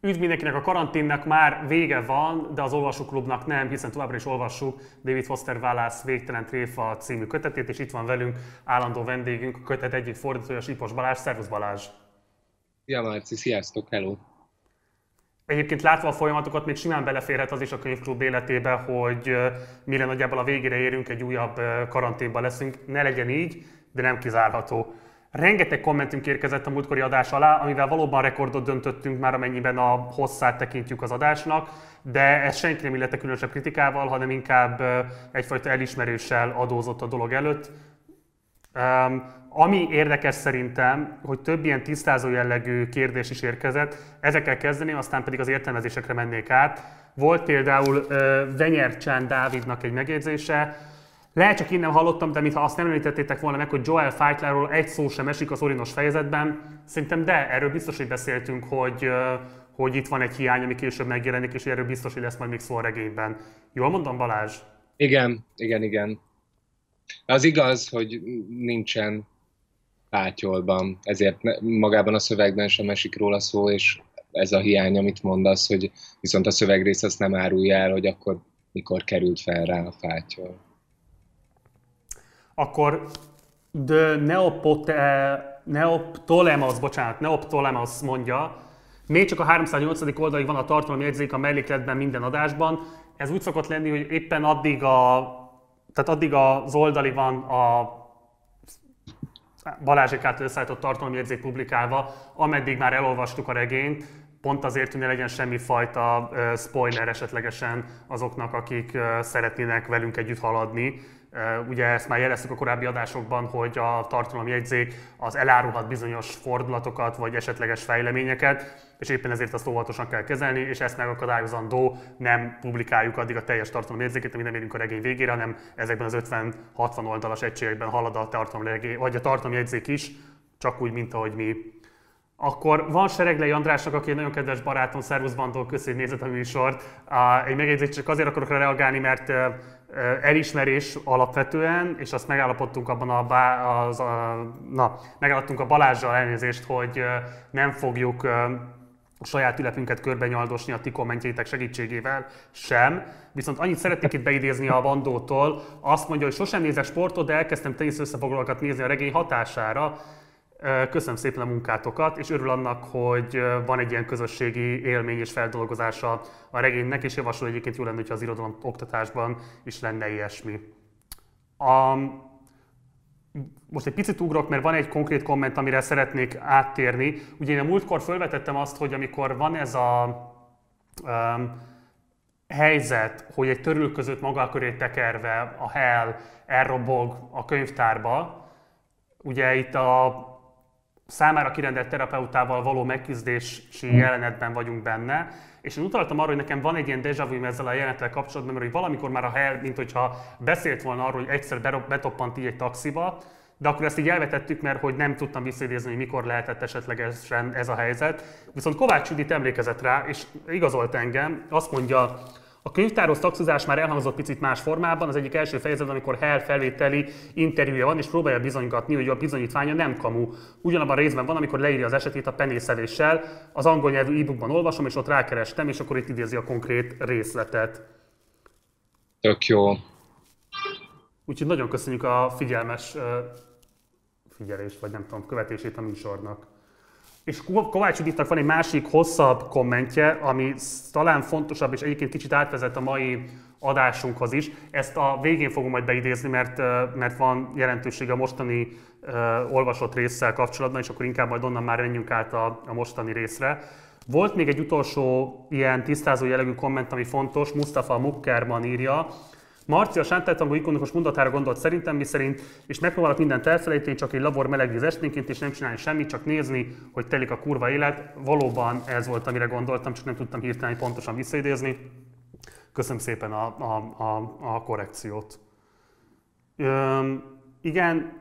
Üdv mindenkinek, a karanténnak már vége van, de az olvasóklubnak nem, hiszen továbbra is olvassuk David Foster Wallace Végtelen tréfa című kötetét, és itt van velünk állandó vendégünk, a kötet egyik fordítója, Sipos Balázs. Szervusz Balázs! Szia Marci, sziasztok, hello! Egyébként látva a folyamatokat, még simán beleférhet az is a könyvklub életébe, hogy mire nagyjából a végére érünk, egy újabb karanténban leszünk. Ne legyen így, de nem kizárható. Rengeteg kommentünk érkezett a múltkori adás alá, amivel valóban rekordot döntöttünk már, amennyiben a hosszát tekintjük az adásnak, de ez senki nem illette különösebb kritikával, hanem inkább egyfajta elismeréssel adózott a dolog előtt. Ami érdekes szerintem, hogy több ilyen tisztázó jellegű kérdés is érkezett, ezekkel kezdeném, aztán pedig az értelmezésekre mennék át. Volt például Venyercsán Dávidnak egy megjegyzése, lehet csak innen hallottam, de mintha azt nem említettétek volna meg, hogy Joel Feitlerről egy szó sem esik az Orinos fejezetben. Szerintem de, erről biztos, hogy beszéltünk, hogy itt van egy hiány, ami később megjelenik, és erről biztos, hogy lesz majd még szó a regényben. Jól mondom, Balázs? Igen. Az igaz, hogy nincsen pátyolban, ezért magában a szövegben sem esik róla szó, és ez a hiány, amit mondasz, hogy viszont a szövegrész azt nem árulja el, hogy akkor mikor került fel rá a fátyol. Akkor Neoptolemos mondja, még csak a 308. oldalig van a tartalomjegyzék a mellékletben minden adásban. Ez úgy szokott lenni, hogy éppen addig az oldalig van a Balázsék által összeállított tartalomjegyzék publikálva, ameddig már elolvastuk a regényt, pont azért, hogy ne legyen semmifajta spoiler esetlegesen azoknak, akik szeretnének velünk együtt haladni. Ugye ezt már jeleztük a korábbi adásokban, hogy a tartalomjegyzék az elárulhat bizonyos fordulatokat vagy esetleges fejleményeket, és éppen ezért azt óvatosan kell kezelni, és ezt megakadályozandó nem publikáljuk addig a teljes tartalomjegyzéket, ami nem érünk a regény végére, hanem ezekben az 50-60 oldalas egységekben halad a tartalomjegyzék is, csak úgy, mint ahogy mi. Akkor van Sereglei Andrásnak, aki egy nagyon kedves barátom, szervusz Bandol, köszi, hogy nézed a műsort. Egy megjegyzést csak azért akarok rá reagálni, mert elismerés alapvetően, és azt megállapodtunk abban megállapodtunk a Balázsral, elnézést, hogy nem fogjuk a saját ülepünket körbenyaldosni a ti kommentjeitek segítségével sem. Viszont annyit szeretnék itt beidézni a Vandótól, azt mondja, hogy sosem nézek sportot, de elkezdtem tenisz összefoglalókat nézni a regény hatására. Köszönöm szépen a munkátokat, és örül annak, hogy van egy ilyen közösségi élmény és feldolgozása a regénynek, és javasol egyébként jó lenne, hogyha az irodalom oktatásban is lenne ilyesmi. Most egy picit ugrok, mert van egy konkrét komment, amire szeretnék áttérni. Ugye én a múltkor felvetettem azt, hogy amikor van ez a helyzet, hogy egy törülközőt maga köré tekerve a Hell elrobog a könyvtárba, ugye itt a számára kirendelt terapeutával való megküzdési jelenetben vagyunk benne, és én utaltam arra, hogy nekem van egy ilyen déjà vu ezzel a jelenettel kapcsolatban, mert hogy valamikor már a Hell, mint hogyha beszélt volna arról, hogy egyszer betoppant így egy taxiba, de akkor ezt így elvetettük, mert hogy nem tudtam visszaidézni, hogy mikor lehetett esetlegesen ez a helyzet. Viszont Kovács Judit emlékezett rá, és igazolt engem, azt mondja, a könyvtárhoz taxizás már elhangzott picit más formában, az egyik első fejezetben, amikor Hell felvételi interjúja van, és próbálja bizonygatni, hogy a bizonyítványa nem kamu. Ugyanabban a részben van, amikor leírja az esetét a penészevéssel, az angol nyelvű e-bookban olvasom, és ott rákerestem, és akkor itt idézi a konkrét részletet. Tök jó. Úgyhogy nagyon köszönjük a figyelmes figyelést, vagy nem tudom, követését a műsornak. És Kovács Juditnak van egy másik hosszabb kommentje, ami talán fontosabb, és egyébként kicsit átvezet a mai adásunkhoz is. Ezt a végén fogom majd beidézni, mert van jelentősége a mostani olvasott résszel kapcsolatban, és akkor inkább majd onnan már menjünk át a mostani részre. Volt még egy utolsó ilyen tisztázó jellegű komment, ami fontos, Mustafa Mukkerman írja. Marci a sántáltangó ikonikus mondatára gondolt szerintem, miszerint, és megpróbálok mindent elfelejteni, csak egy labor melegvíz esténként, és nem csinálni semmit, csak nézni, hogy telik a kurva élet. Valóban ez volt, amire gondoltam, csak nem tudtam hirtelen pontosan visszaidézni. Köszönöm szépen a korrekciót. Igen,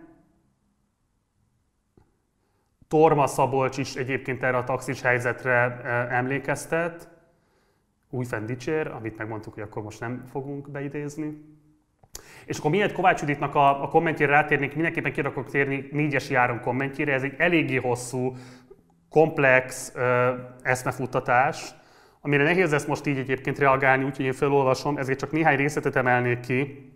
Torma Szabolcs is egyébként erre a taxis helyzetre emlékeztet. Újfent dicsér, amit megmondtuk, hogy akkor most nem fogunk beidézni. És akkor miért Kovács Juditnak a kommentjére rátérnék, mindenképpen ki akarok térni Négyesi Áron kommentjére, ez egy eléggé hosszú komplex eszmefuttatás, amire nehéz lesz most így egyébként reagálni, úgyhogy én felolvasom, ezért csak néhány részletet emelnék ki.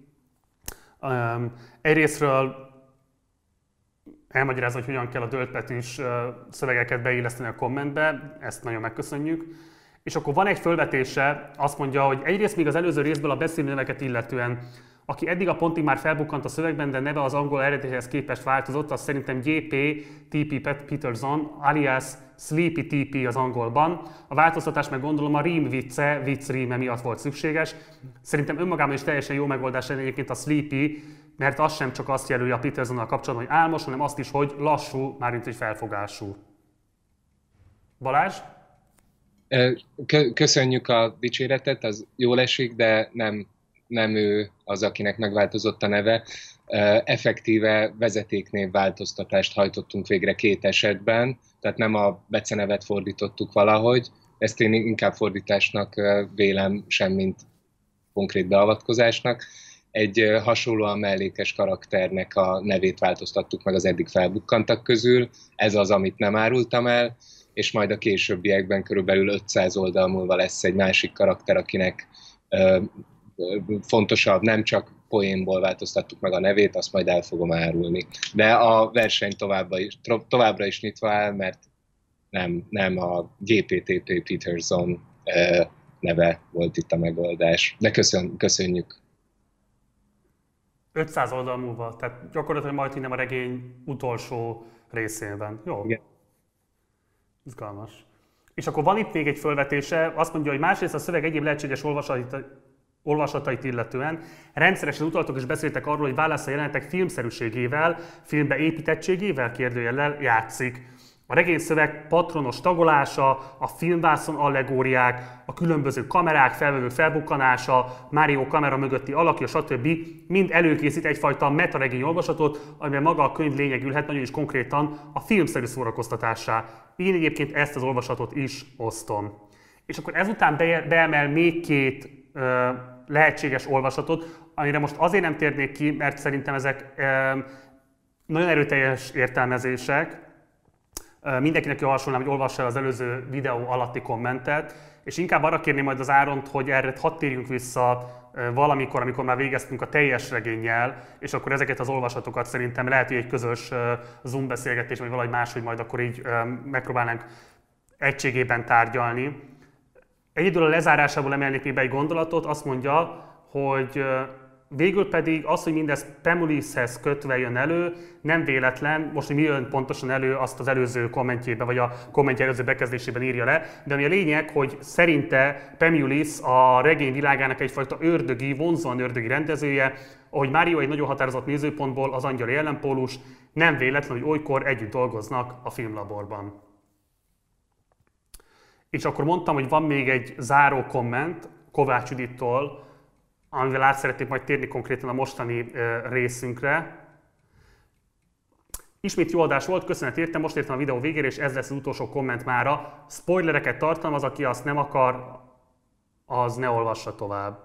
Egyrészről elmagyarázom, hogy hogyan kell a döltbetűs szövegeket beilleszteni a kommentbe, ezt nagyon megköszönjük. És akkor van egy fölvetése, azt mondja, hogy egyrészt még az előző részből a beszélő neveket illetően, aki eddig a pontig már felbukkant a szövegben, de neve az angol eredetihez képest változott, az szerintem J.P. T.P. Peterson, alias Sleepy T.P. az angolban. A változtatás meg gondolom a rím vicce, vicc ríme miatt volt szükséges. Szerintem önmagában is teljesen jó megoldás lenne egyébként a Sleepy, mert az sem csak azt jelöli a Petersonnal kapcsolatban, hogy álmos, hanem azt is, hogy lassú, mármint hogy felfogású. Balázs? Köszönjük a dicséretet, az jól esik, de nem ő az, akinek megváltozott a neve. Effektíve vezetéknév változtatást hajtottunk végre 2 esetben, tehát nem a becenevet fordítottuk valahogy, ezt én inkább fordításnak vélem, semmint konkrét beavatkozásnak. Egy hasonlóan mellékes karakternek a nevét változtattuk meg az eddig felbukkantak közül, ez az, amit nem árultam el, és majd a későbbiekben körülbelül 500 oldal múlva lesz egy másik karakter, akinek fontosabb, nem csak poénból változtattuk meg a nevét, azt majd el fogom árulni. De a verseny továbbra is nyitva áll, mert nem a JPTP Peterson neve volt itt a megoldás. De köszönjük. 500 oldal múlva, tehát gyakorlatilag majd innen a regény utolsó részében. Jó? Igen. Izgalmas. És akkor van itt még egy fölvetése, azt mondja, hogy másrészt a szöveg egyéb lehetséges olvasatait illetően rendszeresen utaltok és beszéltek arról, hogy válasz a jelenetek filmszerűségével, filmbe építettségével kérdőjellel játszik. A regényszöveg patronos tagolása, a filmvászon allegóriák, a különböző kamerák, felvevők felbukkanása, Mario kamera mögötti alakja, stb. Mind előkészít egyfajta metaregény olvasatot, amiben maga a könyv lényegülhet nagyon is konkrétan a filmszerű szórakoztatássá. Én egyébként ezt az olvasatot is osztom. És akkor ezután beemel még 2 lehetséges olvasatot, amire most azért nem térnék ki, mert szerintem ezek nagyon erőteljes értelmezések. Mindenkinek javasolnám, hogy olvassa el az előző videó alatti kommentet, és inkább arra kérném majd az Áront, hogy erre hadd térjünk vissza valamikor, amikor már végeztünk a teljes regénnyel, és akkor ezeket az olvasatokat szerintem lehet, hogy egy közös Zoom beszélgetés, vagy valahogy máshogy majd akkor így megpróbálnánk egységében tárgyalni. Egyedül a lezárásából emelnék még be egy gondolatot, azt mondja, hogy végül pedig az, hogy mindez Pemulishez kötve jön elő, nem véletlen, most, hogy mi jön pontosan elő, azt az előző kommentjében, vagy a kommentje előző bekezdésében írja le, de ami a lényeg, hogy szerinte Pemulis a regény világának egyfajta ördögi, vonzóan ördögi rendezője, ahogy Mario egy nagyon határozott nézőpontból az angyali ellenpólus, nem véletlen, hogy olykor együtt dolgoznak a filmlaborban. És akkor mondtam, hogy van még egy záró komment Kovács Judittól, amivel át szeretnék majd térni konkrétan a mostani részünkre. Ismét jó adás volt, köszönet értem, most értem a videó végére, és ez lesz az utolsó komment mára. Spoilereket tartalmaz, aki azt nem akar, az ne olvassa tovább.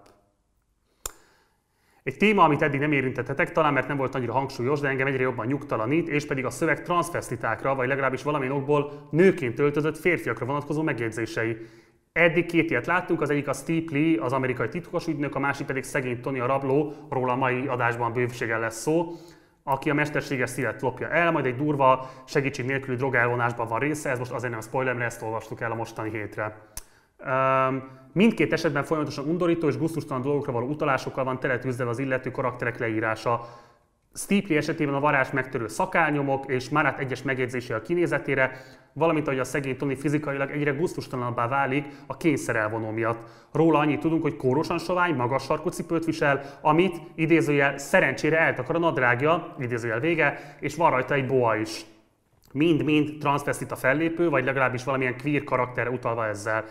Egy téma, amit eddig nem érintettetek, talán mert nem volt annyira hangsúlyos, de engem egyre jobban nyugtalanít, és pedig a szöveg transzvestitákra, vagy legalábbis valamilyen okból nőként öltözött férfiakra vonatkozó megjegyzései. Eddig 2 ilyet láttunk, az egyik a Steve Lee, az amerikai titkos ügynök, a másik pedig szegény Tony a rabló, róla a mai adásban bőséggel lesz szó, aki a mesterséges szívet lopja el, majd egy durva, segítség nélküli drogelvonásban van része, ez most azért nem spoiler, mert ezt olvastuk el a mostani hétre. Mindkét esetben folyamatosan undorító és gusztustalan dolgokra való utalásokkal van teletűzdelve az illető karakterek leírása. Steve Lee esetében a varázs megtörő szakálnyomok és Marat egyes megjegyzésével kinézetére, valamint ahogy a szegény Tony fizikailag egyre gusztustalanabbá válik a kényszer elvonó miatt. Róla annyit tudunk, hogy kórosan sovány, magas sarkú cipőt visel, amit idézőjel szerencsére eltakar a nadrágja, idézőjel vége, és van rajta egy boa is. Mind-mind transzvestita fellépő, vagy legalábbis valamilyen queer karakterre utalva ezzel.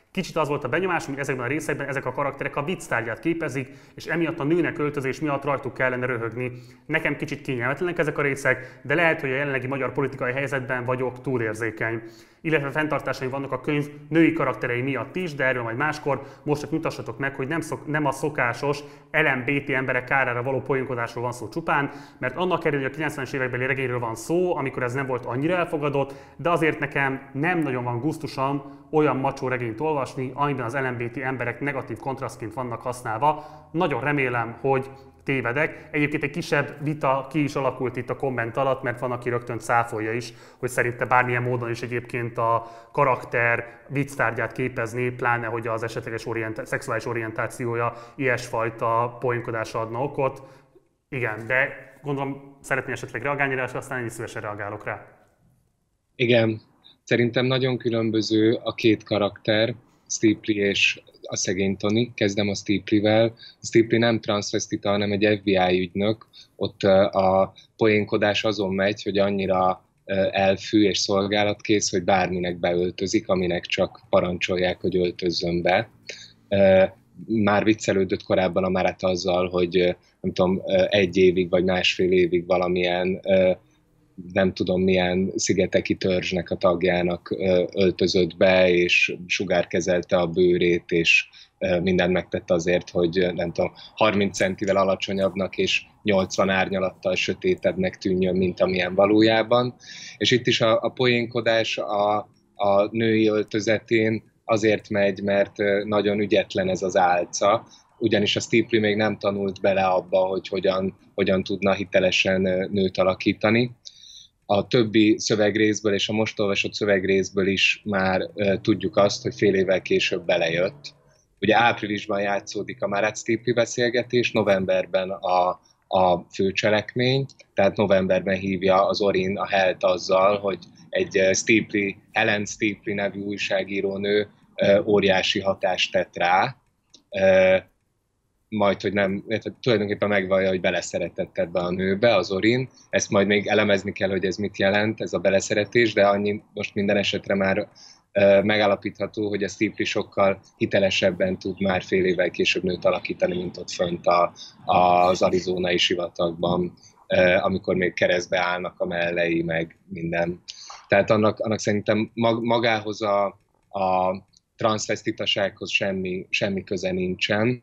Kicsit az volt a benyomás, hogy ezekben a részekben ezek a karakterek a vicc tárgyát képezik, és emiatt a nőnek öltözés miatt rajtuk kellene röhögni. Nekem kicsit kényelmetlenek ezek a részek, de lehet, hogy a jelenlegi magyar politikai helyzetben vagyok túlérzékeny. Illetve fenntartásaim vannak a könyv női karakterei miatt is, de erről majd máskor. Most csak mutassatok meg, hogy nem a szokásos LMBT emberek kárára való poénkodásról van szó csupán, mert annak ellenére, hogy a 90-es évekbeli regényről van szó, amikor ez nem volt annyira elfogadott, de azért nekem nem nagyon van gusztusom olyan macsó regényt olvasni, amiben az LMBT emberek negatív kontrasztként vannak használva. Nagyon remélem, hogy tévedek. Egyébként egy kisebb vita ki is alakult itt a komment alatt, mert van, aki rögtön cáfolja is, hogy szerinte bármilyen módon is egyébként a karakter vicctárgyát képezni, pláne hogy az esetleges szexuális orientációja ilyesfajta poénkodásra adna okot. Igen, de gondolom szeretné esetleg reagálni rá, és aztán én is szívesen reagálok rá. Igen, szerintem nagyon különböző a két karakter, Steeply és a szegény Tony. Kezdem a Steeplyvel. A Steeply nem transvestita, hanem egy FBI ügynök. Ott a poénkodás azon megy, hogy annyira elfű és szolgálatkész, hogy bárminek beöltözik, aminek csak parancsolják, hogy öltözzön be. Már viccelődött korábban a Marat azzal, hogy nem tudom, 1 évig vagy másfél évig valamilyen nem tudom milyen szigeteki törzsnek a tagjának öltözött be, és sugárkezelte a bőrét, és mindent megtette azért, hogy nem tudom, 30 centivel alacsonyabbnak és 80 árnyalattal sötétebbnek tűnjön, mint amilyen valójában. És itt is a poénkodás a női öltözetén azért megy, mert nagyon ügyetlen ez az álca, ugyanis a Steeply még nem tanult bele abba, hogy hogyan tudna hitelesen nőt alakítani. A többi szövegrészből és a most olvasott szövegrészből is már tudjuk azt, hogy fél évvel később belejött. Ugye áprilisban játszódik a Marat-Steeply beszélgetés, novemberben a főcselekmény, tehát novemberben hívja az Orin a Helt azzal, hogy egy Steeply, Helen Steeply nevű újságírónő óriási hatást tett rá, majd, hogy nem, tulajdonképpen megvallja, hogy beleszeretett ebbe a nőbe, az Orin. Ezt majd még elemezni kell, hogy ez mit jelent, ez a beleszeretés, de annyi most minden esetre már megállapítható, hogy a Steeply sokkal hitelesebben tud már fél évvel később nőt alakítani, mint ott fönt az arizonai sivatagban, amikor még keresztbe állnak a mellei, meg minden. Tehát annak szerintem magához a transzvestitasághoz semmi köze nincsen.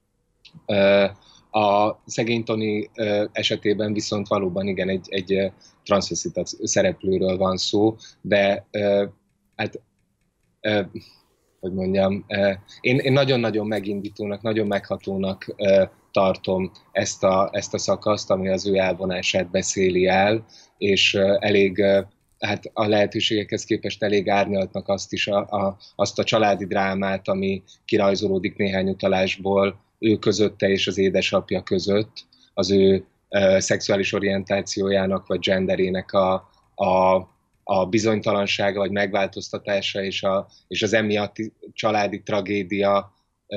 A szegény Tony esetében viszont valóban igen, egy transzvestita szereplőről van szó, de hát, hogy mondjam, én nagyon-nagyon megindítónak, nagyon meghatónak tartom ezt a szakaszt, ami az ő elvonását beszéli el, és elég, hát a lehetőségekhez képest elég árnyaltnak azt a családi drámát, ami kirajzolódik néhány utalásból ő közötte és az édesapja között, az ő szexuális orientációjának vagy genderének a bizonytalansága vagy megváltoztatása és az emiatti családi tragédia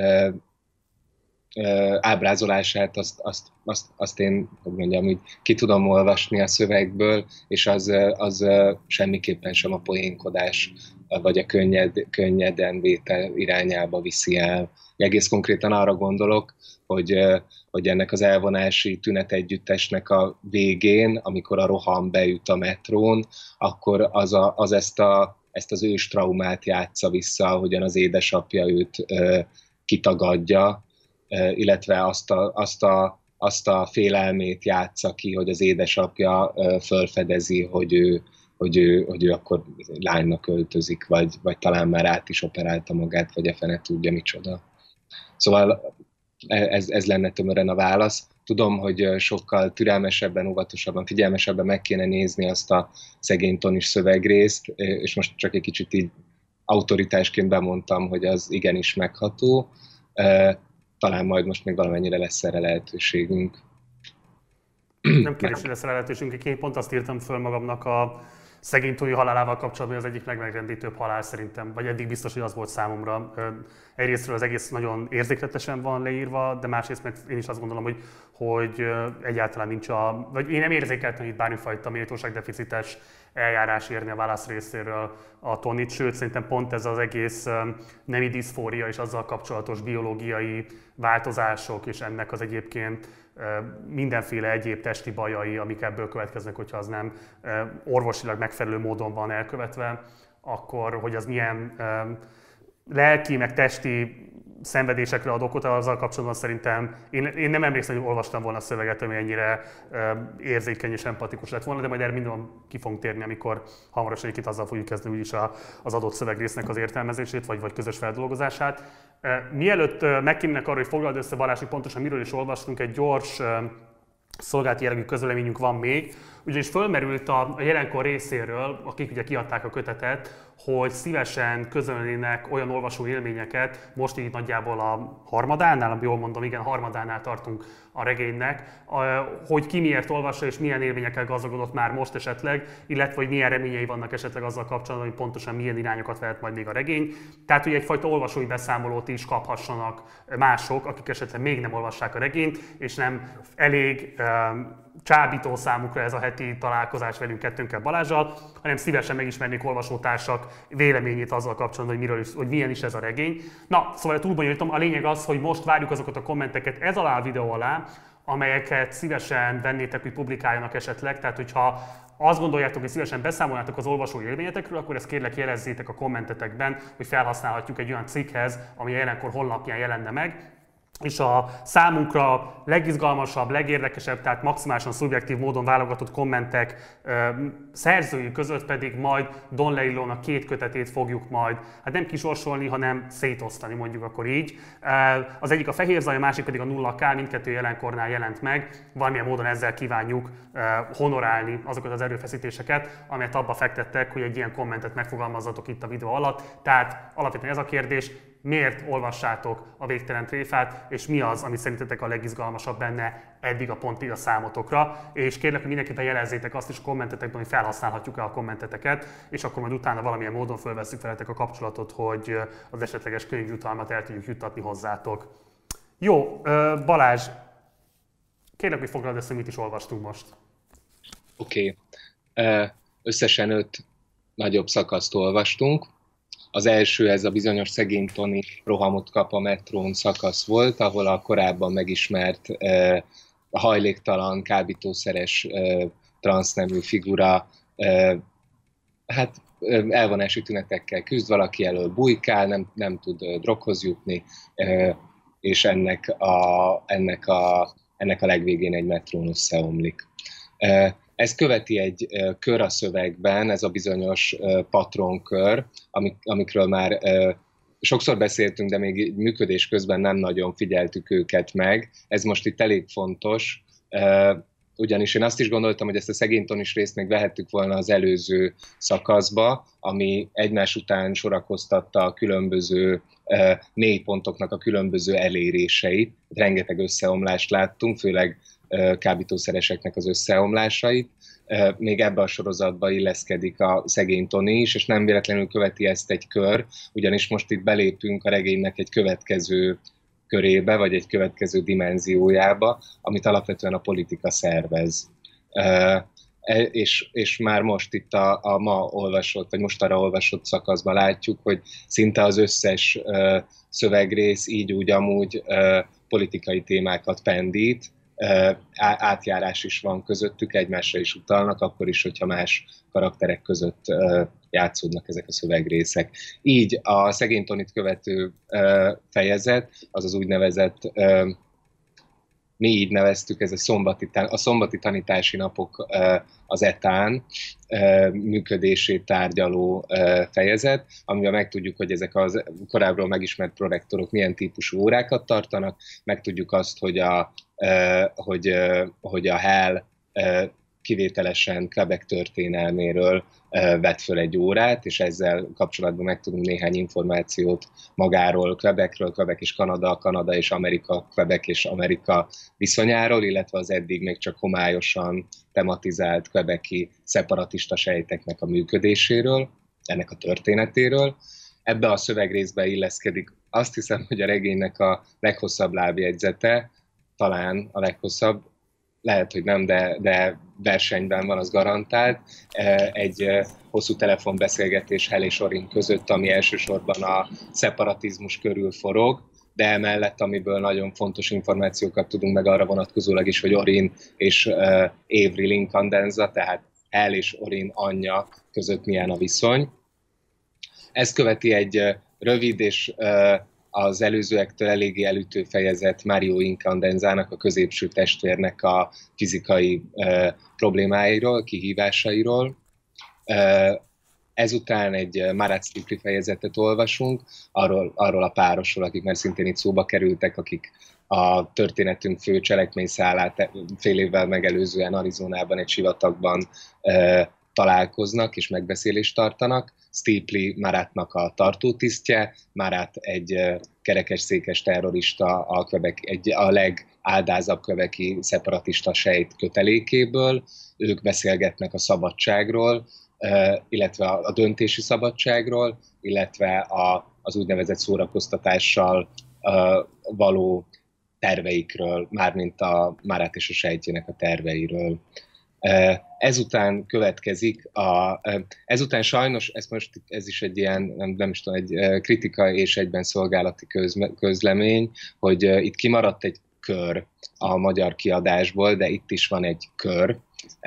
ábrázolását, azt én, hogy mondjam, úgy ki tudom olvasni a szövegből, és az semmiképpen sem a poénkodás vagy a könnyeden vétel irányába viszi el. Egész konkrétan arra gondolok, hogy ennek az elvonási tünetegyüttesnek a végén, amikor a roham beüt a metrón, akkor az ezt az ős traumát játsza vissza, ahogyan az édesapja őt kitagadja, illetve azt a félelmét játsza ki, hogy az édesapja felfedezi, hogy ő akkor lánynak öltözik, vagy talán már át is operálta magát, vagy a fene tudja micsoda. Szóval ez lenne tömören a válasz. Tudom, hogy sokkal türelmesebben, óvatosabban, figyelmesebben meg kéne nézni azt a szegény Tonis szövegrészt, és most csak egy kicsit így autoritásként bemondtam, hogy az igenis megható. Talán majd most még valamennyire lesz erre lehetőségünk. Nem kérdés, hogy lesz lehetőségünk, én pont azt írtam föl magamnak a szegény Tony halálával kapcsolatban, hogy az egyik legmegrendítőbb halál szerintem, vagy eddig biztos, hogy az volt számomra. Egyrésztről az egész nagyon érzékletesen van leírva, de másrészt meg én is azt gondolom, hogy egyáltalán nincs vagy én nem érzékeltem itt bármifajta méltóságdeficites eljárás érni a válasz részéről a Tonit, sőt szerintem pont ez az egész nemi diszfória és azzal kapcsolatos biológiai változások, és ennek az egyébként mindenféle egyéb testi bajai, amik ebből következnek, hogyha az nem orvosilag megfelelő módon van elkövetve, akkor hogy az milyen lelki, meg testi szenvedésekre ad okot, azzal kapcsolatban szerintem én nem emlékszem, hogy olvastam volna a szöveget, ami ennyire érzékeny és empatikus lett volna, de majd erre minden ki fogunk térni, amikor hamarosan itt azzal fogjuk kezdeni úgyis az adott szövegrésznek az értelmezését, vagy közös feldolgozását. Mielőtt megkérnének arra, hogy foglald össze, Balázs, hogy pontosan miről is olvastunk, egy gyors szolgálati jellegű közleményünk van még, ugyanis fölmerült a jelenkor részéről, akik ugye kiadták a kötetet, hogy szívesen közölnének olyan olvasó élményeket, most így nagyjából a harmadánál, jól mondom, igen, a harmadánál tartunk a regénynek, hogy ki miért olvassa és milyen élményekkel gazdagodott már most esetleg, illetve hogy milyen reményei vannak esetleg azzal kapcsolatban, hogy pontosan milyen irányokat vehet majd még a regény. Tehát, hogy egyfajta olvasói beszámolót is kaphassanak mások, akik esetleg még nem olvassák a regényt, és nem elég csábító számukra ez a heti találkozás velünk kettőnkkel Balázsral, hanem szívesen megismernék olvasótársak véleményét azzal kapcsolatban, hogy milyen is ez a regény. Na, szóval túlbonyolítom, a lényeg az, hogy most várjuk azokat a kommenteket ez alá a videó alá, amelyeket szívesen vennétek, hogy publikáljanak esetleg, tehát hogyha azt gondoljátok, hogy szívesen beszámolnátok az olvasói élményetekről, akkor ezt kérlek jelezzétek a kommentetekben, hogy felhasználhatjuk egy olyan cikkhez, ami a jelenkor honlapján jelenne meg. És a számunkra legizgalmasabb, legérdekesebb, tehát maximálisan szubjektív módon válogatott kommentek szerzői között pedig majd Don Leillónak 2 kötetét fogjuk majd, hát nem kisorsolni, hanem szétosztani, mondjuk akkor így. Az egyik a Fehér Zaj, a másik pedig a 0K, mindkettő jelenkornál jelent meg. Valamilyen módon ezzel kívánjuk honorálni azokat az erőfeszítéseket, amelyet abba fektettek, hogy egy ilyen kommentet megfogalmazzatok itt a videó alatt. Tehát alapvetően ez a kérdés, miért olvassátok a Végtelen tréfát, és mi az, ami szerintetek a legizgalmasabb benne eddig a pontig a számotokra. És kérlek, hogy mindenképpen jelezzétek azt is a kommentetekben, hogy felhasználhatjuk-e a kommenteteket, és akkor majd utána valamilyen módon fölvesszük veletek a kapcsolatot, hogy az esetleges könyvjutalmat el tudjuk juttatni hozzátok. Jó, Balázs, kérlek, hogy foglald össze, mit is olvastunk most. Oké. Összesen 5 nagyobb szakaszt olvastunk. Az első, ez a bizonyos szegény Toni rohamot kap a metrón szakasz volt, ahol a korábban megismert a hajléktalan, kábítószeres transznemű figura hát elvonási tünetekkel küzd, valaki elől bujkál, nem tud droghoz jutni, és ennek a legvégén egy metrón összeomlik. Ez követi egy kör a szövegben, ez a bizonyos patronkör, amikről már sokszor beszéltünk, de még működés közben nem nagyon figyeltük őket meg. Ez most itt elég fontos, ugyanis én azt is gondoltam, hogy ezt a szegény Tonis részt még vehettük volna az előző szakaszba, ami egymás után sorakoztatta a különböző mélypontoknak a különböző eléréseit. Rengeteg összeomlást láttunk, főleg kábítószereseknek az összeomlásait. Még ebbe a sorozatba illeszkedik a szegény Toni is, és nem véletlenül követi ezt egy kör, ugyanis most itt belépünk a regénynek egy következő körébe, vagy egy következő dimenziójába, amit alapvetően a politika szervez. És már most itt a ma olvasott, vagy mostanra olvasott szakaszban látjuk, hogy szinte az összes szövegrész így úgy amúgy politikai témákat pendít, átjárás is van közöttük, egymásra is utalnak, akkor is, hogyha más karakterek között játszódnak ezek a szövegrészek. Így a szegény Tonit követő fejezet, az az úgynevezett, mi így neveztük, ez a szombati tanítási napok az etán működését tárgyaló fejezet, amivel megtudjuk, hogy ezek az korábbról megismert prorektorok milyen típusú órákat tartanak, megtudjuk azt, hogy a Hell kivételesen Quebec történelméről vett föl egy órát, és ezzel kapcsolatban megtudunk néhány információt magáról, Quebecről, Quebec és Kanada, Kanada és Amerika, Quebec és Amerika viszonyáról, illetve az eddig még csak homályosan tematizált quebeci szeparatista sejteknek a működéséről, ennek a történetéről. Ebbe a szövegrészbe illeszkedik, azt hiszem, hogy a regénynek a leghosszabb lábjegyzete, talán a leghosszabb, lehet, hogy nem, de versenyben van, az garantált, egy hosszú telefonbeszélgetés Hell és Orin között, ami elsősorban a szeparatizmus körül forog, de emellett, amiből nagyon fontos információkat tudunk meg arra vonatkozólag is, hogy Orin és Avery Lincoln-Denza, tehát Hell és Orin anyja között milyen a viszony. Ez követi egy rövid és az előzőektől eléggé elütő fejezet Mario Incandenzának, a középső testvérnek a fizikai problémáiról, kihívásairól. Ezután egy Marat Stipley fejezetet olvasunk, arról a párosról, akik már szintén itt szóba kerültek, akik a történetünk fő cselekményszálát fél évvel megelőzően Arizonában egy sivatagban találkoznak és megbeszélést tartanak. Stipley Maratnak a tartótisztje, Marat egy kerekesszékes terrorista, a legáldázabb quebeci szeparatista sejt kötelékéből. Ők beszélgetnek a szabadságról, illetve a döntési szabadságról, illetve az úgynevezett szórakoztatással való terveikről, mármint a Marat és a sejtjének a terveiről. Ezután következik ezután sajnos, ez is egy ilyen, nem is tudom, egy kritika és egyben szolgálati közlemény, hogy itt kimaradt egy kör a magyar kiadásból, de itt is van egy kör,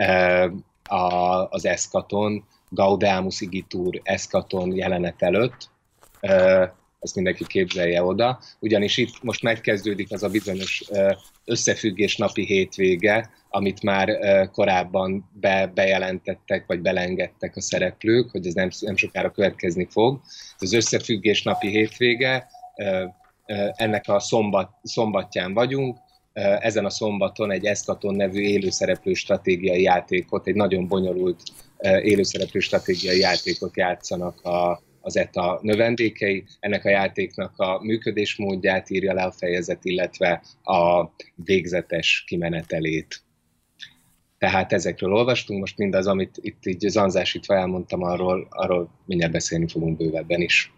az Eschaton, Gaudeamus Igitur Eschaton jelenet előtt, ezt mindenki képzelje oda, ugyanis itt most megkezdődik az a bizonyos összefüggés napi hétvége, amit már korábban bejelentettek, vagy belengedtek a szereplők, hogy ez nem sokára következni fog. Az összefüggés napi hétvége, ennek a szombatján vagyunk, ezen a szombaton egy Eschaton nevű élőszereplő stratégiai játékot, egy nagyon bonyolult élőszereplő stratégiai játékot játszanak az ETA növendékei. Ennek a játéknak a működésmódját írja le a fejezet, illetve a végzetes kimenetelét. Tehát ezekről olvastunk, most mindaz, amit itt így zanzásítva elmondtam, arról mindjárt beszélni fogunk bővebben is.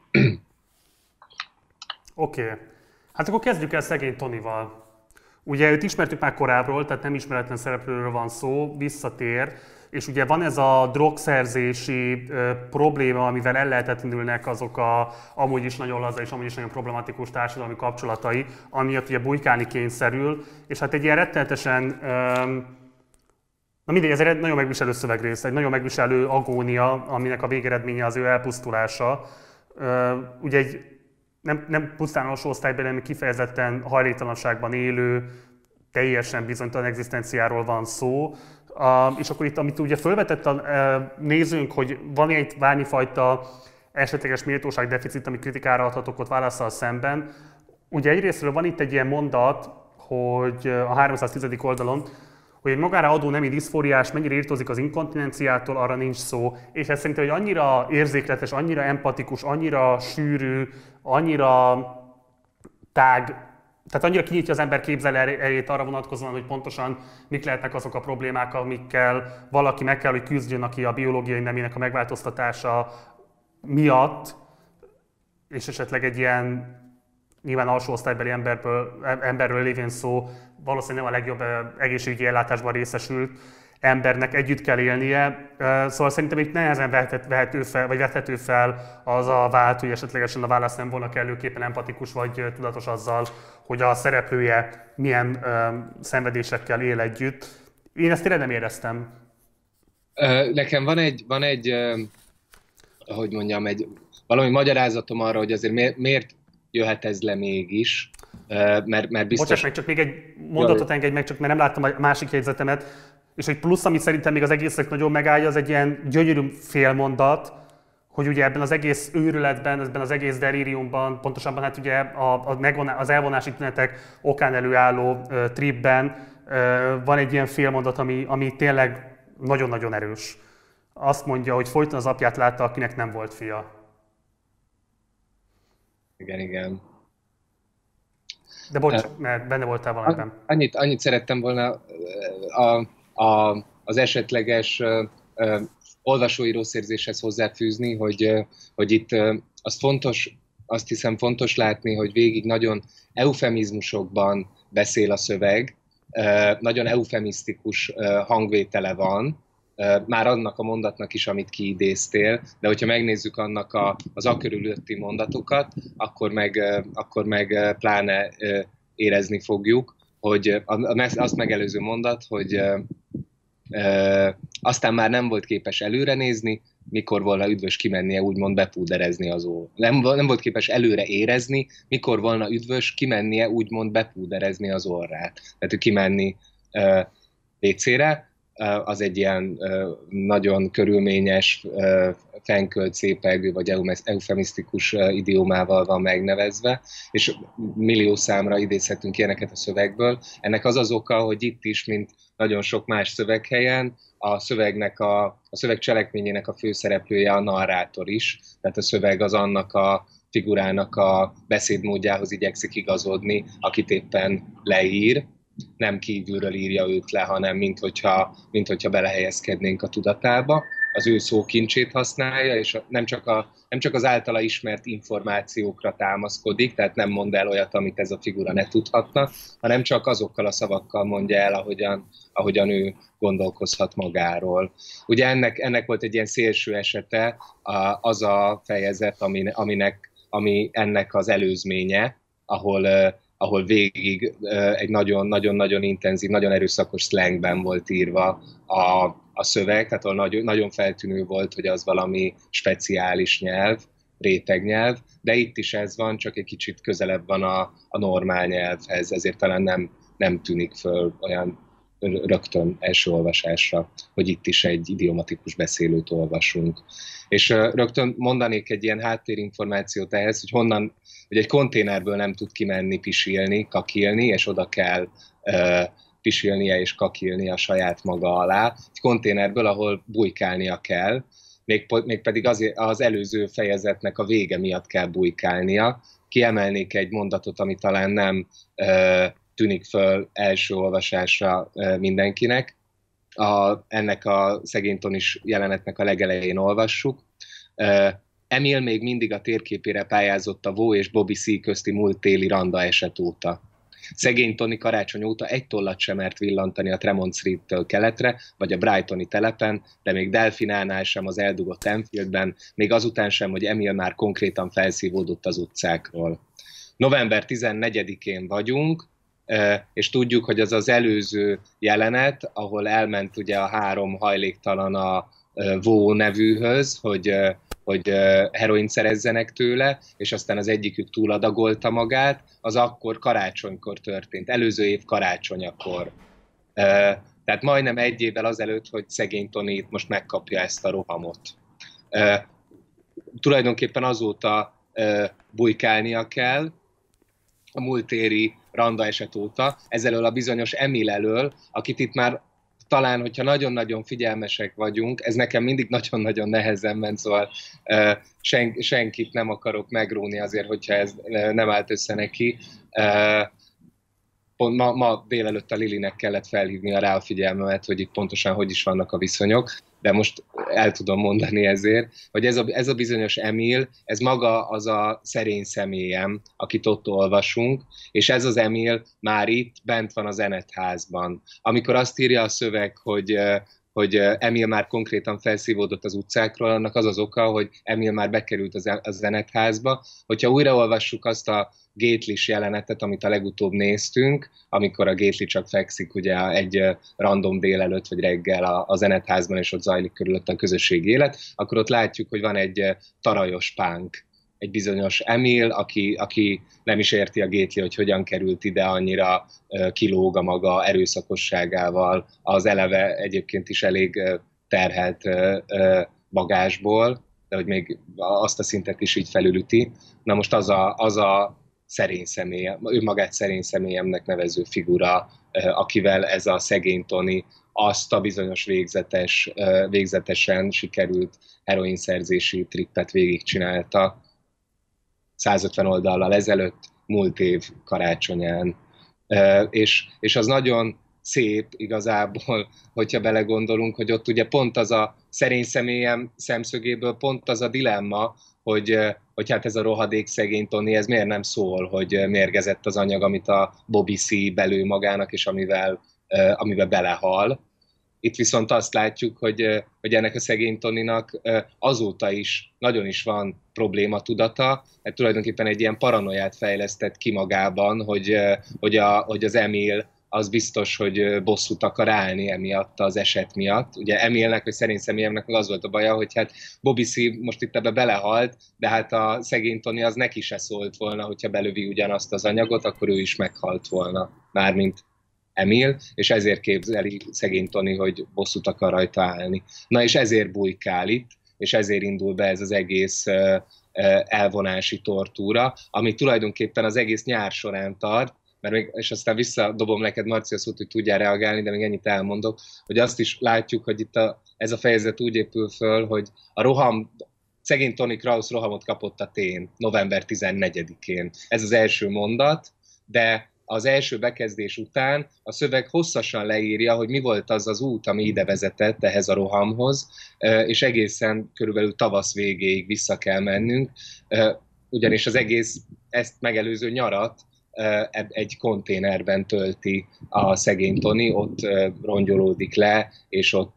Oké. Hát akkor kezdjük el szegény Tonival. Ugye őt ismertük már korábbról, tehát nem ismeretlen szereplőről van szó, visszatér, és ugye van ez a drogszerzési probléma, amivel ellehetetlenülnek azok a amúgy is nagyon laza és amúgy is nagyon problematikus társadalmi kapcsolatai, amiatt ugye bujkálni kényszerül, és hát egy ilyen rettenetesen, na mindegy, ez egy nagyon megviselő szövegrész, egy nagyon megviselő agónia, aminek a végeredménye az ő elpusztulása. Ugye egy nem pusztán alsó osztályban, hanem kifejezetten hajléktalanságban élő, teljesen bizonytalan egzisztenciáról van szó. És akkor itt, amit ugye felvetett a nézőnk, hogy van egy bármifajta esetleges méltóságdeficit, ami kritikára adhatok ott válasszal szemben. Ugye egyrésztről van itt egy ilyen mondat, hogy a 310. oldalon, hogy egy magára adó nemi diszfóriás mennyire írtózik az inkontinenciától, arra nincs szó. És ez szerintem, hogy annyira érzékletes, annyira empatikus, annyira sűrű, annyira tág, tehát annyira kinyitja az ember képzelőerejét arra vonatkozóan, hogy pontosan mik lehetnek azok a problémák, amikkel valaki meg kell, hogy küzdjön, aki a biológiai nemének a megváltoztatása miatt, és esetleg egy ilyen nyilván alsó osztálybeli emberről lévén szó, valószínűleg nem a legjobb egészségügyi ellátásban részesült embernek együtt kell élnie. Szóval szerintem itt nehezen vethető fel az a vált, hogy esetlegesen a válasz nem volna kellőképpen empatikus vagy tudatos azzal, hogy a szereplője milyen szenvedésekkel él együtt. Én ezt tényleg nem éreztem. Nekem van egy hogy mondjam, valami magyarázatom arra, hogy azért miért jöhet ez le mégis, mert biztos... Bocsás meg, csak még egy mondatot engedj meg, csak mert nem láttam a másik jegyzetemet, és egy plusz, amit szerintem még az egésznek nagyon megállja, az egy ilyen gyönyörű félmondat, hogy ugye ebben az egész őrületben, ebben az egész delíriumban, pontosabban hát ugye az elvonási tünetek okán előálló tripben van egy ilyen félmondat, ami tényleg nagyon-nagyon erős. Azt mondja, hogy folyton az apját látta, akinek nem volt fia. Igen. De bocs, mert benne voltál valamiben. Annyit szerettem volna az esetleges olvasói rossz érzéshez hozzáfűzni, hogy itt azt hiszem fontos látni, hogy végig nagyon eufemizmusokban beszél a szöveg, nagyon eufemisztikus hangvétele van, már annak a mondatnak is, amit kiidéztél, de hogyha megnézzük annak az akörülötti mondatokat, akkor meg pláne érezni fogjuk, hogy azt megelőző mondat, hogy aztán már nem volt képes előre nézni, mikor volna üdvös kimennie, úgymond bepúderezni az orr. Nem volt képes előre érezni, mikor volna üdvös kimennie, úgymond bepúderezni az orrát. Tehát kimenni WC-re, az egy ilyen nagyon körülményes, fenkölt, szépelgő vagy eufemisztikus idiómával van megnevezve, és millió számra idézhetünk ilyeneket a szövegből. Ennek az az oka, hogy itt is, mint nagyon sok más szöveghelyen, a szöveg cselekményének a főszereplője a narrátor is, tehát a szöveg az annak a figurának a beszédmódjához igyekszik igazodni, akit éppen leír, nem kívülről írja őt le, hanem minthogyha belehelyezkednénk a tudatába, az ő szókincsét használja, és nem csak az általa ismert információkra támaszkodik, tehát nem mond el olyat, amit ez a figura ne tudhatna, hanem csak azokkal a szavakkal mondja el, ahogyan ő gondolkozhat magáról. Ugye ennek volt egy ilyen szélső esete, az a fejezet, ami ennek az előzménye, ahol végig egy nagyon-nagyon intenzív, nagyon erőszakos slangben volt írva a szöveg, tehát ahol nagyon feltűnő volt, hogy az valami speciális nyelv, rétegnyelv, de itt is ez van, csak egy kicsit közelebb van a normál nyelvhez, ezért talán nem tűnik föl olyan rögtön első olvasásra, hogy itt is egy idiomatikus beszélőt olvasunk. És rögtön mondanék egy ilyen háttérinformációt ehhez, hogy egy konténerből nem tud kimenni pisilni, kakilni, és oda kell pisilnie és kakilni a saját maga alá. Egy konténerből, ahol bujkálnia kell, mégpedig az előző fejezetnek a vége miatt kell bujkálnia. Kiemelnék egy mondatot, ami talán nem tűnik föl első olvasásra mindenkinek. Ennek a szegénytonis jelenetnek a legelején olvassuk. Emil még mindig a térképére pályázott a Vaux és Bobby C közti múlt téli randa eset óta. Szegény Tony karácsony óta egy tollat sem mert villantani a Tremont Street-től keletre, vagy a Brightoni telepen, de még Delfinánál sem az eldugott Enfieldben, még azután sem, hogy Emil már konkrétan felszívódott az utcákról. November 14-én vagyunk, és tudjuk, hogy az előző jelenet, ahol elment ugye a 3 hajléktalan a Vaux nevűhöz, hogy heroint szerezzenek tőle, és aztán az egyikük túladagolta magát, az akkor karácsonykor történt, előző év karácsonyakor. Tehát majdnem egy évvel azelőtt, hogy szegény Tony itt most megkapja ezt a rohamot. Tulajdonképpen azóta bujkálnia kell, a múlt éri randa eset óta, ezelől a bizonyos Emil elől, akit itt már talán, hogyha nagyon-nagyon figyelmesek vagyunk, ez nekem mindig nagyon-nagyon nehezen ment, szóval senkit nem akarok megróni azért, hogyha ez nem állt össze neki. Pont ma délelőtt a Lilinek kellett felhívnia rá a figyelmemet, hogy itt pontosan hogy is vannak a viszonyok, de most el tudom mondani ezért, hogy ez a bizonyos Emil, ez maga az a szerény személyem, akit ott olvasunk, és ez az Emil már itt bent van a zenetházban. Amikor azt írja a szöveg, hogy Emil már konkrétan felszívódott az utcákról, annak az az oka, hogy Emil már bekerült a zenetházba. Hogyha újraolvassuk azt a Gately-s jelenetet, amit a legutóbb néztünk, amikor a Gately csak fekszik ugye egy random délelőtt vagy reggel a zenetházban, és ott zajlik körülött a közösségi élet, akkor ott látjuk, hogy van egy tarajos pánk, egy bizonyos Emil, aki nem is érti a Gately, hogy hogyan került ide, annyira kilóg a maga erőszakosságával, az eleve egyébként is elég terhelt bagázsból, de hogy még azt a szintet is így felülüti. Na most az a szerény személy, ő magát szerény személyemnek nevező figura, akivel ez a szegény Tony azt a bizonyos végzetesen sikerült heroinszerzési trippet végigcsinálta 150 oldallal ezelőtt, múlt év karácsonyán. És az nagyon szép igazából, hogyha belegondolunk, hogy ott ugye pont az a szerény személyem szemszögéből pont az a dilemma, hogy hát ez a rohadék szegény Tony, ez miért nem szól, hogy mérgezett az anyag, amit a Bobby C belő magának, és amivel belehal. Itt viszont azt látjuk, hogy ennek a szegény Tonynak azóta is nagyon is van probléma tudata, mert tulajdonképpen egy ilyen paranoiát fejlesztett ki magában, hogy az Emil az biztos, hogy bosszút akar állni emiatt az eset miatt. Ugye Emilnek, vagy szerény személyemnek az volt a baja, hogy hát Bobby C most itt ebbe belehalt, de hát a szegény Tony az neki se szólt volna, hogyha belövi ugyanazt az anyagot, akkor ő is meghalt volna. Mármint Emil, és ezért képzeli szegény Tony, hogy bosszút akar rajta állni. Na és ezért bujkál itt, és ezért indul be ez az egész elvonási tortúra, ami tulajdonképpen az egész nyár során tart, és aztán visszadobom neked, Marci, a szót, hogy tudjál reagálni, de még ennyit elmondok, hogy azt is látjuk, hogy itt ez a fejezet úgy épül föl, hogy a roham, szegény Tony Kraus rohamot kapott a tén, november 14-én. Ez az első mondat, de az első bekezdés után a szöveg hosszasan leírja, hogy mi volt az az út, ami ide vezetett ehhez a rohamhoz, és egészen körülbelül tavasz végéig vissza kell mennünk, ugyanis az egész ezt megelőző nyarat egy konténerben tölti a szegény Tony, ott rongyolódik le, és ott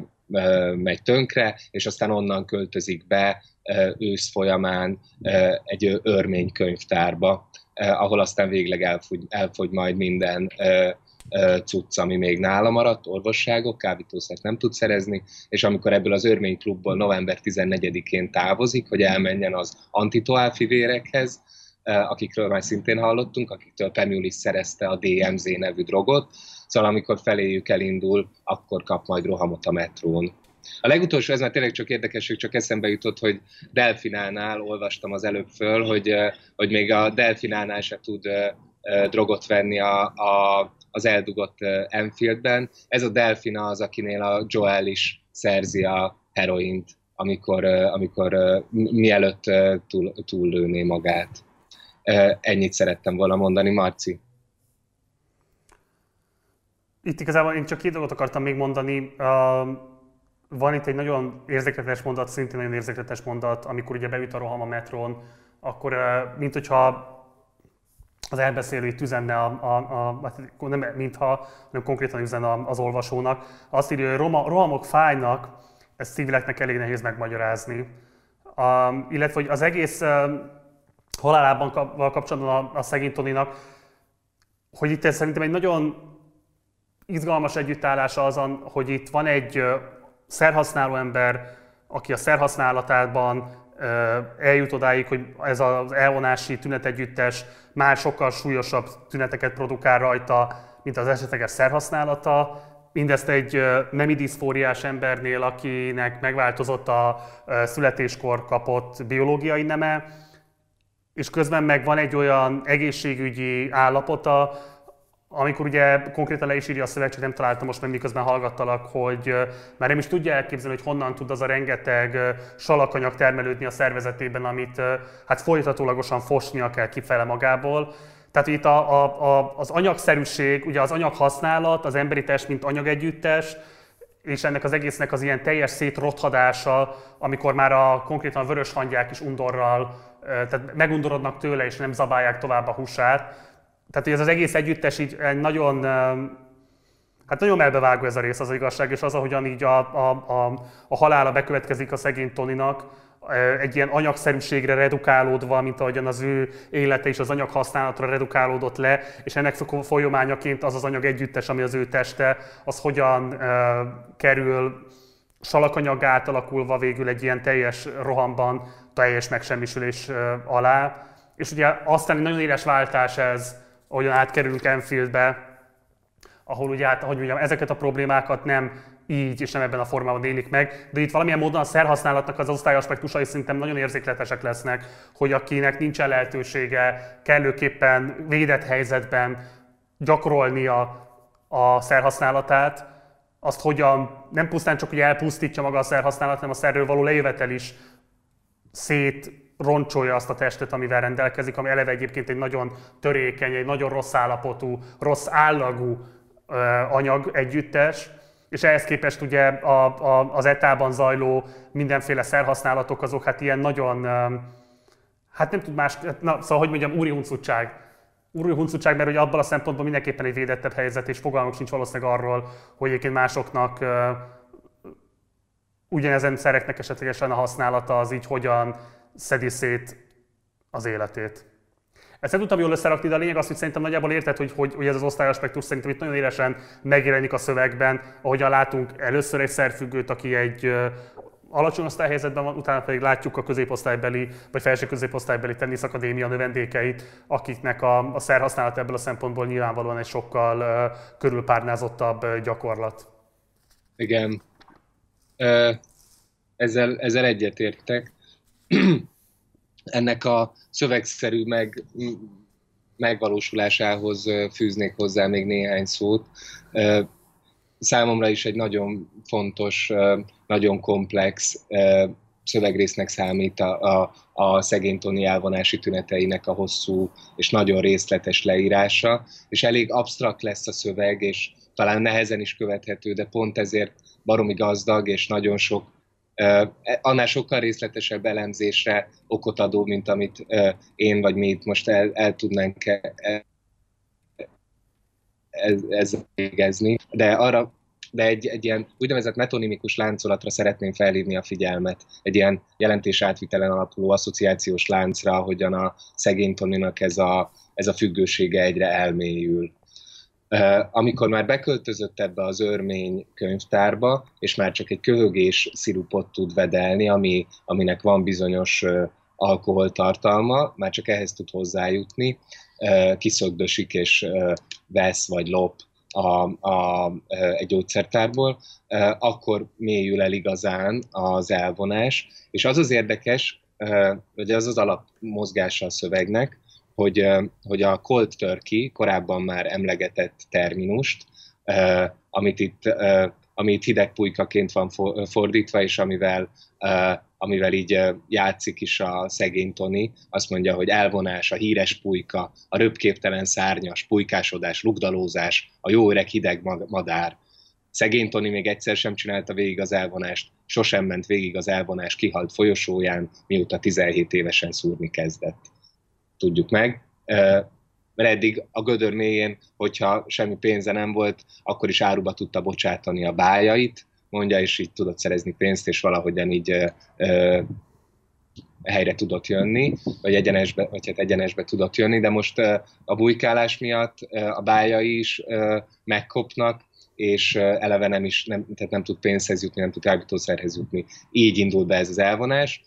megy tönkre, és aztán onnan költözik be ősz folyamán egy örmény könyvtárba, ahol aztán végleg elfogy majd minden cucc, ami még nála maradt, orvosságok, kábítószert nem tud szerezni, és amikor ebből az örmény klubból november 14-én távozik, hogy elmenjen az antitoál fivérekhez, akikről már szintén hallottunk, akiktől Pemulis szerezte a DMZ nevű drogot, szóval amikor feléjük elindul, akkor kap majd rohamot a metrón. A legutolsó, ez már tényleg csak érdekesség, csak eszembe jutott, hogy Delfinánál olvastam az előbb föl, hogy még a Delfinánál se tud drogot venni az eldugott Enfieldben. Ez a Delfina az, akinél a Joel is szerzi a heroint, amikor mielőtt túllőné magát. Ennyit szerettem volna mondani, Marci. Itt igazából én csak két dolgot akartam még mondani. Van itt egy nagyon érzékletes mondat, szintén nagyon érzékletes mondat, amikor ugye beüt a roham a metrón, akkor mint hogyha az elbeszélő itt üzenne, nem mintha, hanem konkrétan üzenne az olvasónak. Azt írja, hogy rohamok fájnak, ezt civileknek elég nehéz megmagyarázni. Illetve, hogy az egész halálában kapcsolatban a szegény Tonynak, hogy itt szerintem egy nagyon izgalmas együttállás az, hogy itt van egy szerhasználó ember, aki a szerhasználatában eljut odáig, hogy ez az elvonási tünetegyüttes már sokkal súlyosabb tüneteket produkál rajta, mint az esetleges szerhasználata. Mindezt egy nemi diszfóriás embernél, akinek megváltozott a születéskor kapott biológiai neme, és közben meg van egy olyan egészségügyi állapota, amikor ugye konkrétan le is írja a szöveg, csak nem találtam most meg miközben hallgattalak, hogy már nem is tudja elképzelni, hogy honnan tud az a rengeteg salakanyag termelődni a szervezetében, amit hát folytatólagosan fosnia kell kifele magából. Tehát itt az anyagszerűség, ugye az anyaghasználat, az emberi test, mint anyagegyüttes, és ennek az egésznek az ilyen teljes szétrothadása, amikor már konkrétan a vörös hangyák is undorral, tehát megundorodnak tőle és nem zabálják tovább a húsát. Tehát ez az egész együttes így nagyon, hát nagyon melbevágó ez a rész, az igazság, és az, ahogyan így a halála bekövetkezik a szegény Tonynak, egy ilyen anyagszerűségre redukálódva, mint ahogyan az ő élete is az anyaghasználatra redukálódott le, és ennek folyamányaként az az anyag együttes, ami az ő teste, az hogyan kerül salakanyaggá átalakulva végül egy ilyen teljes rohamban, teljes megsemmisülés alá. És ugye aztán egy nagyon éles váltás ez, ahogyan átkerülünk Enfieldbe, ahol ugye, hogy mondjam, ezeket a problémákat nem így és nem ebben a formában élik meg, de itt valamilyen módon a szerhasználatnak az osztályaspektusai szerintem nagyon érzékletesek lesznek, hogy akinek nincsen lehetősége kellőképpen védett helyzetben gyakorolnia a szerhasználatát, azt hogyan nem pusztán csak, hogy elpusztítja maga a szerhasználat, hanem a szerről való lejövetel is roncsolja azt a testet, amivel rendelkezik, ami eleve egyébként egy nagyon törékeny, egy nagyon rossz állapotú, rossz állagú anyag együttes, és ehhez képest ugye az etában zajló mindenféle szerhasználatok azok hát ilyen nagyon, hát nem tud más, na szóval hogy mondjam, úri huncutság. Úri huncutság, mert ugye abban a szempontból mindenképpen egy védettebb helyzet, és fogalmuk sincs valószínűleg arról, hogy egyébként másoknak ugyanezen szereknek esetlegesen a használata az így hogyan szedi szét az életét. Ezt nem tudtam jól összerakni, de a lényeg az, hogy szerintem nagyjából érted, hogy ez az osztályaspektus szerintem itt nagyon élesen megjelenik a szövegben, ahogyan látunk először egy szerfüggőt, aki egy alacsony osztályhelyzetben van, utána pedig látjuk a középosztálybeli vagy felső középosztálybeli teniszakadémia növendékeit, akiknek a szerhasználat ebből a szempontból nyilvánvalóan egy sokkal körülpárnázottabb gyakorlat. Igen. Ezzel egyetértek. Ennek a szövegszerű megvalósulásához fűznék hozzá még néhány szót. Számomra is egy nagyon fontos, nagyon komplex szövegrésznek számít a szegény Toni elvonási tüneteinek a hosszú és nagyon részletes leírása, és elég absztrakt lesz a szöveg, és talán nehezen is követhető, de pont ezért baromi gazdag, és nagyon sok, annál sokkal részletesebb elemzésre okot adó, mint amit én vagy mi itt most el tudnánk ezzel végezni. De egy ilyen úgynevezett metonimikus láncolatra szeretném felhívni a figyelmet. Egy ilyen jelentés átvitelen alapuló asszociációs láncra, ahogyan a szegény Toninak ez a függősége egyre elmélyül. Amikor már beköltözött ebbe az örmény könyvtárba, és már csak egy köhögés szirupot tud vedelni, aminek van bizonyos alkoholtartalma, már csak ehhez tud hozzájutni, kiszögdösik és vesz vagy lop egy gyógyszertárból, akkor mélyül el igazán az elvonás. És az az érdekes, hogy az az alapmozgása a szövegnek, hogy a cold turkey, korábban már emlegetett terminust, amit hideg pulykaként van fordítva, és amivel így játszik is a szegény Toni, azt mondja, hogy elvonás, a híres pulyka, a röpképtelen szárnyas, pulykásodás, lugdalózás, a jó öreg hideg madár. Szegény Toni még egyszer sem csinálta végig az elvonást, sosem ment végig az elvonás kihalt folyosóján, mióta 17 évesen szúrni kezdett. Tudjuk meg. Mert eddig a gödör mélyén, hogyha semmi pénze nem volt, akkor is áruba tudta bocsátani a bájait, mondja, és így tudott szerezni pénzt, és valahogyan így helyre tudott jönni, vagy egyenesbe tudott jönni, de most a bujkálás miatt a bájai is megkopnak, és eleve tehát nem tud pénzhez jutni, nem tud kábítószerhez jutni. Így indul be ez az elvonás.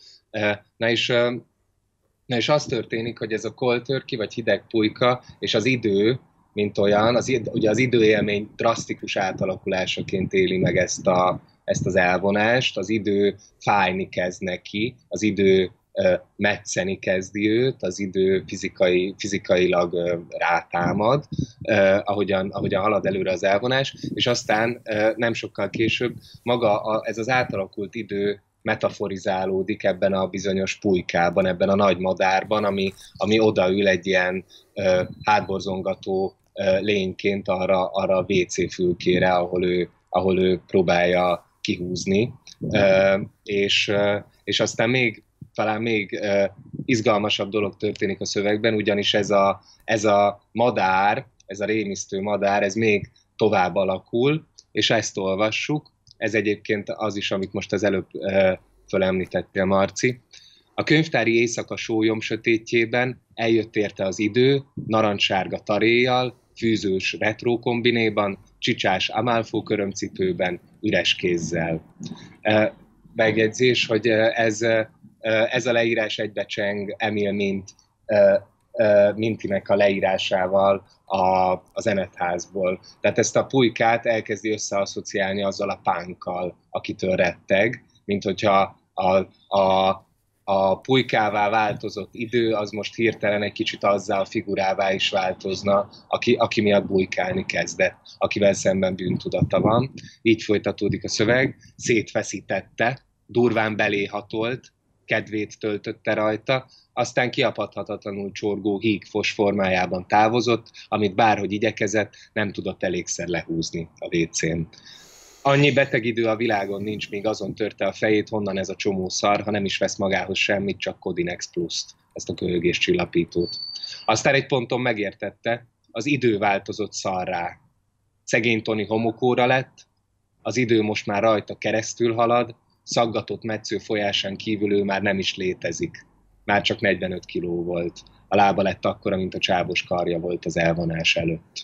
Na és az történik, hogy ez a cold turkey, vagy hideg pulyka, és az idő, mint olyan, ugye az időélmény drasztikus átalakulásaként éli meg ezt az elvonást, az idő fájni kezd neki, az idő metszeni kezdi őt, az idő fizikailag rátámad, ahogyan halad előre az elvonás, és aztán nem sokkal később ez az átalakult idő metaforizálódik ebben a bizonyos pulykában, ebben a nagy madárban, ami odaül egy ilyen hátborzongató lényként arra a WC fülkére, ahol ő próbálja kihúzni. És aztán talán még izgalmasabb dolog történik a szövegben, ugyanis ez a madár, ez a rémisztő madár, ez még tovább alakul, és ezt olvassuk. Ez egyébként az is, amit most az előbb fölemlítettél, Marci. A könyvtári éjszaka sólyom sötétjében eljött érte az idő, narancssárga taréjjal, fűzős retro kombinéban, csicsás Amalfo körömcipőben, üres kézzel. Megjegyzés, hogy ez a leírás egybecseng Emil Mintinek a leírásával a zenetházból. Tehát ezt a pulykát elkezdi összeasszociálni azzal a pánkkal, akitől retteg, mint hogyha a pulykává változott idő, az most hirtelen egy kicsit azzá a figurává is változna, aki miatt bujkálni kezdett, akivel szemben bűntudata van. Így folytatódik a szöveg, szétfeszítette, durván beléhatolt, kedvét töltötte rajta, aztán kiapadhatatlanul csorgó hígfos formájában távozott, amit bárhogy igyekezett, nem tudott elégszer lehúzni a WC-n. Annyi beteg idő a világon nincs, míg azon törte a fejét, honnan ez a csomó szar, ha nem is vesz magához semmit, csak Kodinex Plus-t, ezt a köhögés csillapítót. Aztán egy ponton megértette, az idő változott szarrá. Szegény Toni homokóra lett, az idő most már rajta keresztül halad, szaggatott metsző folyásán kívül ő már nem is létezik. Már csak 45 kiló volt. A lába lett akkora, mint a csábos karja volt az elvonás előtt.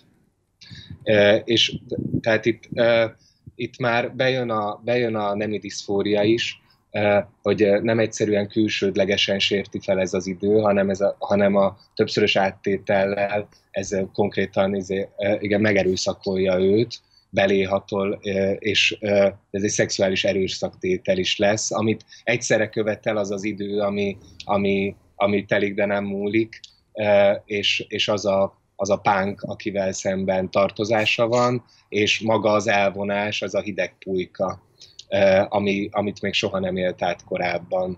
És tehát itt már bejön a nemi diszfória is, hogy nem egyszerűen külsődlegesen sérti fel ez az idő, hanem a többszörös áttétellel ez konkrétan igen, megerőszakolja őt, beléhatol, és ez egy szexuális erőszaktétel is lesz, amit egyszerre követel az az idő, ami telik, de nem múlik, és az a pánk, akivel szemben tartozása van, és maga az elvonás, az a hideg pulyka, amit még soha nem élt át korábban.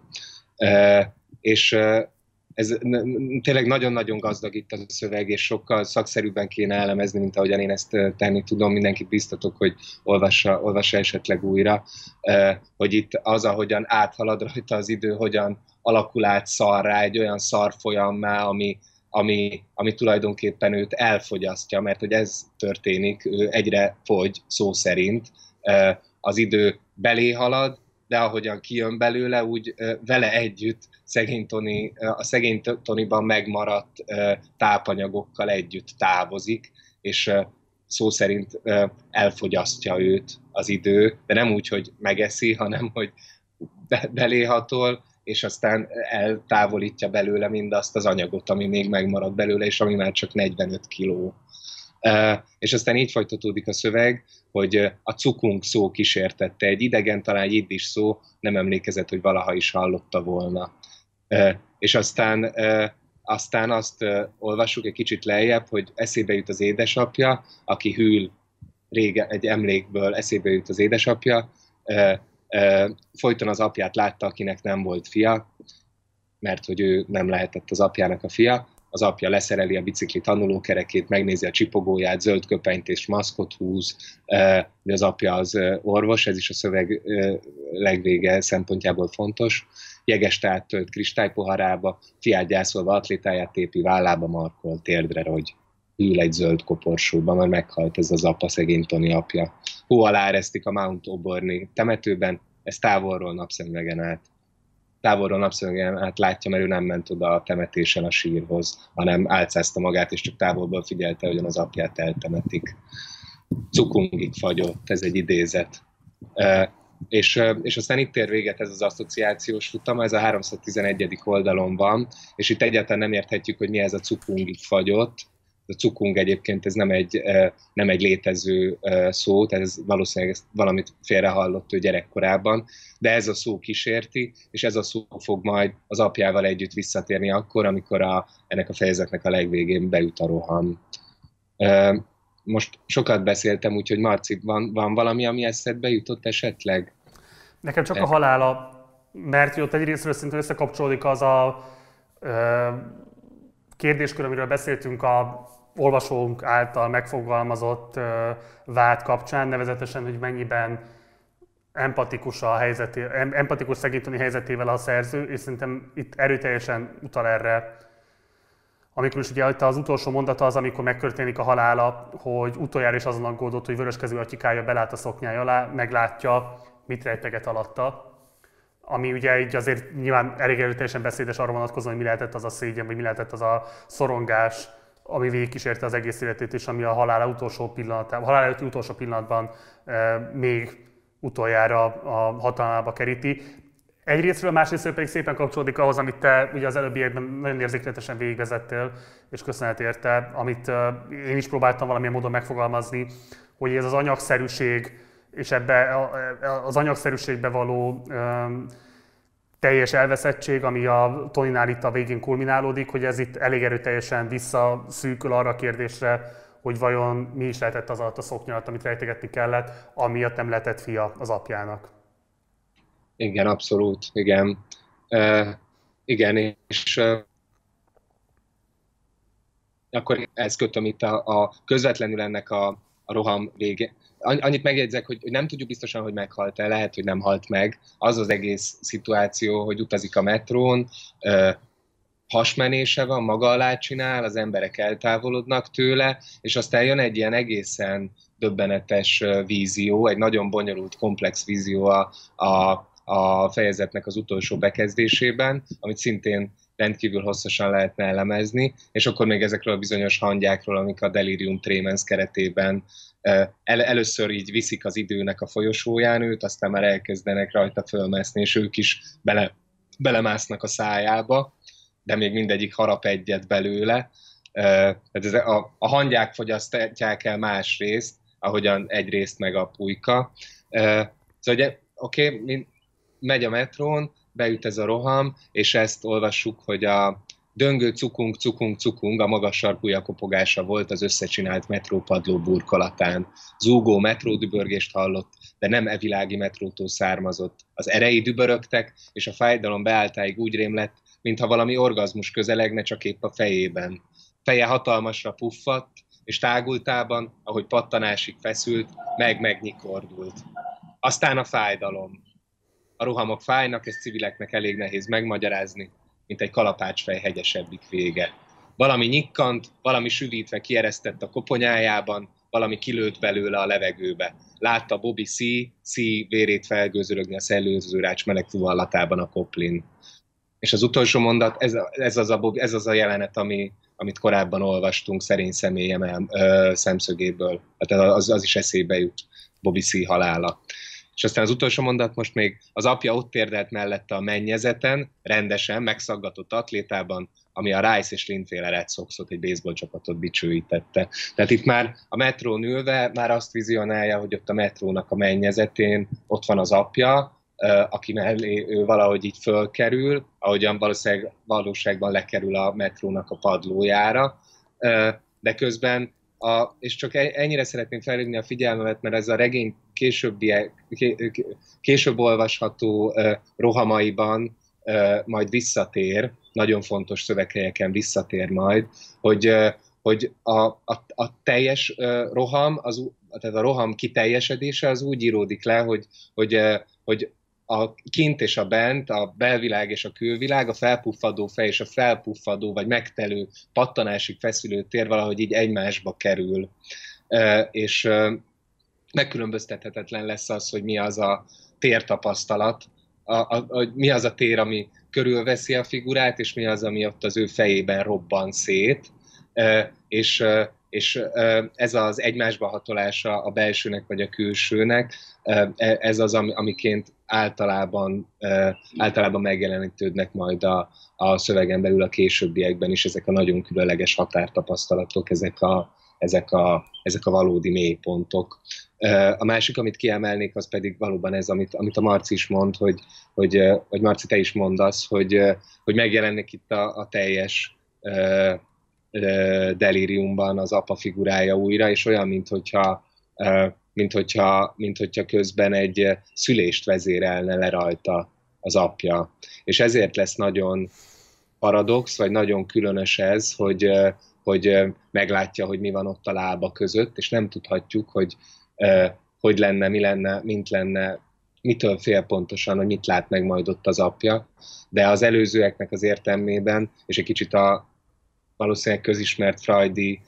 És ez tényleg nagyon-nagyon gazdag itt a szöveg, és sokkal szakszerűbben kéne elemezni, mint ahogyan én ezt tenni tudom. Mindenkit biztatok, hogy olvassa esetleg újra, hogy itt az, ahogyan áthalad rajta az idő, hogyan alakul át szarrá, egy olyan szarfolyammá, ami tulajdonképpen őt elfogyasztja, mert hogy ez történik, ő egyre fogy, szó szerint, az idő belé halad, de ahogyan kijön belőle, úgy vele együtt a szegény Toniban megmaradt tápanyagokkal együtt távozik, és szó szerint elfogyasztja őt az idő, de nem úgy, hogy megeszi, hanem hogy beléhatol, és aztán eltávolítja belőle mindazt az anyagot, ami még megmarad belőle, és ami már csak 45 kiló. És aztán így folytatódik a szöveg, hogy a cukung szó kísértette. Egy idegen, talán jiddis szó, nem emlékezett, hogy valaha is hallotta volna. És aztán azt olvassuk egy kicsit lejjebb, hogy eszébe jut az édesapja, aki hűl régen, egy emlékből eszébe jut az édesapja, folyton az apját látta, akinek nem volt fia, mert hogy ő nem lehetett az apjának a fia. Az apja leszereli a bicikli tanulókerekét, megnézi a csipogóját, zöld köpenyt és maszkot húz, de az apja az orvos, ez is a szöveg legvége szempontjából fontos. Jeges teát tölt kristálypoharába, fiát gyászolva atlétáját tépi, vállába markol, térdre rogy. Ül egy zöld koporsóban, mert meghalt ez az apa, szegény Toni apja. Hó alá eresztik a Mount Auburn-i temetőben, ez távolról napszemüvegen át látja, mert ő nem ment oda a temetésen a sírhoz, hanem álcázta magát, és csak távolból figyelte, hogyan az apját eltemetik. Cukungig fagyott, ez egy idézet. És aztán itt ér véget ez az asszociációs futama, ez a 311. oldalon van, és itt egyáltalán nem érthetjük, hogy mi ez a cukungig fagyott. A cukung egyébként ez nem egy létező szó, tehát ez valószínűleg valamit félrehallott ő gyerekkorában, de ez a szó kísérti, és ez a szó fog majd az apjával együtt visszatérni akkor, amikor ennek a fejezetnek a legvégén beüt a roham. Most sokat beszéltem, úgyhogy Marci, van valami, ami eszedbe jutott esetleg? Nekem csak a halála, mert ott egyrésztről szintén összekapcsolódik az a kérdéskör, amiről beszéltünk a olvasónk által megfogalmazott vád kapcsán, nevezetesen, hogy mennyiben empatikus szegény Toni helyzetével a szerző, és szerintem itt erőteljesen utal erre. Amikor is ugye az utolsó mondata az, amikor megtörténik a halála, hogy utoljára is azon aggódott, hogy vöröskező atyikája belát a szoknyája alá, meglátja, mit rejteget alatta. Ami ugye így azért nyilván elég erőteljesen beszédes arra vonatkozóan, hogy mi lehetett az a szégyen, vagy mi lehetett az a szorongás, ami végigkísérte az egész életét, és ami a halál előtti utolsó pillanatban még utoljára a hatalmába keríti. Egyrésztről, másrésztről pedig szépen kapcsolódik ahhoz, amit te ugye az előbbiekben nagyon érzékletesen végigvezettél, és köszönet érte, amit én is próbáltam valamilyen módon megfogalmazni, hogy ez az anyagszerűség, és ebbe az anyagszerűségbe való teljes elveszettség, ami a Toninál itt a végén kulminálódik, hogy ez itt elég erőteljesen visszaszűkül arra a kérdésre, hogy vajon mi is lehetett az alatt a szoknya alatt, amit rejtegetni kellett, amiatt nem lehetett fia az apjának. Igen, abszolút, igen. Igen, és akkor ezt kötöm itt a közvetlenül ennek a roham vége. Annyit megjegyzek, hogy nem tudjuk biztosan, hogy meghalt-e, lehet, hogy nem halt meg. Az az egész szituáció, hogy utazik a metrón, hasmenése van, maga alá csinál, az emberek eltávolodnak tőle, és aztán jön egy ilyen egészen döbbenetes vízió, egy nagyon bonyolult, komplex vízió a fejezetnek az utolsó bekezdésében, amit szintén rendkívül hosszasan lehetne elemezni, és akkor még ezekről a bizonyos hangyákról, amik a Delirium Tremens keretében először így viszik az időnek a folyosóján őt, aztán már elkezdenek rajta fölmászni, és ők is belemásznak a szájába, de még mindegyik harap egyet belőle. A hangyák fogyasztják el más részt, ahogyan egy részt meg a pulyka. Szóval ugye, oké, megy a metrón, beüt ez a roham, és ezt olvassuk, hogy a döngő cukung, cukung, cukung, a magas sarkú jakopogása volt az összecsinált metrópadló burkolatán. Zúgó metródübörgést hallott, de nem evilági metrótól származott. Az erei dübörögtek, és a fájdalom beálltáig úgy rémlett, mintha valami orgazmus közelegne csak épp a fejében. Feje hatalmasra puffadt, és tágultában, ahogy pattanásig feszült, megnyikordult. Aztán a fájdalom. A rohamok fájnak, ezt civileknek elég nehéz megmagyarázni, mint egy kalapácsfej hegyesebbik vége. Valami nyikkant, valami süvítve kieresztett a koponyájában, valami kilőtt belőle a levegőbe. Látta Bobby C. vérét felgőzölögni a szellőzőrács meleg fuvallatában a koplin. És az utolsó mondat, ez az a jelenet, amit korábban olvastunk szerény személyem szemszögéből. Hát az is eszébe jut, Bobby C. halála. És aztán az utolsó mondat, most még az apja ott térdelt mellette a mennyezeten, rendesen, megszaggatott atlétában, ami a Rice és Lindféle Red Soxot, egy baseball csapatot dicsőítette. Tehát itt már a metrón ülve már azt vizionálja, hogy ott a metrónak a mennyezetén ott van az apja, aki mellé ő valahogy így fölkerül, ahogyan valóságban lekerül a metrónak a padlójára, de közben és csak ennyire szeretném felhívni a figyelmemet, mert ez a regény később olvasható rohamaiban majd visszatér, nagyon fontos szöveghelyeken visszatér majd, hogy a teljes roham, tehát a roham kiteljesedése az úgy íródik le, hogy a kint és a bent, a belvilág és a külvilág, a felpuffadó fej és a felpuffadó vagy megtelő pattanásig feszülő tér valahogy így egymásba kerül. És megkülönböztethetetlen lesz az, hogy mi az a tértapasztalat, hogy mi az a tér, ami körülveszi a figurát, és mi az, ami ott az ő fejében robban szét. És ez az egymásba hatolása a belsőnek vagy a külsőnek, ez az, amiként általában megjelenítődnek majd a szövegen belül a későbbiekben is ezek a nagyon különleges határtapasztalatok, ezek a valódi mélypontok. A másik, amit kiemelnék, az pedig valóban ez, amit a Marci is mond, hogy Marci, te is mondasz, hogy megjelennek itt a teljes delíriumban az apa figurája újra, és olyan, minthogyha közben egy szülést vezérelne le rajta az apja. És ezért lesz nagyon paradox, vagy nagyon különös ez, hogy meglátja, hogy mi van ott a lába között, és nem tudhatjuk, hogy lenne, mint lenne, mitől fél pontosan, hogy mit lát meg majd ott az apja. De az előzőeknek az értelmében, és egy kicsit valószínűleg közismert freudi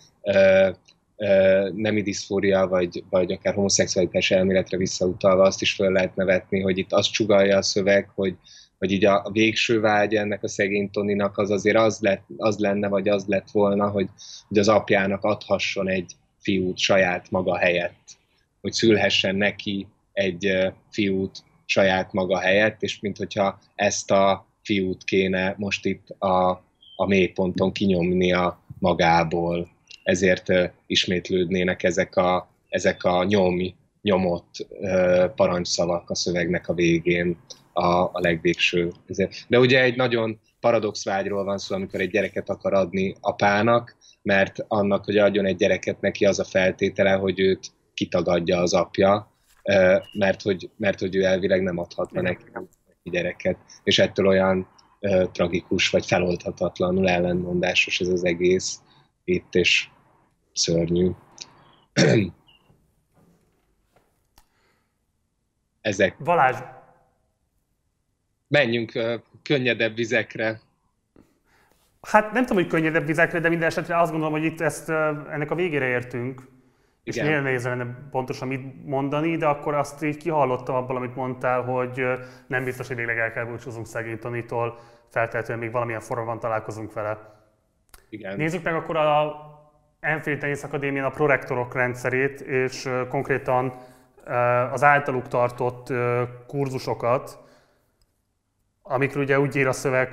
nemi diszfória, vagy akár homoszexualitás elméletre visszautalva azt is föl lehet nevetni, hogy itt azt sugallja a szöveg, hogy így a végső vágy ennek a szegény Toninak az azért az lenne, vagy az lett volna, hogy az apjának adhasson egy fiút saját maga helyett. Hogy szülhessen neki egy fiút saját maga helyett, és minthogyha ezt a fiút kéne most itt a mélyponton kinyomnia magából. Ezért ismétlődnének ezek a nyomott parancsszavak a szövegnek a végén, a legvégső. De ugye egy nagyon paradox vágyról van szó, amikor egy gyereket akar adni apának, mert annak, hogy adjon egy gyereket, neki az a feltétele, hogy őt kitagadja az apja, mert hogy ő elvileg nem adhatna neki. gyereket, és ettől olyan tragikus, vagy feloldhatatlanul ellentmondásos ez az egész itt, és szörnyű. Ezek. Balázs, Menjünk könnyedebb vizekre. hát nem tudom, hogy könnyedebb vizekre, de minden esetre azt gondolom, hogy itt ennek a végére értünk. És Igen. nagyon nehéz lenne pontosan mit mondani, de akkor azt így kihallottam abból, amit mondtál, hogy nem biztos, hogy végleg el kell búcsúzunk szegény Tonitól, feltétlenül még valamilyen formában találkozunk vele. Igen. Nézzük meg akkor a Enfield Tennis Akadémián a prorektorok rendszerét, és konkrétan az általuk tartott kurzusokat, amikről ugye úgy ír a szöveg,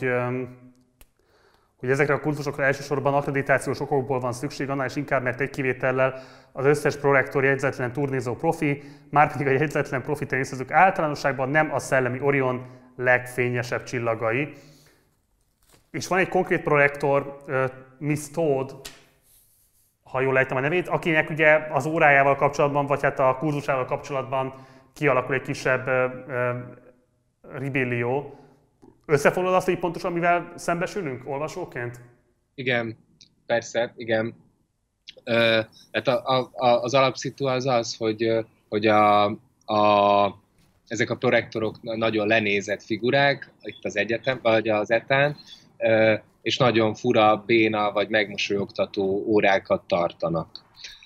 hogy ezekre a kurzusokra elsősorban akkreditációs okokból van szükség, annál is inkább, mert egy kivétellel az összes prorektor jegyzetlen turnézó profi, márpedig a jegyzetlen profi teniszezők általánosságban nem a szellemi Orion legfényesebb csillagai. És van egy konkrét prorektor, Miss Todd, ha jól ejtem a nevét, akinek ugye az órájával kapcsolatban, vagy hát a kurzusával kapcsolatban kialakul egy kisebb ribellió. Összefoglalod azt, hogy pontosan mivel szembesülünk olvasóként? Igen, persze, igen. Hát az alapszitu az, hogy ezek a prorektorok nagyon lenézett figurák itt az egyetem, vagy az etán, és nagyon fura, béna vagy megmosolyogtató órákat tartanak.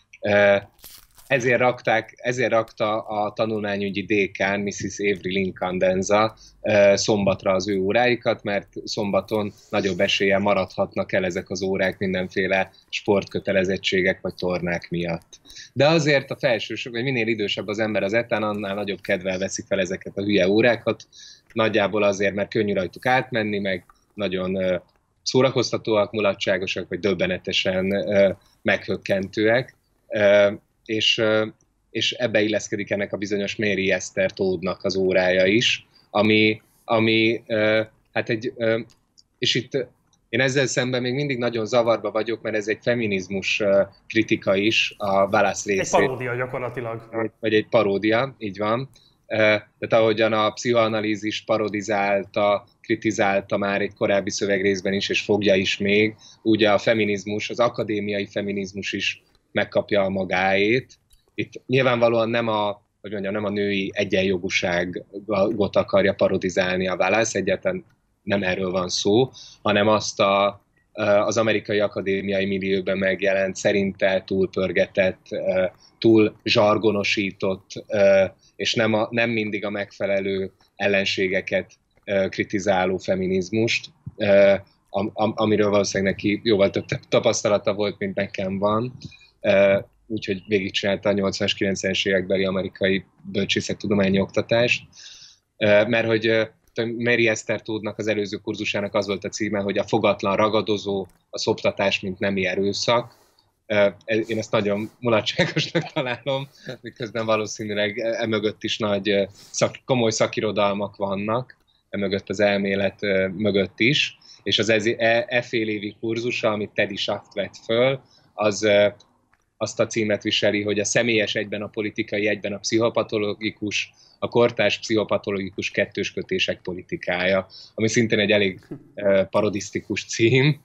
Ezért rakta a tanulmányügyi dékán, Mrs. Avery Lincoln-Denza szombatra az ő óráikat, mert szombaton nagyobb eséllyel maradhatnak el ezek az órák mindenféle sportkötelezettségek vagy tornák miatt. De azért a felsősök, vagy minél idősebb az ember az etán, annál nagyobb kedvel veszi fel ezeket a hülye órákat, nagyjából azért, mert könnyű rajtuk átmenni, meg nagyon szórakoztatóak, mulatságosak, vagy döbbenetesen meghökkentőek. És ebbe illeszkedik ennek a bizonyos Mary Esther Toddnak az órája is, ami hát és itt én ezzel szemben még mindig nagyon zavarba vagyok, mert ez egy feminizmus kritika is a Wallace részéről. Egy paródia gyakorlatilag. Vagy egy paródia, így van. Tehát ahogyan a pszichoanalízis parodizálta, kritizálta már egy korábbi szövegrészben is, és fogja is még, ugye a feminizmus, az akadémiai feminizmus is megkapja a magáét. Itt nyilvánvalóan nem a női egyenjogúságot akarja parodizálni a Wallace, egyáltalán nem erről van szó, hanem azt az amerikai akadémiai millióben megjelent, szerinte túlpörgetett, túl zsargonosított, és nem mindig a megfelelő ellenségeket kritizáló feminizmust, amiről valószínűleg neki jóval több tapasztalata volt, mint nekem van. Úgyhogy végigcsinálta a 80-as, 90-es évekbeli amerikai bölcsészettudományi oktatást. Mert hogy Mary Esther Toddnak az előző kurzusának az volt a címe, hogy a fogatlan ragadozó, a szoptatás, mint nemi erőszak. Én ezt nagyon mulatságosnak találom, miközben valószínűleg emögött is komoly szakirodalmak vannak, emögött az elmélet mögött is, és az fél évi kurzusa, amit Teddy Schaft vett föl, az azt a címet viseli, hogy a személyes egyben a politikai, egyben a pszichopatológikus, a kortárs pszichopatológikus kettőskötések politikája, ami szintén egy elég parodisztikus cím,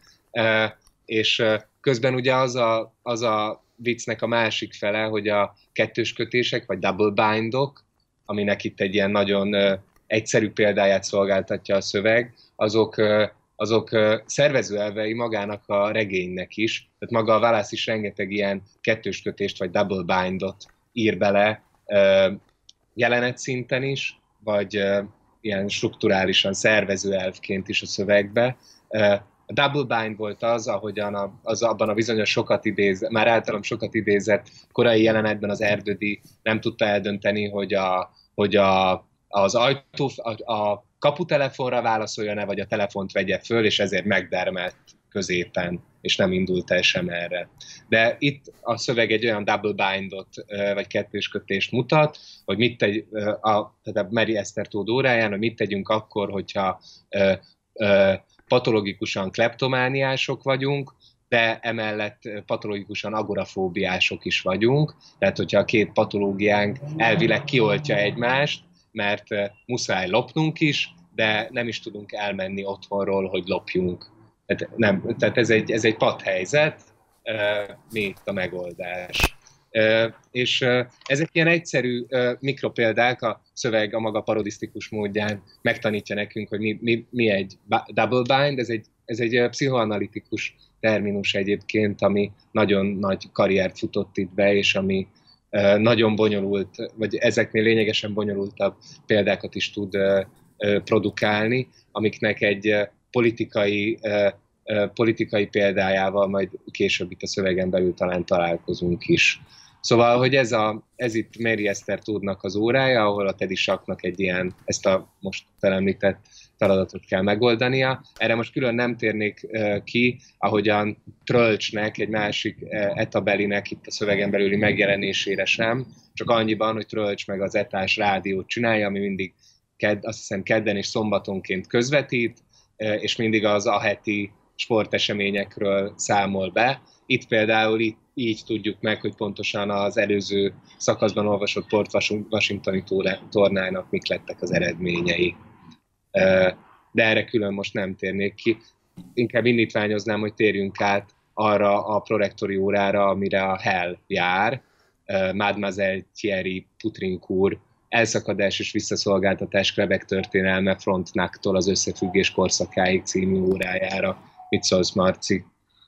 és közben ugye az a viccnek a másik fele, hogy a kettőskötések, vagy double bindok, aminek itt egy ilyen nagyon egyszerű példáját szolgáltatja a szöveg, azok szervezőelvei magának a regénynek is. Tehát maga a Wallace is rengeteg ilyen kettőskötést vagy double bindot ír bele jelenet szinten is, vagy ilyen strukturálisan szervezőelvként is a szövegbe. A double bind volt ahogyan abban a bizonyos már általam sokat idézett korai jelenetben az Erdődi nem tudta eldönteni, hogy az ajtó, a kaputelefonra válaszoljon-e, vagy a telefont vegye föl, és ezért megdermelt középen, és nem indult el sem erre. De itt a szöveg egy olyan double bindot, vagy kettőskötést mutat, hogy tehát a Mary Esther Todd óráján, hogy mit tegyünk akkor, hogyha patológikusan kleptomániások vagyunk, de emellett patológikusan agorafóbiások is vagyunk, tehát hogyha a két patológiánk elvileg kioltja egymást, mert muszáj lopnunk is, de nem is tudunk elmenni otthonról, hogy lopjunk. Tehát ez egy patthelyzet, mi itt a megoldás. És ezek ilyen egyszerű mikropéldák, a szöveg a maga parodisztikus módján megtanítja nekünk, hogy mi egy double bind, ez egy pszichoanalitikus terminus egyébként, ami nagyon nagy karriert futott itt be, és ami nagyon bonyolult, vagy ezeknél lényegesen bonyolultabb példákat is tud produkálni, amiknek egy politikai példájával majd később itt a szövegen belül talán találkozunk is. Szóval, hogy ez itt Mary Esther Toddnak az órája, ahol a Teddy Schacknak egy ilyen, ezt a most felemlített feladatot kell megoldania. Erre most külön nem térnék ki, ahogyan Trölcsnek, egy másik etabelinek itt a szövegen belüli megjelenésére sem, csak annyiban, hogy Trölcs meg az etás rádiót csinálja, ami mindig azt hiszem kedden és szombatonként közvetít, és mindig az a heti sporteseményekről számol be. Itt például így tudjuk meg, hogy pontosan az előző szakaszban olvasott Port Washingtoni tornának mik lettek az eredményei. De erre külön most nem térnék ki. Inkább indítványoznám, hogy térjünk át arra a prorektori órára, amire a Hell jár, Mademoiselle Thierry Poutrincourt elszakadás és visszaszolgáltatás Quebec történelme Frontenac-tól az összefüggés korszakáig című órájára. Mit szólsz, Marci?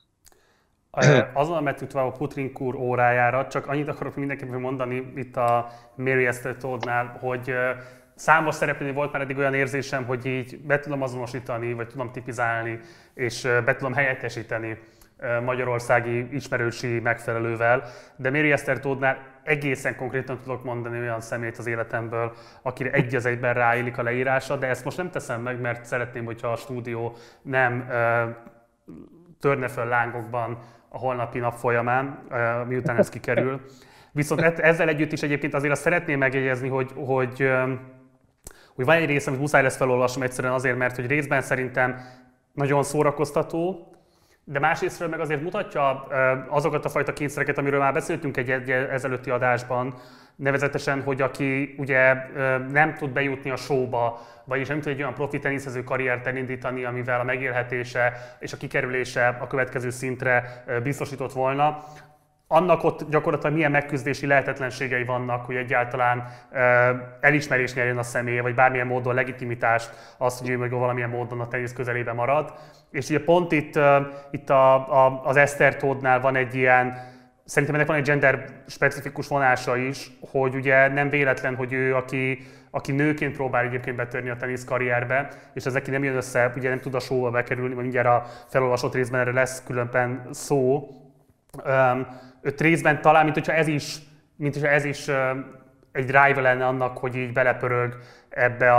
Azon mentünk tovább a Poutrincourt órájára, csak annyit akarok mindenképpen mondani itt a Mary Esther Toddnál, hogy számos szereplőnél volt már eddig olyan érzésem, hogy így be tudom azonosítani, vagy tudom tipizálni, és be tudom helyettesíteni magyarországi ismerősi megfelelővel, de Mary Esther Toddnál egészen konkrétan tudok mondani olyan személyt az életemből, akire egy az egyben ráillik a leírása, de ezt most nem teszem meg, mert szeretném, hogyha a stúdió nem törne föl lángokban a holnapi nap folyamán, miután ez kikerül. Viszont ezzel együtt is egyébként azért azt szeretném megjegyezni, hogy van egy rész, amit muszáj lesz felolvasnom egyszerűen azért, mert hogy részben szerintem nagyon szórakoztató, de másrésztről meg azért mutatja azokat a fajta kényszereket, amiről már beszéltünk egy ezelőtti adásban, nevezetesen, hogy aki ugye nem tud bejutni a showba, vagyis nem tud egy olyan profi teniszező karriert elindítani, amivel a megélhetése és a kikerülése a következő szintre biztosított volna, annak ott gyakorlatilag milyen megküzdési lehetetlenségei vannak, hogy egyáltalán elismerést nyerjen a személye, vagy bármilyen módon legitimitást, azt, hogy ő meg valamilyen módon a tenisz közelében marad. És ugye pont itt az Esther Toddnál van egy ilyen, szerintem ennek van egy gender-specifikus vonása is, hogy ugye nem véletlen, hogy ő, aki nőként próbál egyébként betörni a tenisz karrierbe, és ez neki nem jön össze, ugye nem tud a showba bekerülni, mindjárt a felolvasott részben erre lesz különben szó. Öt részben talán, mint hogyha ez is egy drive lenne annak, hogy így belepörög ebbe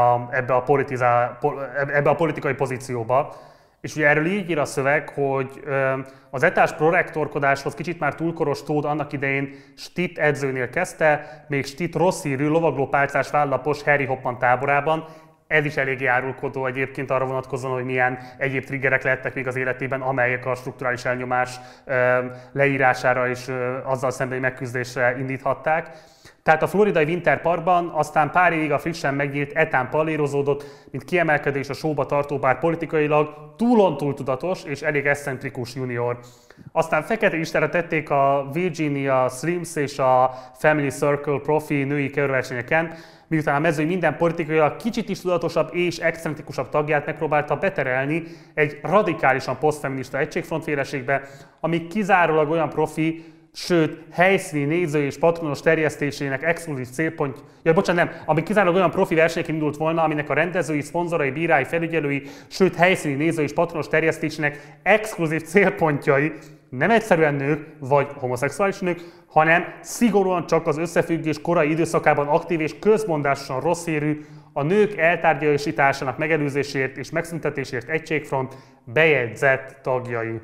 a politikai pozícióba. És ugye erről így ír a szöveg, hogy az etás prorektorkodáshoz kicsit már túlkoros Todd annak idején Stitt edzőnél kezdte, még Stitt rossz hírű lovaglópálcás vállapos Harry Hopman táborában. Ez is eléggé árulkodó egyébként arra vonatkozóan, hogy milyen egyéb triggerek lehettek még az életében, amelyek a strukturális elnyomás leírására és azzal szembeni megküzdésre indíthatták. Tehát a floridai Winter Parkban aztán pár évig a frissen megnyílt etán pallérozódott, mint kiemelkedés a showba tartó, bár politikailag túlontúl tudatos és elég excentrikus junior. Aztán fekete listára tették a Virginia Slims és a Family Circle profi női körversenyeken, miután a mezőny minden politikailag kicsit is tudatosabb és excentrikusabb tagját megpróbálta beterelni egy radikálisan posztfeminista egységfrontféleségbe, ami kizárólag olyan profi, sőt, helyszíni néző és patronos terjesztésének exkluzív ami kizárólag olyan profi versenyeken indult volna, aminek a rendezői, szponzorai, bírái, felügyelői, sőt, helyszíni néző és patronos terjesztésének exkluzív célpontjai nem egyszerűen nők vagy homoszexuális nők, hanem szigorúan csak az összefüggés korai időszakában aktív és közmondásosan rossz hírű, a nők eltárgyasításának megelőzésért és megszüntetésért egységfront bejegyzett tagjai.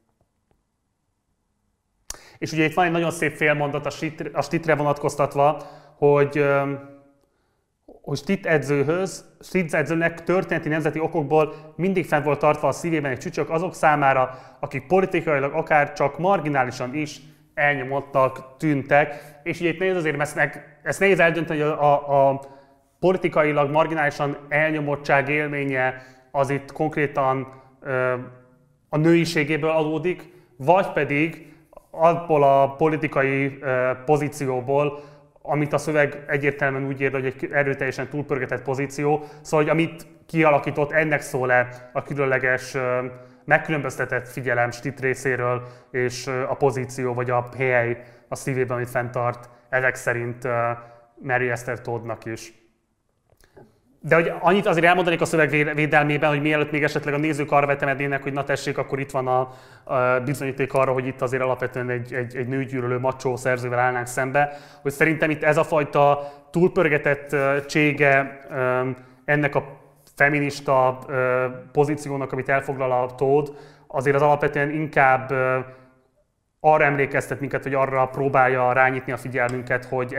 És ugye itt van egy nagyon szép félmondat a Stittre vonatkoztatva, hogy Stitt edzőnek történeti nemzeti okokból mindig fent volt tartva a szívében egy csücsök azok számára, akik politikailag akár csak marginálisan is elnyomottnak tűntek. És ugye itt nehéz azért ezt nehéz eldönteni, hogy politikailag marginálisan elnyomottság élménye az itt konkrétan a nőiségéből adódik, vagy pedig abból a politikai pozícióból, amit a szöveg egyértelműen úgy írja, hogy egy erőteljesen túlpörgetett pozíció, szóval, hogy amit kialakított, ennek szól-e a különleges, megkülönböztetett figyelem Stitt részéről, és a pozíció vagy a hely a szívében, amit fenntart, ezek szerint Mary Esther Toddnak is. De hogy annyit azért elmondanék a szöveg védelmében, hogy mielőtt még esetleg a nézők arra vetemednének, hogy na tessék, akkor itt van a bizonyíték arra, hogy itt azért alapvetően egy nőgyűlölő macsó szerzővel állnánk szembe, hogy szerintem itt ez a fajta túlpörgetettsége ennek a feminista pozíciónak, amit elfoglal a Todd, azért az alapvetően inkább arra emlékeztet minket, vagy arra próbálja rányitni a figyelmünket, hogy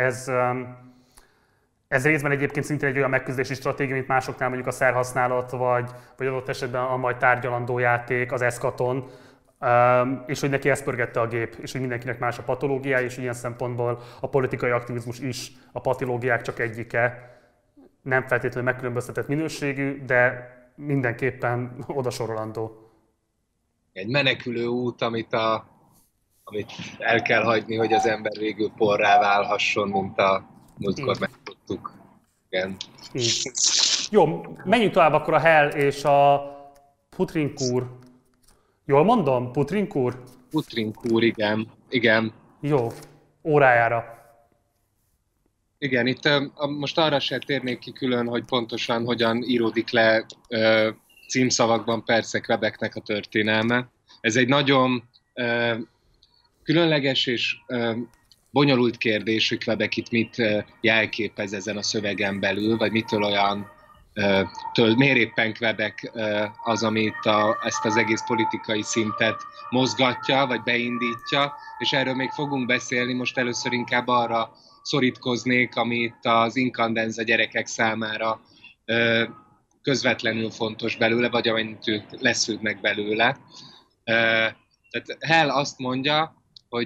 ez részben egyébként szintén egy olyan megküzdési stratégia, mint másoknál mondjuk a szerhasználat, vagy adott esetben a majd tárgyalandó játék, az eszkaton, és hogy neki ezt pörgette a gép, és hogy mindenkinek más a patológiája, és ilyen szempontból a politikai aktivizmus is a patológiák csak egyike, nem feltétlenül megkülönböztetett minőségű, de mindenképpen odasorolandó. Egy menekülő út, amit el kell hagyni, hogy az ember végül porrá válhasson, mint a múltkor megtudtuk. Igen. Jó, menjünk tovább akkor a Hell és a Putrinkur. Jól mondom? Putrinkur? Putrinkur, igen. Igen. Jó, órájára. Igen, itt most arra se térnék ki külön, hogy pontosan hogyan íródik le címszavakban persze Quebecnek a történelme. Ez egy nagyon különleges és bonyolult kérdés, hogy Quebec itt mit jelképez ezen a szövegen belül, vagy mitől olyan, miért éppen Quebec az, amit ezt az egész politikai szintet mozgatja, vagy beindítja, és erről még fogunk beszélni, most először inkább arra szorítkoznék, ami itt az inkandenza gyerekek számára közvetlenül fontos belőle, vagy amennyit ők leszűrnek belőle. Tehát Hell azt mondja,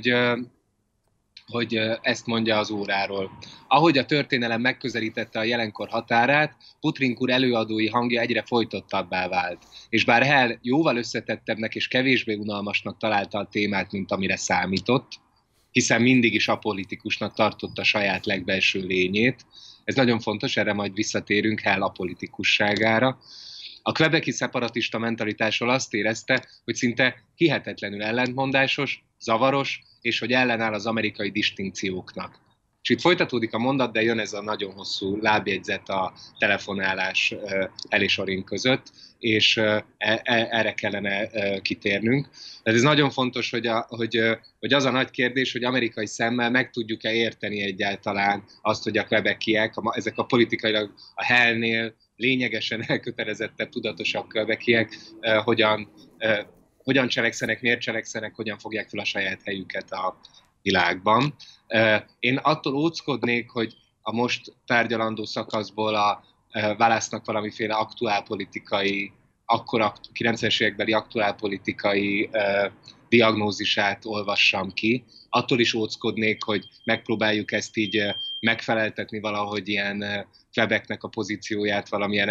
hogy ezt mondja az óráról. Ahogy a történelem megközelítette a jelenkor határát, Putrinkur előadói hangja egyre folytottabbá vált. És bár Hell jóval összetettebbnek és kevésbé unalmasnak találta a témát, mint amire számított, hiszen mindig is apolitikusnak tartotta saját legbelső lényét, ez nagyon fontos, erre majd visszatérünk Hell apolitikusságára. A quebeci szeparatista mentalitásról azt érezte, hogy szinte hihetetlenül ellentmondásos, zavaros, és hogy ellenáll az amerikai distinkcióknak. És itt folytatódik a mondat, de jön ez a nagyon hosszú lábjegyzet a telefonálás Hell és Orin között, és erre kellene kitérnünk. Tehát ez nagyon fontos, hogy az a nagy kérdés, hogy amerikai szemmel meg tudjuk-e érteni egyáltalán azt, hogy a quebeciek, ezek a politikailag a Hellnél lényegesen elkötelezettebb, tudatosabb quebeciek hogyan cselekszenek, miért cselekszenek, hogyan fogják fel a saját helyüket a világban. Én attól óckodnék, hogy a most tárgyalandó szakaszból a Wallace-nak valamiféle aktuálpolitikai, akkor a 90-es évekbeli aktuálpolitikai diagnózisát olvassam ki. Attól is óckodnék, hogy megpróbáljuk ezt így megfeleltetni valahogy ilyen Quebecnek a pozícióját valamilyen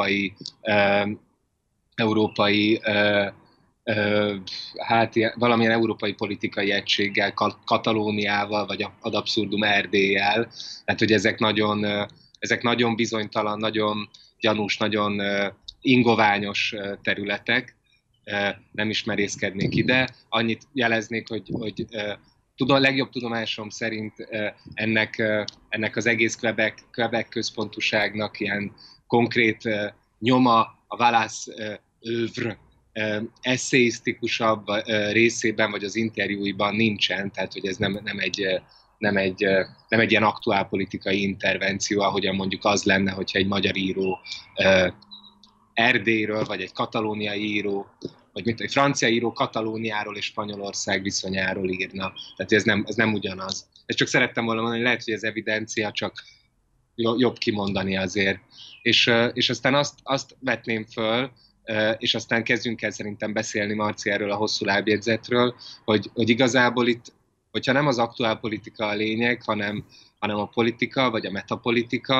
valamilyen európai politikai egységgel, Katalóniával, vagy ad abszurdum Erdéllyel. Tehát, hogy ezek nagyon bizonytalan, nagyon gyanús, nagyon ingoványos területek. Nem is merészkednék ide. Annyit jeleznék, hogy a legjobb tudomásom szerint ennek az egész Quebec központúságnak ilyen konkrét nyoma a Wallace övre eszéisztikusabb részében, vagy az interjúiban nincsen, tehát hogy ez nem egy ilyen aktuálpolitikai intervenció, ahogyan mondjuk az lenne, hogyha egy magyar író Erdélyről, vagy egy katalóniai író, vagy mint egy francia író Katalóniáról és Spanyolország viszonyáról írna. Tehát ez nem ugyanaz. Ezt csak szerettem volna mondani, hogy lehet, hogy az evidencia csak jobb kimondani azért. És aztán azt vetném föl, és aztán kezdjünk el szerintem beszélni, Marci, erről a hosszú lábjegyzetről, hogy igazából itt, hogyha nem az aktuálpolitika a lényeg, hanem a politika, vagy a metapolitika,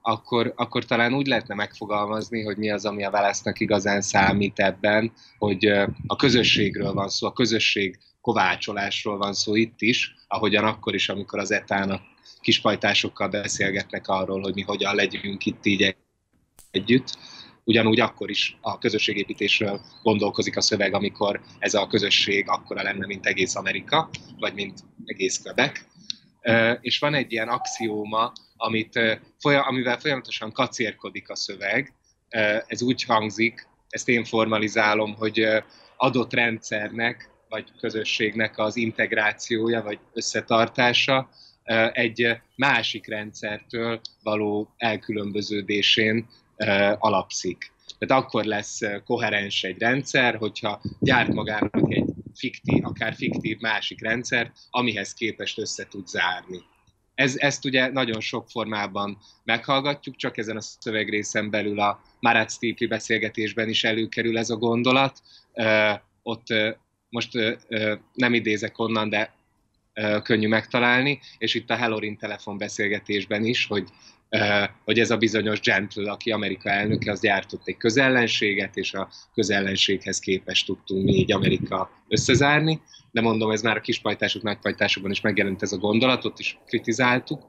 akkor talán úgy lehetne megfogalmazni, hogy mi az, ami a válasznak igazán számít ebben, hogy a közösségről van szó, a közösség kovácsolásról van szó itt is, ahogyan akkor is, amikor az etának kispajtásokkal beszélgetnek arról, hogy mi hogyan legyünk itt így együtt. Ugyanúgy akkor is a közösségépítésről gondolkozik a szöveg, amikor ez a közösség akkora lenne, mint egész Amerika, vagy mint egész Quebec. És van egy ilyen axióma, amivel folyamatosan kacérkodik a szöveg. Ez úgy hangzik, ezt én formalizálom, hogy adott rendszernek, vagy közösségnek az integrációja, vagy összetartása egy másik rendszertől való elkülönböződésén alapszik. Tehát akkor lesz koherens egy rendszer, hogyha gyárt magának egy akár fiktív másik rendszert, amihez képest össze tud zárni. Ezt ugye nagyon sok formában meghallgatjuk, csak ezen a szövegrészen belül a Marat Stifley beszélgetésben is előkerül ez a gondolat. Ott most nem idézek onnan, de könnyű megtalálni, és itt a Hallorin telefonbeszélgetésben is, hogy ez a bizonyos Gentle, aki Amerika elnöke, az gyártott egy közellenséget, és a közellenséghez képest tudtunk mi így Amerika összezárni. De mondom, ez már a kispajtások, nagypajtásokban is megjelent ez a gondolat, ott is kritizáltuk.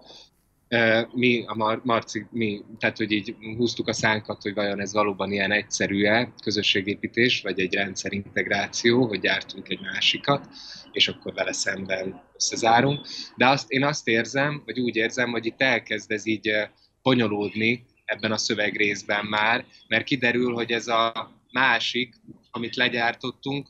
Tehát hogy így húztuk a szánkat, hogy vajon ez valóban ilyen egyszerű-e közösségépítés, vagy egy rendszerintegráció, hogy gyártunk egy másikat, és akkor vele szemben összezárunk. De én azt érzem, vagy úgy érzem, hogy itt elkezd ez így bonyolódni ebben a szövegrészben már, mert kiderül, hogy ez a másik, amit legyártottunk,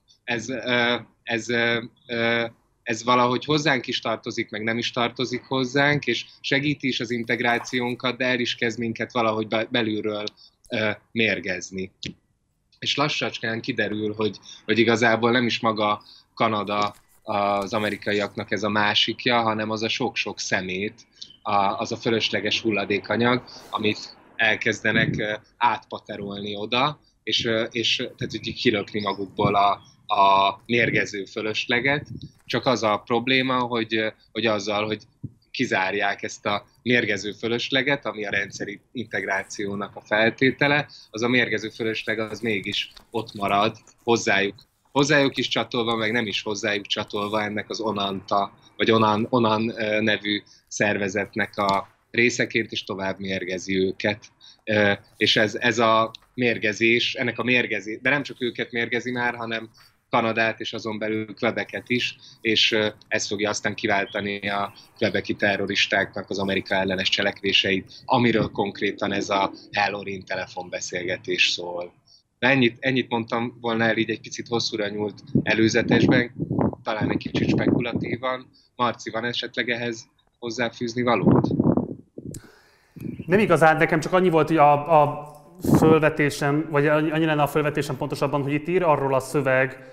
ez valahogy hozzánk is tartozik, meg nem is tartozik hozzánk, és segíti is az integrációnkat, de el is kezd minket valahogy belülről mérgezni. És lassacskán kiderül, hogy igazából nem is maga Kanada az amerikaiaknak ez a másikja, hanem az a sok-sok szemét, az a fölösleges hulladékanyag, amit elkezdenek átpaterolni oda, és tehát úgy kilökni magukból a mérgező fölösleget, csak az a probléma, hogy azzal, hogy kizárják ezt a mérgező fölösleget, ami a rendszeri integrációnak a feltétele, az a mérgező fölösleg az mégis ott marad hozzájuk is csatolva, meg nem is hozzájuk csatolva ennek az Onanta, vagy Onan nevű szervezetnek a részeként, is tovább mérgezi őket. És ez a mérgezés, de nem csak őket mérgezi már, hanem Kanadát és azon belül Quebecet is, és ez fogja aztán kiváltani a quebeci terroristáknak az Amerika ellenes cselekvéseit, amiről konkrétan ez a Hallorin telefonbeszélgetés szól. De ennyit mondtam volna el így egy picit hosszúra nyúlt előzetesben, talán egy kicsit spekulatívan. Marci, van esetleg ehhez hozzáfűzni valót? Nem igazán, nekem csak annyi volt, hogy a fölvetésem, vagy annyi lenne a fölvetésem pontosabban, hogy itt ír arról a szöveg,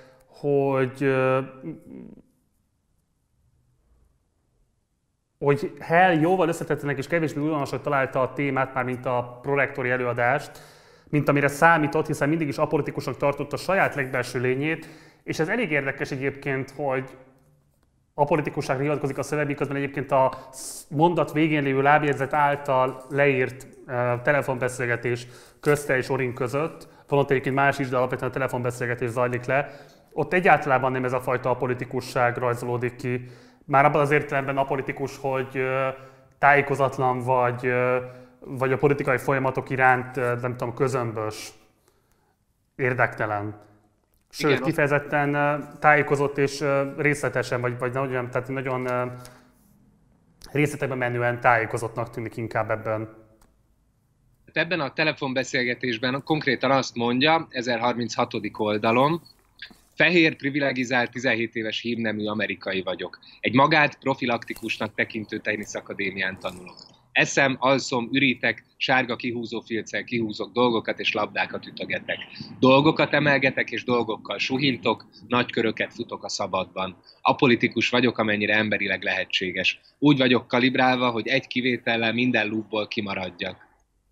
hogy Hell jóval összetettenek és kevésbé unalmasnak találta a témát, már mint a prorektori előadást, mint amire számított, hiszen mindig is apolitikusnak tartotta a saját legbelső lényét, és ez elég érdekes egyébként, hogy apolitikusságra hivatkozik a szöveg, miközben egyébként a mondat végén lévő lábjegyzet által leírt telefonbeszélgetés közte és Orin között, van ott egyébként más is, de alapvetően a telefonbeszélgetés zajlik le, ott egyáltalán nem ez a fajta apolitikusság rajzolódik ki. Már abban az értelemben apolitikus, hogy tájékozatlan vagy a politikai folyamatok iránt, nem tudom, közömbös, érdektelen. Sőt, igen, kifejezetten tájékozott és részletesen, vagy nagyon, tehát nagyon részletekben menően tájékozottnak tűnik inkább ebben. Ebben a telefonbeszélgetésben konkrétan azt mondja, 1036. oldalon, fehér, privilegizált, 17 éves hírnemű amerikai vagyok. Egy magát profilaktikusnak tekintő teniszakadémián tanulok. Eszem, alszom, ürítek, sárga kihúzó filccel kihúzok dolgokat és labdákat ütögetek. Dolgokat emelgetek és dolgokkal suhintok, nagy köröket futok a szabadban. Apolitikus vagyok, amennyire emberileg lehetséges. Úgy vagyok kalibrálva, hogy egy kivétellel minden loopból kimaradjak.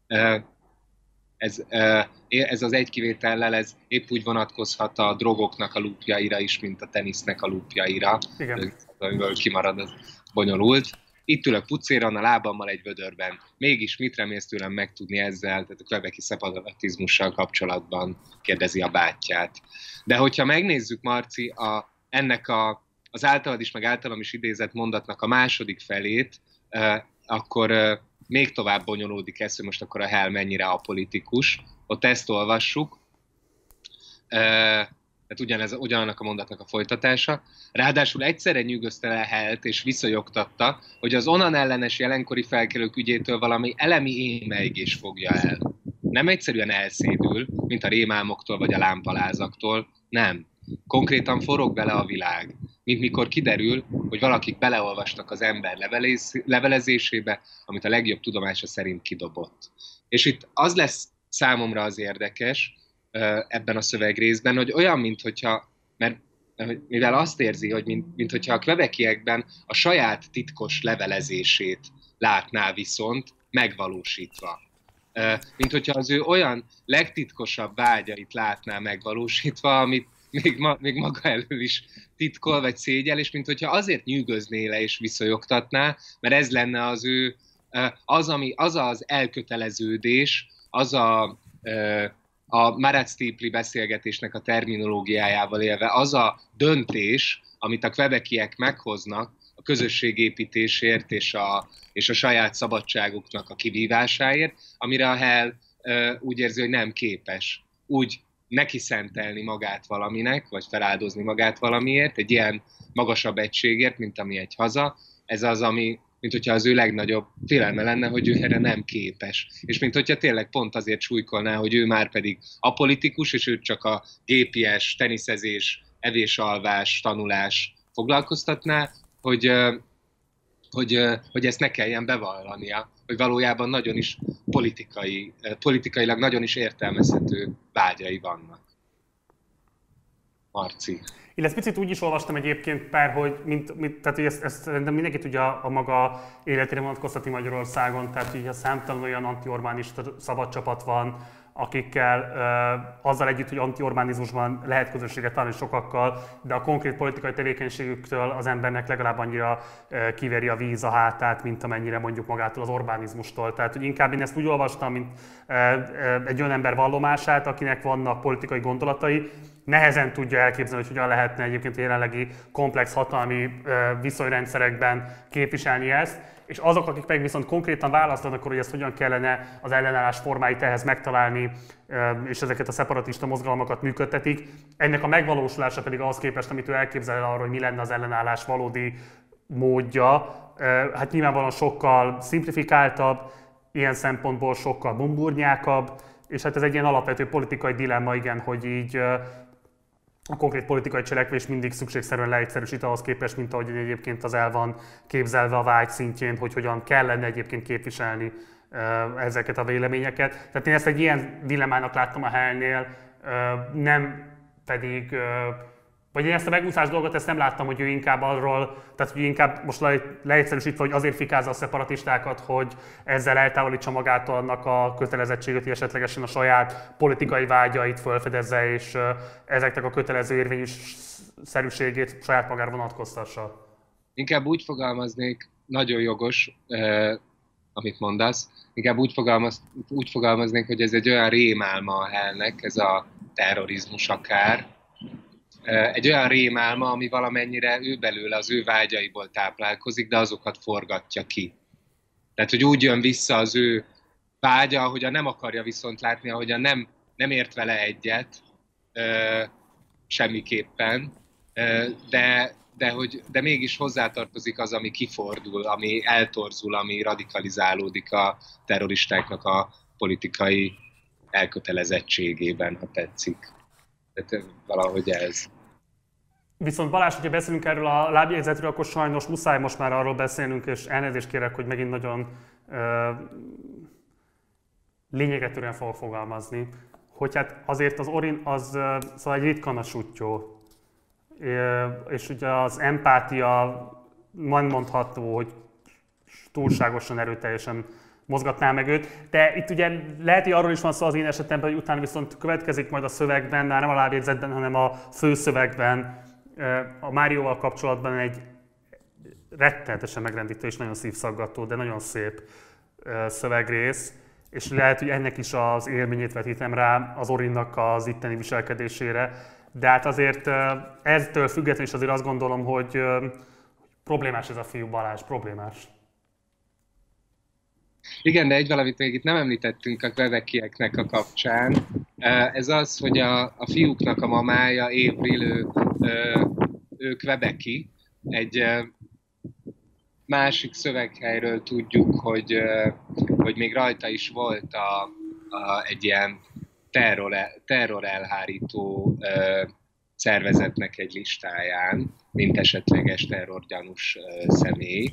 Ez az egy kivétellel, ez épp úgy vonatkozhat a drogoknak a loopjaira is, mint a tenisznek a loopjaira. Igen. Amiből kimarad, az bonyolult. itt ülök pucéran a lábammal egy vödörben. Mégis mit remélsz tőlem megtudni ezzel, tehát a quebeci szeparatizmussal kapcsolatban, kérdezi a bátyját. De hogyha megnézzük, Marci, az általad is, meg általam is idézett mondatnak a második felét, akkor még tovább bonyolódik ez, hogy most akkor a Hell mennyire apolitikus. Ott ezt olvassuk, tehát ugyanannak a mondatnak a folytatása. Ráadásul egyszerre nyűgözte le Hellt és visszajogtatta, hogy az onnan ellenes jelenkori felkelők ügyétől valami elemi émeigés fogja el. Nem egyszerűen elszédül, mint a rémálmoktól vagy a lámpalázaktól, nem. Konkrétan forog vele a világ, mint mikor kiderül, hogy valakik beleolvastak az ember levelezésébe, amit a legjobb tudomása szerint kidobott. És itt az lesz számomra az érdekes ebben a szövegrészben, hogy olyan, minthogyha, mert mivel azt érzi, hogy minthogyha a quebeciekben a saját titkos levelezését látná viszont megvalósítva. Mint hogyha az ő olyan legtitkosabb vágyait látná megvalósítva, amit még maga elől is titkol vagy szégyel, és mint hogyha azért nyűgözné le és visszajogtatná, mert ez lenne az ő, az az elköteleződés, az a Marat Stifley beszélgetésnek a terminológiájával élve, az a döntés, amit a quebeciek meghoznak a közösségépítésért és a saját szabadságuknak a kivívásáért, amire a Hell úgy érzi, hogy nem képes úgy neki szentelni magát valaminek, vagy feláldozni magát valamiért, egy ilyen magasabb egységért, mint ami egy haza. Ez az, ami, mint hogyha az ő legnagyobb félelme lenne, hogy ő erre nem képes. És mint hogyha tényleg pont azért súlykolná, hogy ő már pedig apolitikus, és őt csak a gépies, teniszezés, evés-alvás, tanulás foglalkoztatná, hogy ezt ne kelljen bevallania, hogy valójában nagyon is politikailag nagyon is értelmezhető vágyai vannak. Marci. Illetve picit úgy is olvastam egyébként, Pár, hogy, tehát, hogy ezt mindenki tudja a maga életére vonatkoztatni Magyarországon, tehát így a számtalan olyan anti-orbánista szabadcsapat van, akikkel azzal együtt, hogy anti-orbánizmusban lehet közösséget találni sokakkal, de a konkrét politikai tevékenységüktől az embernek legalább annyira kiveri a víz a hátát, mint amennyire mondjuk magától az orbánizmustól. Tehát, hogy inkább én ezt úgy olvastam, mint egy olyan ember vallomását, akinek vannak politikai gondolatai, nehezen tudja elképzelni, hogy hogyan lehetne egyébként a jelenlegi komplex hatalmi viszonyrendszerekben képviselni ezt, és azok, akik meg viszont konkrétan választanak, hogy ezt hogyan kellene az ellenállás formáit ehhez megtalálni, és ezeket a szeparatista mozgalmakat működtetik, ennek a megvalósulása pedig ahhoz képest, amit ő elképzel arról, hogy mi lenne az ellenállás valódi módja, hát nyilvánvalóan sokkal szimplifikáltabb, ilyen szempontból sokkal bumburnyákabb, és hát ez egy ilyen alapvető politikai dilemma, igen, hogy így a konkrét politikai cselekvés mindig szükségszerűen leegyszerűsít ahhoz képest, mint ahogy egyébként az el van képzelve a vágy szintjén, hogy hogyan kellene egyébként képviselni ezeket a véleményeket. Tehát én ezt egy ilyen dilemmának láttam a Hellnél, nem pedig, vagy én ezt a megúszás dolgot ezt nem láttam, hogy ő inkább arról, tehát hogy inkább most leegyszerűsítve, hogy azért fikázza a szeparatistákat, hogy ezzel eltávolítsa magától annak a kötelezettséget, hogy esetlegesen a saját politikai vágyait felfedezze, és ezeknek a kötelező érvényszerűségét saját magára vonatkoztassa. Inkább úgy fogalmaznék, nagyon jogos, amit mondasz, inkább úgy fogalmaznék, hogy ez egy olyan rémálma a Hellnek, ez a terrorizmus akár, egy olyan rémálma, ami valamennyire ő belőle az ő vágyaiból táplálkozik, de azokat forgatja ki. Tehát, hogy úgy jön vissza az ő vágya, ahogyan nem akarja viszont látni, ahogyan nem ért vele egyet semmiképpen, de mégis hozzátartozik az, ami kifordul, ami eltorzul, ami radikalizálódik a terroristáknak a politikai elkötelezettségében, ha tetszik. Tehát valahogy ez. Viszont Balázs, hogyha beszélünk erről a lábjegyzetről, akkor sajnos muszáj most már arról beszélnünk, és elnézést kérek, hogy megint nagyon lényegre törően fogok fogalmazni, hogy hát azért az Orin az szóval egy ritka nagy suttyó, és ugye az empátia nem mondható, hogy túlságosan erőteljesen mozgatná meg őt, de itt ugye lehet, hogy arról is van szó az én esetemben, hogy utána viszont következik majd a szövegben, már nem a lábjegyzetben, hanem a főszövegben, a Márióval kapcsolatban egy rettenetesen megrendítő és nagyon szívszaggató, de nagyon szép szövegrész, és lehet, hogy ennek is az élményét vetítem rá az Orinnak az itteni viselkedésére, de hát azért ettől függetlenül is azért azt gondolom, hogy problémás ez a fiú, Balázs, problémás. Igen, de egy valamit még itt nem említettünk a Quebecieknek a kapcsán. Ez az, hogy a fiúknak a mamája, Avril, ő Quebeci. Egy másik szöveghelyről tudjuk, hogy még rajta is volt egy ilyen terror elhárító szervezetnek egy listáján, mint esetleges terrorgyanús személy.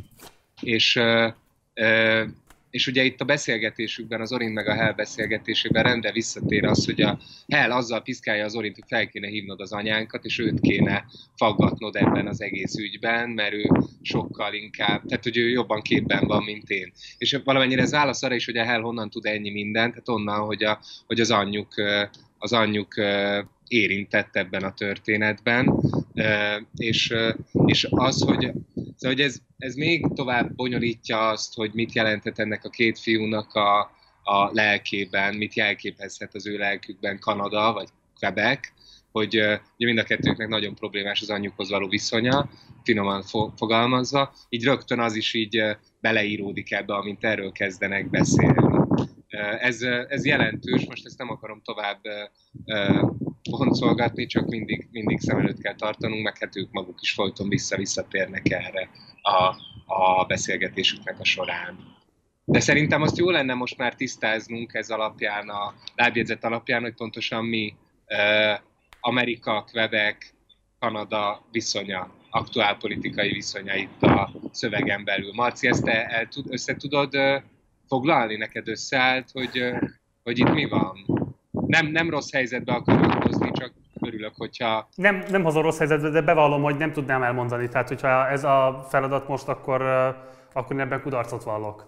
És ugye itt a beszélgetésükben, az Orin meg a Hell beszélgetésében rendre visszatér az, hogy a Hell azzal piszkálja az Orint, hogy fel kéne hívnod az anyánkat, és őt kéne faggatnod ebben az egész ügyben, mert ő sokkal inkább, tehát hogy ő jobban képben van, mint én. És valamennyire ez válasz arra is, hogy a Hell honnan tud ennyi mindent, tehát onnan, hogy az anyjuk érintett ebben a történetben, és az, hogy ez még tovább bonyolítja azt, hogy mit jelentett ennek a két fiúnak a lelkében, mit jelképezhet az ő lelkükben Kanada vagy Quebec, hogy ugye mind a kettőknek nagyon problémás az anyjukhoz való viszonya, finoman fogalmazva, így rögtön az is így beleíródik ebbe, amint erről kezdenek beszélni. Ez jelentős, most ezt nem akarom tovább boncolgatni, csak mindig szem előtt kell tartanunk, meg hát ők maguk is folyton visszatérnek erre a beszélgetésüknek a során. De szerintem azt jó lenne most már tisztáznunk ez alapján, a lábjegyzet alapján, hogy pontosan mi Amerika, Quebec, Kanada viszonya, aktuálpolitikai viszonya itt a szövegen belül. Marci, ezt össze tudod foglalni? Neked összeállt, hogy itt mi van? Nem rossz helyzetbe akarok hozni, csak örülök, hogyha... Nem hozom rossz helyzetbe, de bevallom, hogy nem tudnám elmondani. Tehát, hogyha ez a feladat most, akkor ebben kudarcot vallok.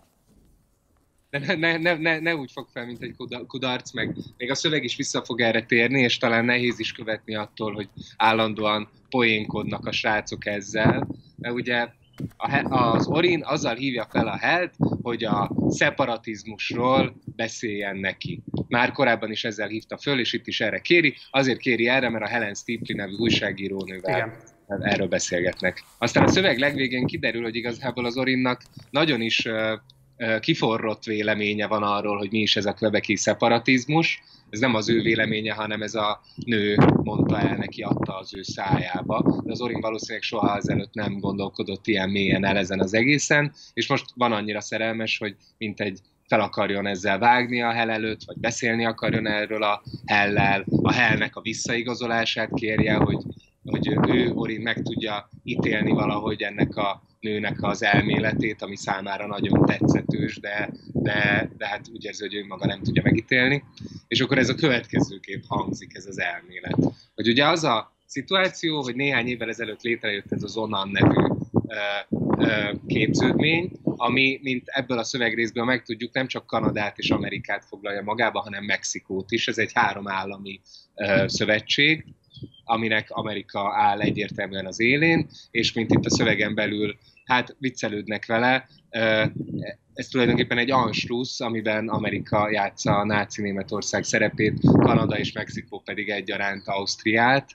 De ne úgy fog fel, mint egy kudarc, meg még a szöveg is vissza fog erre térni, és talán nehéz is követni attól, hogy állandóan poénkodnak a srácok ezzel. Mert ugye az Orin azzal hívja fel a Hellt, hogy a szeparatizmusról beszéljen neki. Már korábban is ezzel hívta föl, és itt is erre kéri. Azért kéri erre, mert a Helen Stipley nevű újságírónővel erről beszélgetnek. Aztán a szöveg legvégén kiderül, hogy igazából az Orinnak nagyon is kiforrott véleménye van arról, hogy mi is ez a quebeci szeparatizmus. Ez nem az ő véleménye, hanem ez a nő mondta el neki, adta az ő szájába. De az Orin valószínűleg soha ezelőtt nem gondolkodott ilyen mélyen el ezen az egészen, és most van annyira szerelmes, hogy mint egy fel akarjon ezzel vágni a Hell előtt, vagy beszélni akarjon erről a Hell-lel, a Hellnek a visszaigazolását kérje, hogy ő, Orin, meg tudja ítélni valahogy ennek a nőnek az elméletét, ami számára nagyon tetszetős, de hát úgy érzi, hogy ő maga nem tudja megítélni. És akkor ez a következőképp hangzik, ez az elmélet. Hogy ugye az a szituáció, hogy néhány évvel ezelőtt létrejött ez az Onan nevű képződmény, ami, mint ebből a szövegrészből megtudjuk, nem csak Kanadát és Amerikát foglalja magába, hanem Mexikót is. Ez egy 3 állami szövetség, aminek Amerika áll egyértelműen az élén, és mint itt a szövegen belül, hát viccelődnek vele, ez tulajdonképpen egy Anschluss, amiben Amerika játsza a náci Németország szerepét, Kanada és Mexikó pedig egyaránt Ausztriát.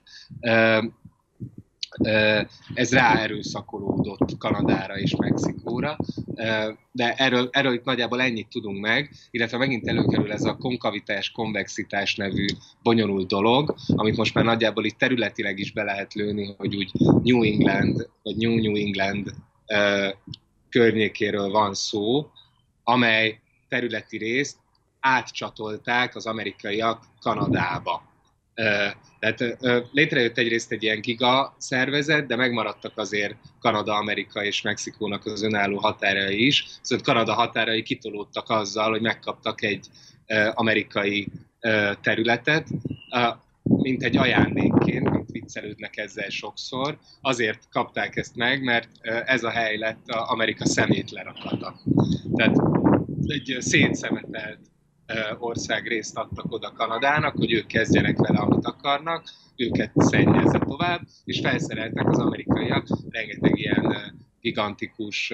Ez ráerőszakolódott Kanadára és Mexikóra, de erről itt nagyjából ennyit tudunk meg, illetve megint előkerül ez a konkavitás-konvexitás nevű bonyolult dolog, amit most már nagyjából itt területileg is be lehet lőni, hogy úgy New England, vagy New England környékéről van szó, amely területi részt átcsatolták az amerikaiak Kanadába. Tehát létrejött egyrészt egy ilyen giga szervezet, de megmaradtak azért Kanada, Amerika és Mexikónak az önálló határai is. Szóval Kanada határai kitolódtak azzal, hogy megkaptak egy amerikai területet, mint egy ajándékként, mint viccelődnek ezzel sokszor. Azért kapták ezt meg, mert ez a hely lett Amerika szemétlerakata. Tehát egy szétszemetelt országrészt adtak oda Kanadának, hogy ők kezdjenek vele, amit akarnak, őket szennyezze tovább, és felszereltek az amerikaiak rengeteg ilyen gigantikus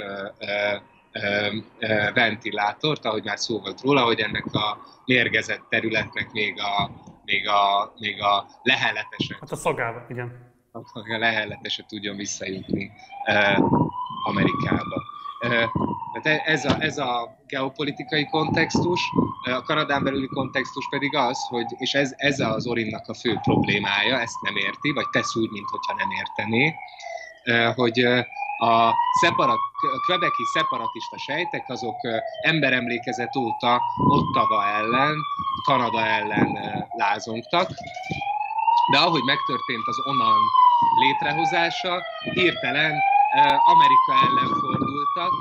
ventilátort, ahogy már szó volt róla, hogy ennek a mérgezett területnek még a lehelletese, Hát a szagába, igen. a lehelletese tudjon visszajutni Amerikába. Tehát ez a geopolitikai kontextus, a Kanadán belüli kontextus pedig az, hogy, és ez az Orinnak a fő problémája, ezt nem érti, vagy tesz úgy, mintha nem értené, hogy a quebeci szeparatista sejtek, azok emberemlékezet óta Ottawa ellen, Kanada ellen lázongtak, de ahogy megtörtént az onnan létrehozása, hirtelen Amerika ellen fordultak,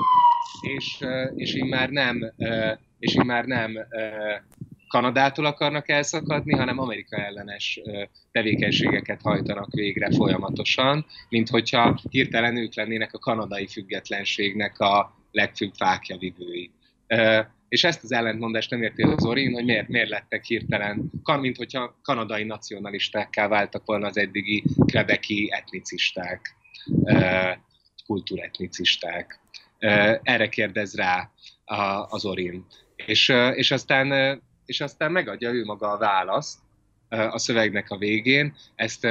és immár nem Kanadától akarnak elszakadni, hanem Amerika ellenes tevékenységeket hajtanak végre folyamatosan, mint hogyha hirtelen ők lennének a kanadai függetlenségnek a legfőbb fáklyavivői. És ezt az ellentmondást nem érti az Orin, hogy miért lettek hirtelen, mint hogyha kanadai nacionalistákká váltak volna az eddigi quebeci etnicisták, kultúretnicisták. Erre kérdez rá az Orin. És aztán megadja ő maga a választ a szövegnek a végén. Ezt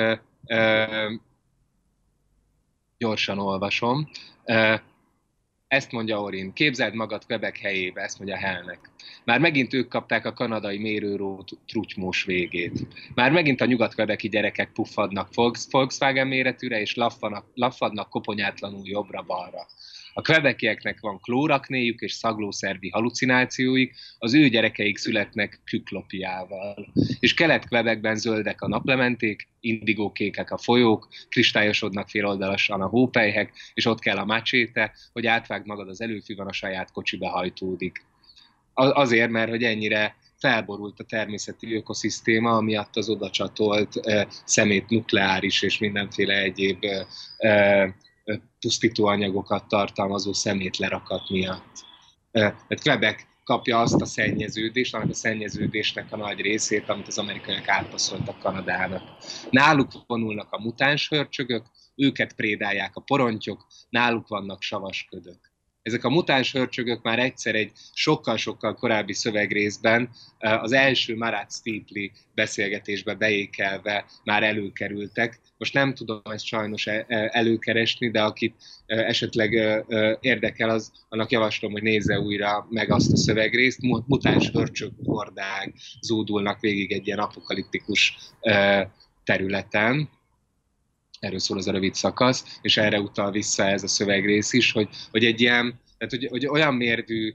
gyorsan olvasom. Ezt mondja Orin, képzeld magad Quebec helyébe, ezt mondja Hellnek. Már megint ők kapták a kanadai mérőró trutymós végét. Már megint a nyugat-quebeci gyerekek puffadnak Volkswagen méretűre, és laffadnak koponyátlanul jobbra-balra. A quebecieknek van klóraknéjuk és szaglószervi halucinációik, az ő gyerekeik születnek küklopiával. És Kelet-Quebecben zöldek a naplementék, indigókékek a folyók, kristályosodnak féloldalasan a hópelyhek, és ott kell a macséte, hogy átvágd magad az előfűvan, a saját kocsiba hajtódik. Azért, mert hogy ennyire felborult a természeti ökoszisztéma, amiatt az oda csatolt szemét nukleáris és mindenféle egyéb pusztítóanyagokat tartalmazó szemétlerakat miatt. Tehát Quebec kapja azt a szennyeződést, annak a szennyeződésnek a nagy részét, amit az amerikaiak átpasszoltak Kanadának. Náluk vonulnak a mutáns hörcsögök, őket prédálják a porontyok, náluk vannak savas ködök. Ezek a mutáns hörcsögök már egyszer egy sokkal-sokkal korábbi szövegrészben, az első Marat Steeply beszélgetésbe beékelve már előkerültek. Most nem tudom ezt sajnos előkeresni, de akit esetleg érdekel, annak javaslom, hogy nézze újra meg azt a szövegrészt. Mutáns hörcsök hordák zúdulnak végig egy ilyen apokaliptikus területen. Erről szól az a rövid szakasz, és erre utal vissza ez a szövegrész is, hogy egy ilyen, tehát hogy olyan mérdű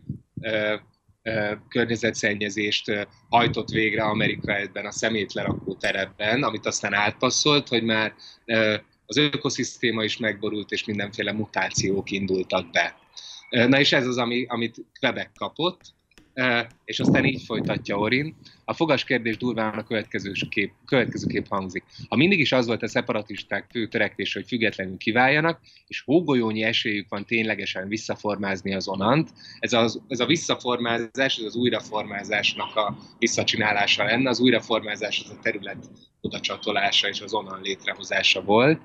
környezetszennyezést hajtott végre Amerika ebben a szemétlerakó terepben, amit aztán átpasszolt, hogy már az ökoszisztéma is megborult, és mindenféle mutációk indultak be. Na és ez az, amit Quebec kapott, és aztán így folytatja Orin. A fogas kérdés durván a következő kép hangzik. Ha mindig is az volt a szeparatisták fő törekvése, hogy függetlenül kiváljanak, és hógolyónyi esélyük van ténylegesen visszaformázni az onant, ez a visszaformázás, ez az újraformázásnak a visszacsinálása lenne, az újraformázás az a terület odacsatolása és az onan létrehozása volt.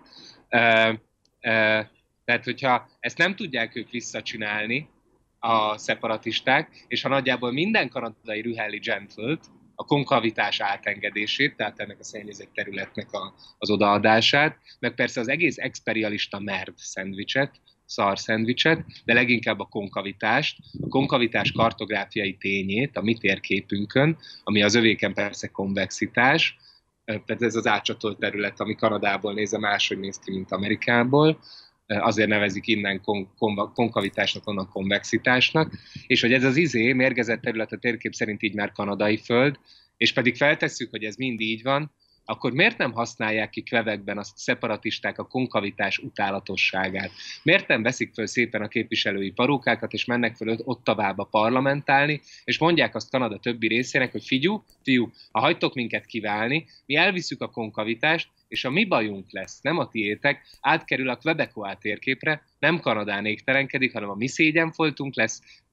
Tehát, hogyha ezt nem tudják ők visszacsinálni, a szeparatisták, és ha nagyjából minden kanadai rühelli gentle-t, a konkavitás átengedését, tehát ennek a szennyezett területnek az odaadását, meg persze az egész experialista merd szendvicset, szar szendvicset, de leginkább a konkavitást, a konkavitás kartográfiai tényét a mi térképünkön, ami az övéken persze konvexitás, tehát ez az átcsatolt terület, ami Kanadából nézve máshogy néz ki, mint Amerikából, azért nevezik innen konkavitásnak, onnan konvexitásnak, és hogy ez az mérgezett terület a térkép szerint így már kanadai föld, és pedig feltesszük, hogy ez mind így van, akkor miért nem használják ki Quebecben a szeparatisták a konkavitás utálatosságát? Miért nem veszik föl szépen a képviselői parókákat, és mennek föl Ottavába parlamentálni, és mondják azt Kanada többi részének, hogy fiú, ha hagytok minket kiválni, mi elviszük a konkavitást, és a mi bajunk lesz, nem a tiétek, átkerül a Quebecois térképre, nem Kanadán égtelenkedik, hanem a mi szégyenfoltunk lesz,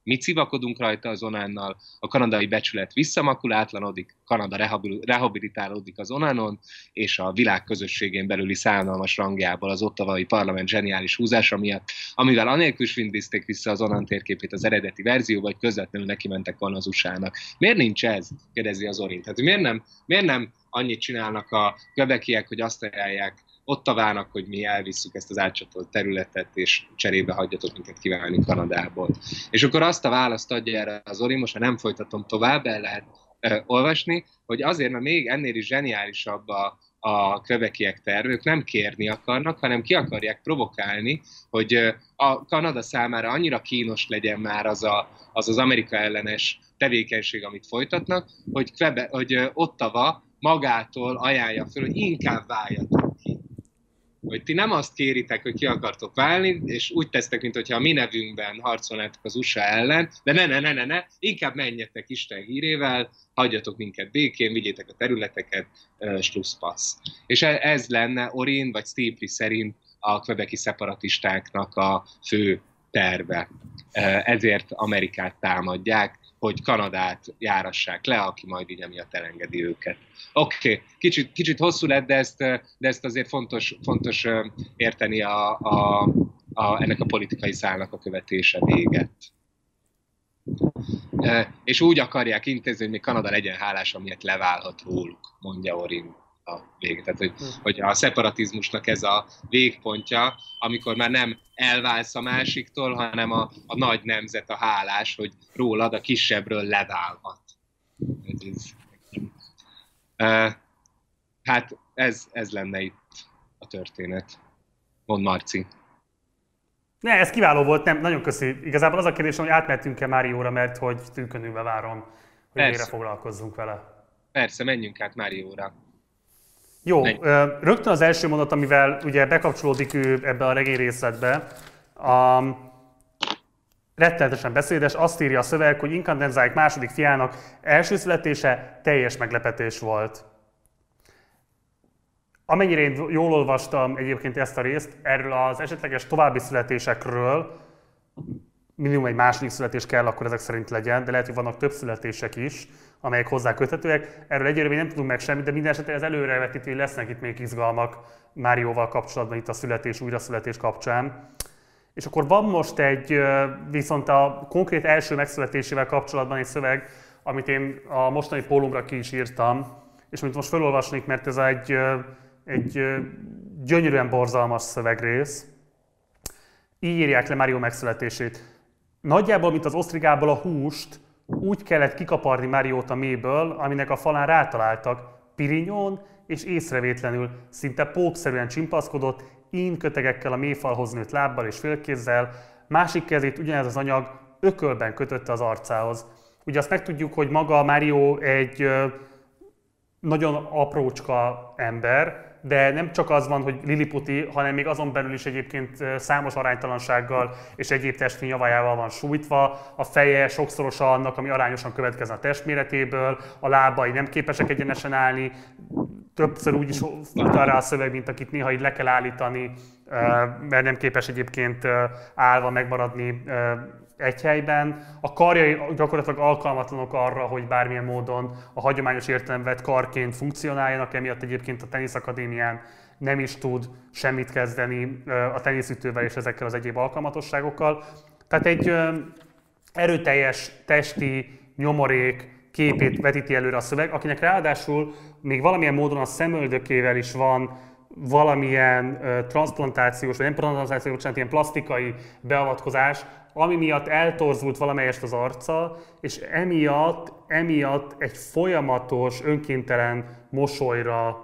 mi civakodunk rajta az Onánnal, a kanadai becsület visszamakulátlanodik, Kanada rehabilitálódik az Onánon, és a világ közösségén belüli szánalmas rangjából az ottavai parlament zseniális húzása miatt, amivel anélkül svindizték vissza az Onán térképét az eredeti verzió, vagy közvetlenül neki mentek volna az USA-nak. Miért nincs ez? Kérdezi az Orint. Hát miért nem annyit csinálnak a quebeciek, hogy azt ajánlják Ottavának, hogy mi elvisszük ezt az átcsatolt területet, és cserébe hagyjatok minket kiválni Kanadából. És akkor azt a választ adja erre az Orrin, most ha nem folytatom tovább, el lehet olvasni, hogy azért, mert még ennél is zseniálisabb a quebeciek terv, ők nem kérni akarnak, hanem ki akarják provokálni, hogy a Kanada számára annyira kínos legyen már az Amerika ellenes tevékenység, amit folytatnak, hogy Ottawa magától ajánlja föl, hogy inkább váljatok ki. Hogy ti nem azt kéritek, hogy ki akartok válni, és úgy tesztek, mintha a mi nevünkben harcolnátok az USA ellen, de ne, inkább menjetek Isten hírével, hagyjatok minket békén, vigyétek a területeket, slusszpassz. És ez lenne Orrin vagy Stipley szerint a quebeci szeparatistáknak a fő terve. Ezért Amerikát támadják, hogy Kanadát járassák le, aki majd így emiatt elengedi őket. Oké, kicsit hosszú lett, de ezt azért fontos érteni ennek a politikai szálnak a követése véget. És úgy akarják intézni, hogy még Kanada legyen hálás, amiért leválhat róluk, mondja Orrin a végén. Tehát, hogy a szeparatizmusnak ez a végpontja, amikor már nem elválsz a másiktól, hanem a nagy nemzet a hálás, hogy rólad a kisebbről leválhat. Hát ez lenne itt a történet. Mond Marci. Ne, ez kiváló volt, nem, nagyon köszi. Igazából az a kérdés, hogy átmentünk-e Márióra, mert hogy tűkönülve várom, hogy végre foglalkozzunk vele. Persze, menjünk át Márióra. Jó, rögtön az első mondat, amivel ugye bekapcsolódik ő ebbe a regény részletbe, rettenetesen beszédes, azt írja a szöveg, hogy Incandenzáik második fiának első születése teljes meglepetés volt. Amennyire én jól olvastam egyébként ezt a részt, erről az esetleges további születésekről, minimum egy második születés kell, akkor ezek szerint legyen, de lehet, hogy vannak több születések is, amelyek hozzá köthetőek. Erről egyelőre még nem tudunk meg semmit, de minden esetre ez előrevetítő, hogy lesznek itt még izgalmak Márióval kapcsolatban itt a újraszületés kapcsán. És akkor van most viszont a konkrét első megszületésével kapcsolatban egy szöveg, amit én a mostani pólumra ki is írtam, és amit most felolvasnék, mert ez egy gyönyörűen borzalmas szövegrész. Így írják le Márió megszületését. Nagyjából, mint az osztrigából a húst, úgy kellett kikaparni Máriót a mélyből, aminek a falán rátaláltak, pirinyón és észrevétlenül, szinte pókszerűen csimpaszkodott, kötegekkel a mélyfalhoz nőtt lábbal és félkézzel, másik kezét ugyanez az anyag ökölben kötötte az arcához. Ugye azt megtudjuk, hogy maga Márió egy nagyon aprócska ember, de nem csak az van, hogy liliputi, hanem még azon belül is egyébként számos aránytalansággal és egyéb testi nyavajával van sújtva. A feje sokszorosa annak, ami arányosan következne a testméretéből, a lábai nem képesek egyenesen állni, többször úgy is utal rá a szöveg, mint akit néha így le kell állítani, mert nem képes egyébként állva megmaradni egy helyben. A karjai gyakorlatilag alkalmatlanok arra, hogy bármilyen módon a hagyományos értelemben vett karként funkcionáljanak, emiatt egyébként a teniszakadémián nem is tud semmit kezdeni a teniszütővel és ezekkel az egyéb alkalmatosságokkal. Tehát egy erőteljes testi nyomorék képét vetíti előre a szöveg, akinek ráadásul még valamilyen módon a szemöldökével is van valamilyen transplantációs, vagy nem transplantációs, bocsánat, ilyen plastikai beavatkozás, ami miatt eltorzult valamelyest az arca, és emiatt egy folyamatos, önkéntelen mosolyra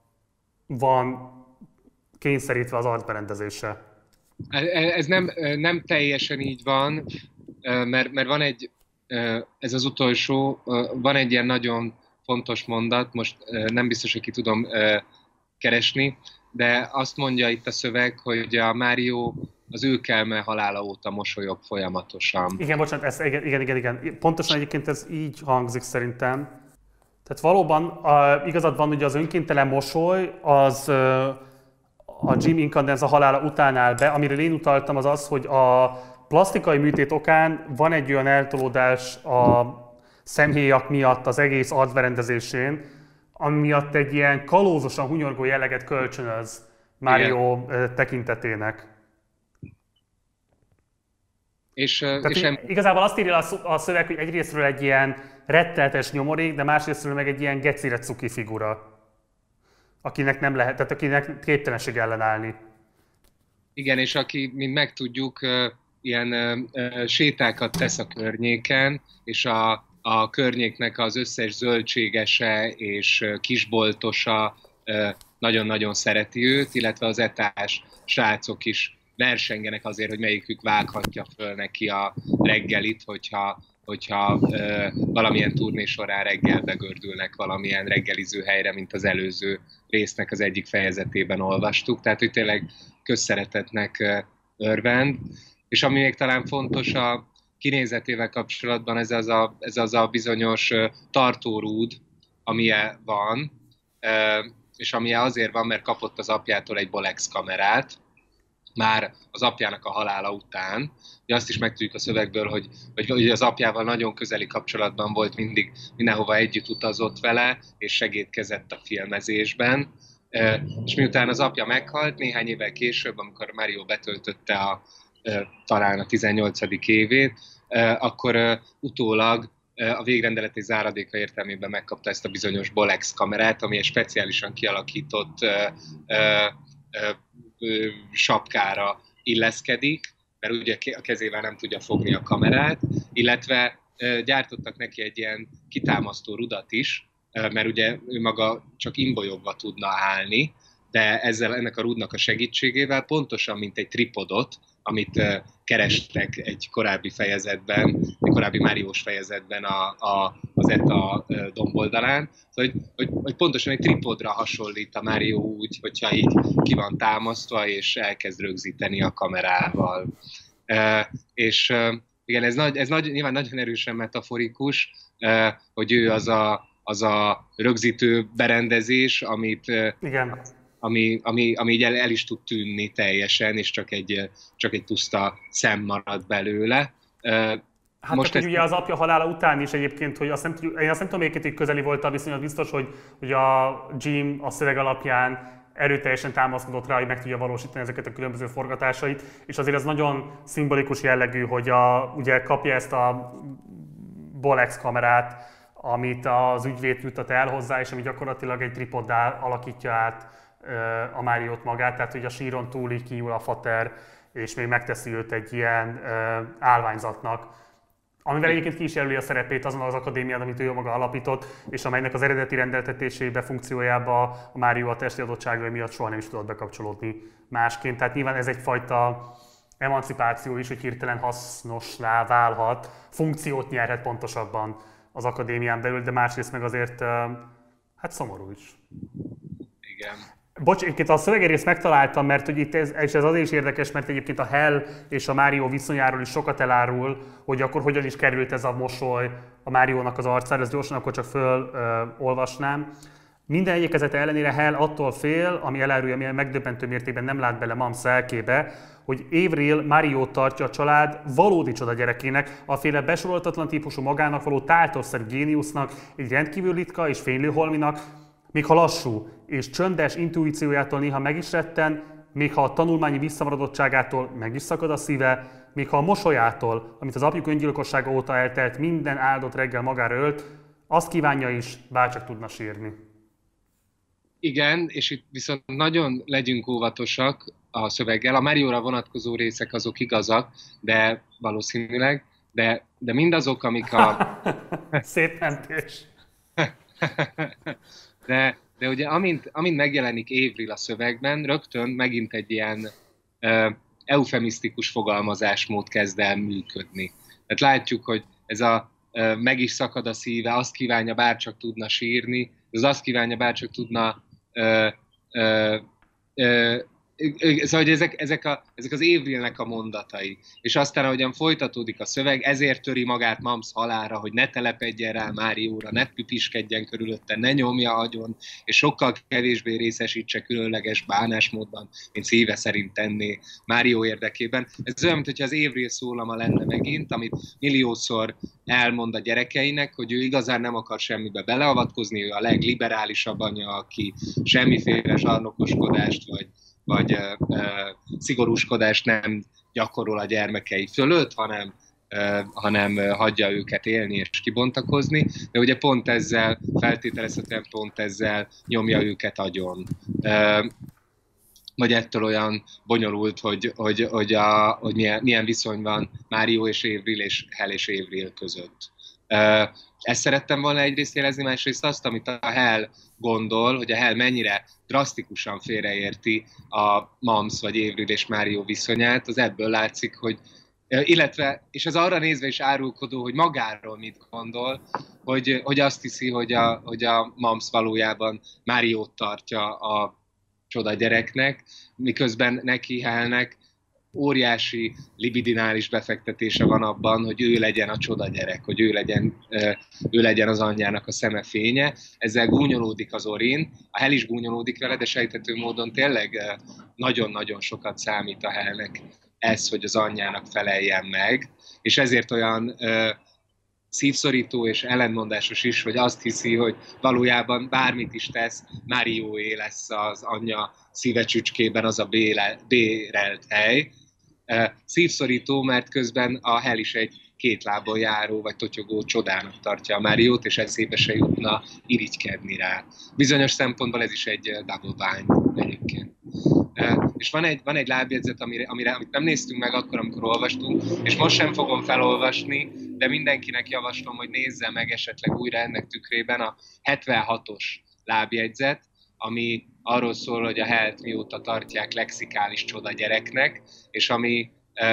van kényszerítve az arcberendezése. Ez nem teljesen így van, mert van ez az utolsó, van egy ilyen nagyon fontos mondat, most nem biztos, hogy ki tudom keresni, de azt mondja itt a szöveg, hogy a Márió az őkelme halála óta mosolyog folyamatosan. Igen, bocsánat, igen. Pontosan egyébként ez így hangzik szerintem. Tehát valóban igazad van, hogy az önkéntelen mosoly az a Jim Incandenza halála után áll be. Amire én utaltam az az, hogy plastikai műtét okán van egy olyan eltolódás a szemhéjak miatt az egész arcberendezésén, ami miatt egy ilyen kalózosan hunyorgó jelleget kölcsönöz Mario tekintetének. És igazából azt írja a szöveg, hogy egyrésztről egy ilyen retteltes nyomorék, de másrésztről meg egy ilyen gecire cuki figura, akinek nem lehet, tehát akinek képtelenség ellenállni. Igen, és aki, mint megtudjuk, ilyen sétákat tesz a környéken, és a környéknek az összes zöldségese és kisboltosa nagyon-nagyon szereti őt, illetve az etás srácok is versengenek azért, hogy melyikük vághatja föl neki a reggelit, hogyha valamilyen turné során reggel begördülnek valamilyen reggeliző helyre, mint az előző résznek az egyik fejezetében olvastuk. Tehát, hogy tényleg közszeretetnek örvend. És ami még talán fontos a kinézetével kapcsolatban, ez az a bizonyos tartórúd, amilyen van, és amilyen azért van, mert kapott az apjától egy Bolex kamerát, már az apjának a halála után. Ugye azt is megtudjuk a szövegből, hogy az apjával nagyon közeli kapcsolatban volt, mindig mindenhova együtt utazott vele, és segédkezett a filmezésben. És miután az apja meghalt, néhány évvel később, amikor Mario betöltötte talán a 18. évét, akkor utólag a végrendeleti záradéka értelmében megkapta ezt a bizonyos Bolex kamerát, ami egy speciálisan kialakított sapkára illeszkedik, mert ugye a kezével nem tudja fogni a kamerát, illetve gyártottak neki egy ilyen kitámasztó rudat is, mert ugye ő maga csak imbolyogva tudna állni, de ennek a rudnak a segítségével pontosan, mint egy tripodot, amit kerestek egy korábbi fejezetben, egy korábbi Máriós fejezetben az ETA domboldalán, hogy pontosan egy tripodra hasonlít a Mario úgy, hogyha így ki van támasztva, és elkezd rögzíteni a kamerával. És igen, ez nyilván nagyon erősen metaforikus, hogy ő az a rögzítő berendezés, amit... Igen. Ami így el is tud tűnni teljesen, és csak egy puszta szem marad belőle. Hát most ugye az apja halála után is egyébként, hogy én azt nem tudom, hogy közeli volt a viszony, az biztos, hogy a Jim a szöveg alapján erőteljesen támaszkodott rá, hogy meg tudja valósítani ezeket a különböző forgatásait, és azért ez nagyon szimbolikus jellegű, hogy ugye kapja ezt a Bolex kamerát, amit az ügyvéd juttat el hozzá, és ami gyakorlatilag egy tripoddá alakítja át a Máriót magát, tehát hogy a síron túl így kinyúl a fater, és még megteszi őt egy ilyen állványzatnak, amivel egyébként ki is jelöli a szerepét azon az akadémián, amit ő maga alapított, és amelynek az eredeti rendeltetésébe, funkciójába a Márió a testi adottságai miatt soha nem is tudott bekapcsolódni másként. Tehát nyilván ez egyfajta emancipáció is, hogy hirtelen hasznossá válhat, funkciót nyerhet pontosabban az akadémián belül, de másrészt meg azért hát szomorú is. Igen. Bocs, egyébként a szövegérészt megtaláltam, mert hogy itt ez azért is érdekes, mert egyébként a Hell és a Mario viszonyáról is sokat elárul, hogy akkor hogyan is került ez a mosoly a Máriónak az arcára, ezt gyorsan akkor csak fölolvasnám. Minden igyekezete ellenére Hell attól fél, ami elárulja, milyen megdöbbentő mértékben nem lát bele Mams lelkébe, hogy Avril Mariót tartja a család valódi csoda gyerekének, aféle besoroltatlan típusú magának való táltorszerű géniusznak, egy rendkívül ritka és fénylő holminak, még ha lassú és csöndes intuíciójától néha meg is retten, még ha a tanulmányi visszamaradottságától meg is szakad a szíve, még ha a mosolyától, amit az apjuk öngyilkossága óta eltelt, minden áldott reggel magára ölt, azt kívánja is, bárcsak tudna sírni. Igen, és itt viszont nagyon legyünk óvatosak a szöveggel. A Marióra vonatkozó részek azok igazak, de valószínűleg, de mindazok, amik a... Szép mentés. De ugye amint megjelenik Avril a szövegben, rögtön megint egy ilyen eufemisztikus fogalmazásmód kezd el működni. Tehát látjuk, hogy ez meg is szakad a szíve, azt kívánja, bárcsak tudna sírni, az azt kívánja, bárcsak tudna Szóval, hogy ezek az Évrilnek a mondatai. És aztán, ahogyan folytatódik a szöveg, ezért töri magát Mams halára, hogy ne telepedjen rá Márióra, ne pipiskedjen körülötte, ne nyomja agyon, és sokkal kevésbé részesítse különleges bánásmódban, mint szíve szerint tenné Márió érdekében. Ez olyan, mintha az Évril szólama lenne megint, amit milliószor elmond a gyerekeinek, hogy ő igazán nem akar semmibe beleavatkozni, ő a legliberálisabb anya, aki semmiféle zsarnokoskodást vagy szigorúskodást nem gyakorol a gyermekei fölött, hanem hagyja őket élni és kibontakozni, de ugye pont ezzel, feltételezhetően pont ezzel nyomja őket agyon. Vagy ettől olyan bonyolult, hogy milyen viszony van Mário és Évril és Hel és Évril között. Ezt szerettem volna egyrészt jelezni, másrészt azt, amit a Hel gondol, hogy a Hel mennyire drasztikusan félreérti a Mams vagy Évril és Mário viszonyát, az ebből látszik, hogy illetve, és ez arra nézve is árulkodó, hogy magáról mit gondol, hogy azt hiszi, hogy a Mams valójában Máriót tartja a csoda gyereknek, miközben neki Helnek óriási libidinális befektetése van abban, hogy ő legyen a csoda gyerek, hogy ő legyen az anyjának a szeme fénye. Ezzel gúnyolódik az Orin, a Hel is gúnyolódik vele, de sejthető módon tényleg nagyon-nagyon sokat számít a Helnek ez, hogy az anyjának feleljen meg, és ezért olyan szívszorító és ellentmondásos is, hogy azt hiszi, hogy valójában bármit is tesz, Márióé lesz az anyja szívecsücskében az a bérelt hely. Szívszorító, mert közben a Hel is egy két lábon járó vagy totyogó csodának tartja a Máriót, és eszébe se jutna irigykedni rá. Bizonyos szempontból ez is egy double bind egyébként. És van egy lábjegyzet, amit nem néztünk meg akkor, amikor olvastunk, és most sem fogom felolvasni, de mindenkinek javaslom, hogy nézze meg esetleg újra ennek tükrében a 76-os lábjegyzet, ami arról szól, hogy a Helt mióta tartják lexikális csoda gyereknek, és ami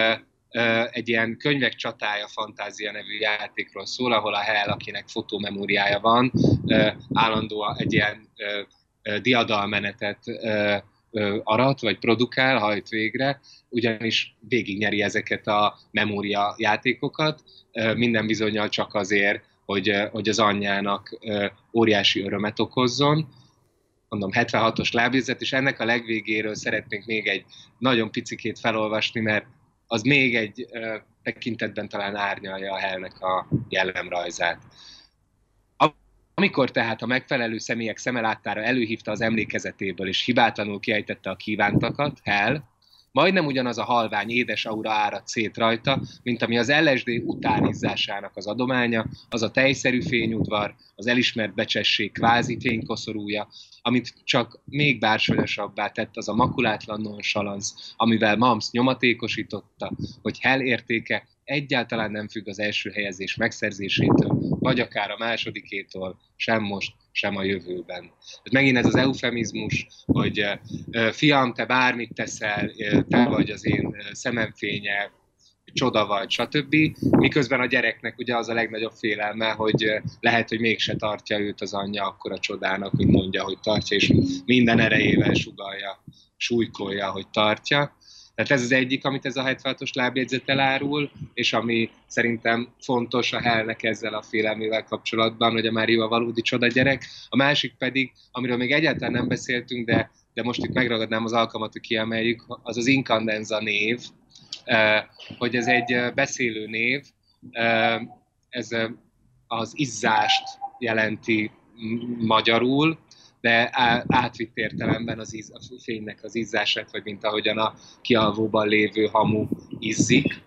egy ilyen könyvek csatája fantázia nevű játékról szól, ahol a Hel, akinek fotómemóriája van, állandóan egy ilyen diadalmenetet arat, vagy produkál, hajt végre, ugyanis végignyeri ezeket a memória játékokat, minden bizonnyal csak azért, hogy az anyjának óriási örömet okozzon. Mondom, 76-os lábjegyzet, és ennek a legvégéről szeretnék még egy nagyon picikét felolvasni, mert az még egy tekintetben talán árnyalja a Helnek a jellemrajzát. Amikor tehát a megfelelő személyek szemeláttára előhívta az emlékezetéből, és hibátlanul kiejtette a kívántakat, Hel, majdnem ugyanaz a halvány édes aura áradt szét rajta, mint ami az LSD utánizzásának az adománya, az a tejszerű fényudvar, az elismert becsesség kvázi fénykoszorúja, amit csak még bársonyosabbá tett az a makulátlan nonchalansz, amivel Mams nyomatékosította, hogy Hel értéke egyáltalán nem függ az első helyezés megszerzésétől, vagy akár a másodikétól, sem most, sem a jövőben. Tehát megint ez az eufemizmus, hogy fiam, te bármit teszel, te vagy az én szememfénye, csoda vagy, stb. Miközben a gyereknek ugye az a legnagyobb félelme, hogy lehet, hogy mégse tartja őt az anyja akkor a csodának, hogy mondja, hogy tartja, és minden erejével sugallja, súlykolja, hogy tartja. Tehát ez az egyik, amit ez a 76-os lábjegyzet elárul, és ami szerintem fontos a Helnek ezzel a félelmével kapcsolatban, hogy a Mário a valódi csoda gyerek. A másik pedig, amiről még egyáltalán nem beszéltünk, de most itt megragadnám az alkalmat, hogy kiemeljük, az az Incandenza név, hogy ez egy beszélő név, ez az izzást jelenti magyarul, de átvitt értelemben a fénynek az izzását, vagy mint ahogyan a kialvóban lévő hamu izzik.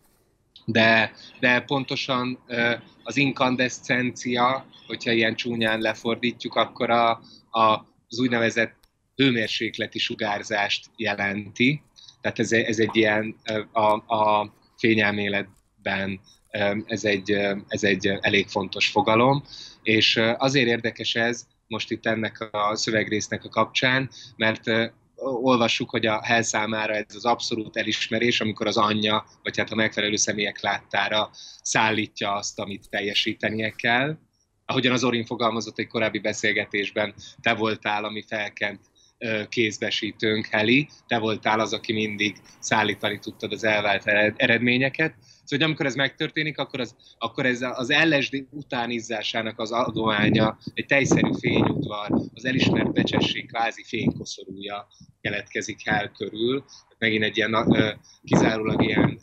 De pontosan az inkandeszcencia, hogyha ilyen csúnyán lefordítjuk, akkor az úgynevezett hőmérsékleti sugárzást jelenti. Tehát ez egy ilyen a fényelméletben ez egy elég fontos fogalom, és azért érdekes ez most itt ennek a szövegrésznek a kapcsán, mert olvassuk, hogy a Hel számára ez az abszolút elismerés, amikor az anyja, vagy hát a megfelelő személyek láttára szállítja azt, amit teljesítenie kell. Ahogyan az Orin fogalmazott egy korábbi beszélgetésben, te voltál, ami felkent kézbesítőnk, Heli, te voltál az, aki mindig szállítani tudtad az elvárt eredményeket. Szóval, hogy amikor ez megtörténik, akkor ez az LSD utánizzásának az adománya, egy tejszerű fényudvar, az elismert becsesség kvázi fénykoszorúja keletkezik Hell körül. Megint egy ilyen kizárólag ilyen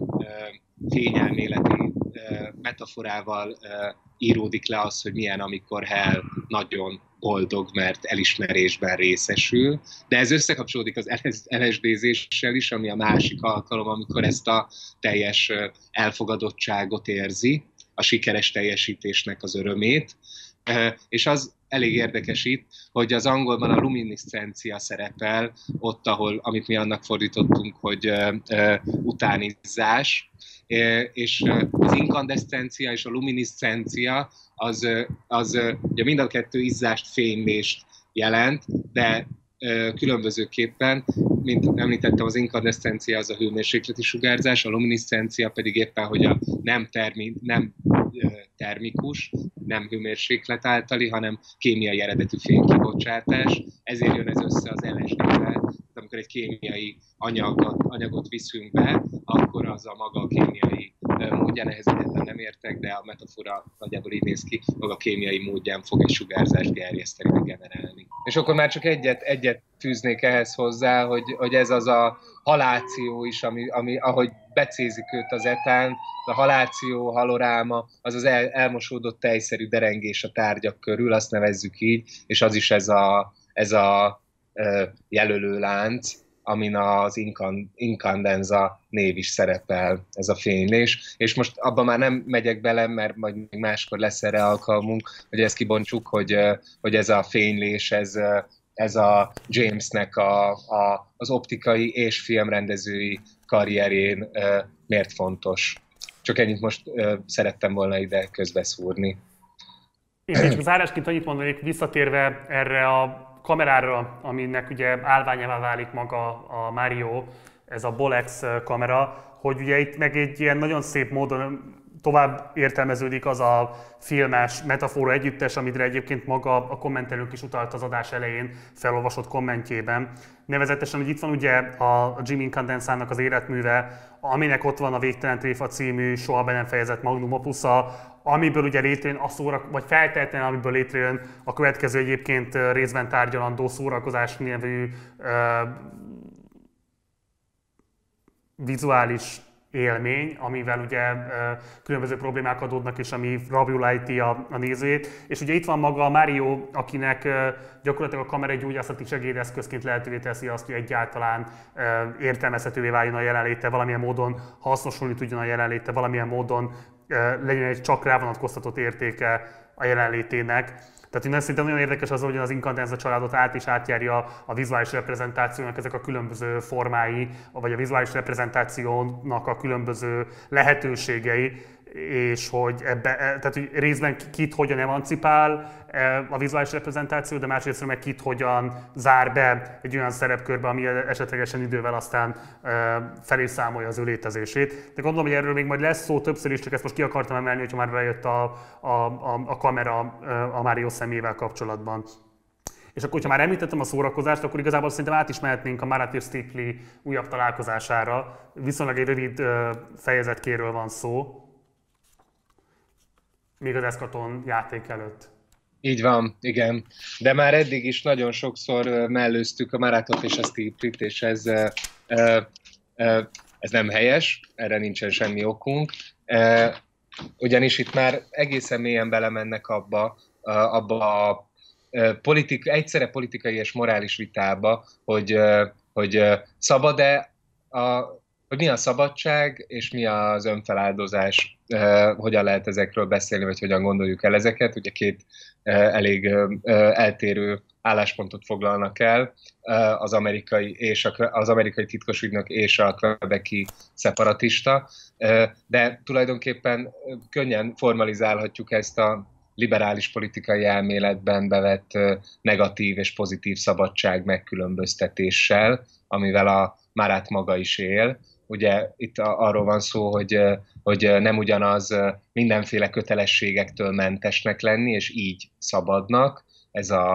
fényelméleti metaforával íródik le az, hogy milyen, amikor Hell nagyon boldog, mert elismerésben részesül. De ez összekapcsolódik az LSD-zéssel is, ami a másik alkalom, amikor ezt a teljes elfogadottságot érzi, a sikeres teljesítésnek az örömét. És az elég érdekes itt, hogy az angolban a luminiscencia szerepel, ott, amit mi annak fordítottunk, hogy utánizzás, és az inkandescencia és a luminiscencia az ugye mind a kettő izzást, fénylést jelent, de különbözőképpen, mint említettem, az inkandescencia az a hőmérsékleti sugárzás, a luminiscencia pedig éppen, hogy a nem termikus, nem hőmérséklet általi, hanem kémiai eredetű fénykibocsátás. Ezért jön ez össze az LSD-vel. Amikor egy kémiai anyagot viszünk be, akkor az a maga a kémiai módján, ehhez egyáltalán nem értek, de a metafora nagyjából így néz ki, maga a kémiai módján fog egy sugárzást gerjeszteni, meg generálni. És akkor már csak egyet fűznék ehhez hozzá, hogy ez az a haláció is, ami ahogy becézik őt az etán, a haláció, haloráma, az az elmosódott tejszerű derengés a tárgyak körül, azt nevezzük így, és az is ez a jelölő lánc, amin az inkandenza név is szerepel, ez a fénylés. És most abban már nem megyek bele, mert majd máskor lesz erre alkalmunk, hogy ezt kibontsuk, hogy ez a fénylés, ez a Jamesnek az optikai és filmrendezői karrierjén miért fontos. Csak ennyit most szerettem volna ide közbeszúrni. Én csak zárásként annyit mondanék, visszatérve erre a kamerára, aminek ugye állványává válik maga a Mario, ez a Bolex kamera, hogy ugye itt meg egy ilyen nagyon szép módon tovább értelmeződik az a filmes metafora együttes, amire egyébként maga a kommentelők is utalt az adás elején felolvasott kommentjében. Nevezetesen, hogy itt van ugye a Jim Incandensának az életműve, aminek ott van a Végtelen tréfa című, soha be nem fejezett magnum opusza, amiből ugye létrejön vagy feltétlenül amiből létrejön a következő egyébként részben tárgyalandó szórakozás nevű vizuális élmény, amivel ugye különböző problémák adódnak, és ami rabjul ejti a nézőjét. És ugye itt van maga a Mario, akinek gyakorlatilag a kamera egy gyógyászati segédeszközként lehetővé teszi azt, hogy egyáltalán értelmezhetővé váljon a jelenléte, valamilyen módon hasznosulni tudjon a jelenléte, valamilyen módon legyen egy csak rávonatkoztatott értéke a jelenlétének. Tehát szerintem nagyon érdekes az, hogy az Incandenza családot át is átjárja a vizuális reprezentációnak ezek a különböző formái, vagy a vizuális reprezentációnak a különböző lehetőségei, és hogy tehát hogy részben kit hogyan emancipál a vizuális reprezentáció, de másrészt meg kit hogyan zár be egy olyan szerepkörbe, ami esetlegesen idővel aztán felé számolja az ő létezését. De gondolom, hogy erről még majd lesz szó többször is, csak ezt most ki akartam emelni, hogyha már bejött a kamera a Mario szemével kapcsolatban. És akkor, hogyha már említettem a szórakozást, akkor igazából szerintem át is mehetnénk a Marathon Stipley újabb találkozására. Viszonylag egy rövid fejezetkéről van szó, még az Eschaton játék előtt. Így van, igen. De már eddig is nagyon sokszor mellőztük a Marathont és a Stipleyt, és ez nem helyes, erre nincsen semmi okunk. Ugyanis itt már egészen mélyen belemennek abba a egyszerre politikai és morális vitába, hogy szabad-e hogy mi a szabadság, és mi az önfeláldozás, hogyan lehet ezekről beszélni, vagy hogyan gondoljuk el ezeket. Ugye két elég eltérő álláspontot foglalnak el, az amerikai titkosügynök és a quebeci szeparatista, de tulajdonképpen könnyen formalizálhatjuk ezt a liberális politikai elméletben bevett negatív és pozitív szabadság megkülönböztetéssel, amivel a Marat maga is él. Ugye itt arról van szó, hogy nem ugyanaz mindenféle kötelességektől mentesnek lenni, és így szabadnak. Ez a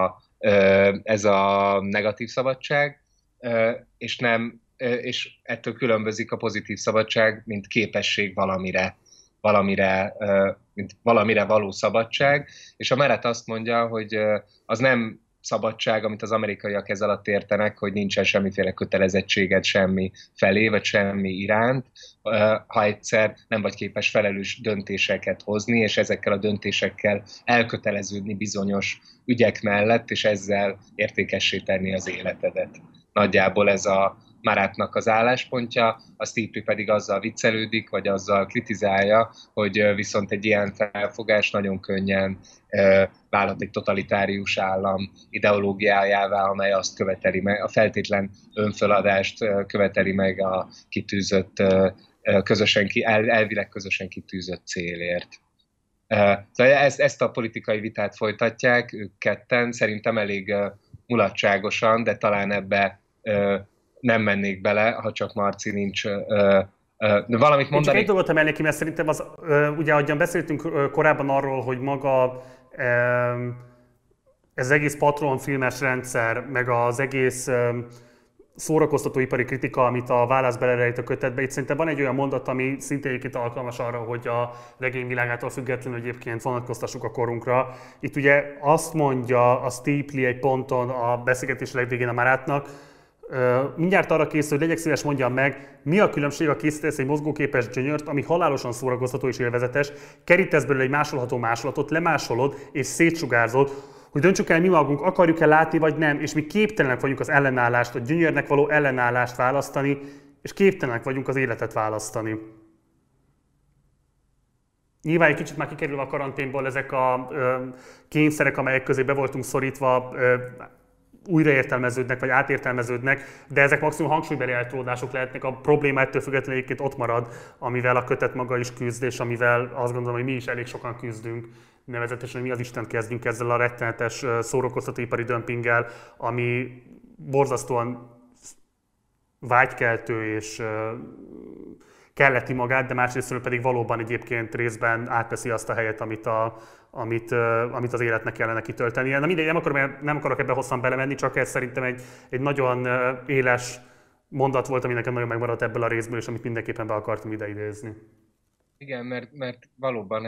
ez a negatív szabadság, és nem, és ettől különbözik a pozitív szabadság, mint képesség valamire, mint valamire való szabadság, és a Marat azt mondja, hogy az nem szabadság, amit az amerikaiak ez alatt értenek, hogy nincsen semmiféle kötelezettséged semmi felé, vagy semmi iránt, ha egyszer nem vagy képes felelős döntéseket hozni, és ezekkel a döntésekkel elköteleződni bizonyos ügyek mellett, és ezzel értékessé tenni az életedet. Nagyjából ez a Maratnak az álláspontja, a Stipley pedig azzal viccelődik, vagy azzal kritizálja, hogy viszont egy ilyen felfogás nagyon könnyen válhat egy totalitárius állam ideológiájává, amely azt követeli meg, a feltétlen önfeladást követeli meg a kitűzött, elvileg közösen kitűzött célért. Szóval ezt a politikai vitát folytatják ők ketten, szerintem elég mulatságosan, de talán ebbe nem mennék bele, ha csak Marci nincs valamit mondani. Csak egy dolgot emelnék ki, mert szerintem ugye ahogyan beszéltünk korábban arról, hogy maga ez az egész patronfilmes rendszer, meg az egész szórakoztatóipari kritika, amit a Válasz belerejt a kötetbe. Itt szerintem van egy olyan mondat, ami szintén egyébként alkalmas arra, hogy a regényvilágától függetlenül egyébként vonatkoztassuk a korunkra. Itt ugye azt mondja a Stipley egy ponton a beszélgetés legvégén a Maratnak, mindjárt arra készül, hogy legyek szíves, mondjam meg, mi a különbség, a készítesz egy mozgóképes gyönyört, ami halálosan szórakoztató és élvezetes, kerítesz belőle egy másolható másolatot, lemásolod és szétsugárzod, hogy döntsük el mi magunk, akarjuk-e látni vagy nem, és mi képtelenek vagyunk az ellenállást, a gyönyörnek való ellenállást választani, és képtelenek vagyunk az életet választani. Nyilván egy kicsit már kikerülve a karanténból ezek a kényszerek, amelyek közé be voltunk szorítva, újraértelmeződnek, vagy átértelmeződnek, de ezek maximum hangsúlybeli eltolódások lehetnek, a probléma ettől függetlenül egyébként ott marad, amivel a kötet maga is küzd, és amivel azt gondolom, hogy mi is elég sokan küzdünk, nevezetesen, hogy mi az Istent kezdjünk ezzel a rettenetes szórakoztatóipari dömpinggel, ami borzasztóan vágykeltő és kelleti magát, de másrésztről pedig valóban egyébként részben átveszi azt a helyet, amit az életnek kellene kitöltenie. Na mindegy, nem akarok ebbe hosszan belemenni, csak ez szerintem egy nagyon éles mondat volt, ami nekem nagyon megmaradt ebből a részből, és amit mindenképpen be akartam ide idézni. Igen, mert valóban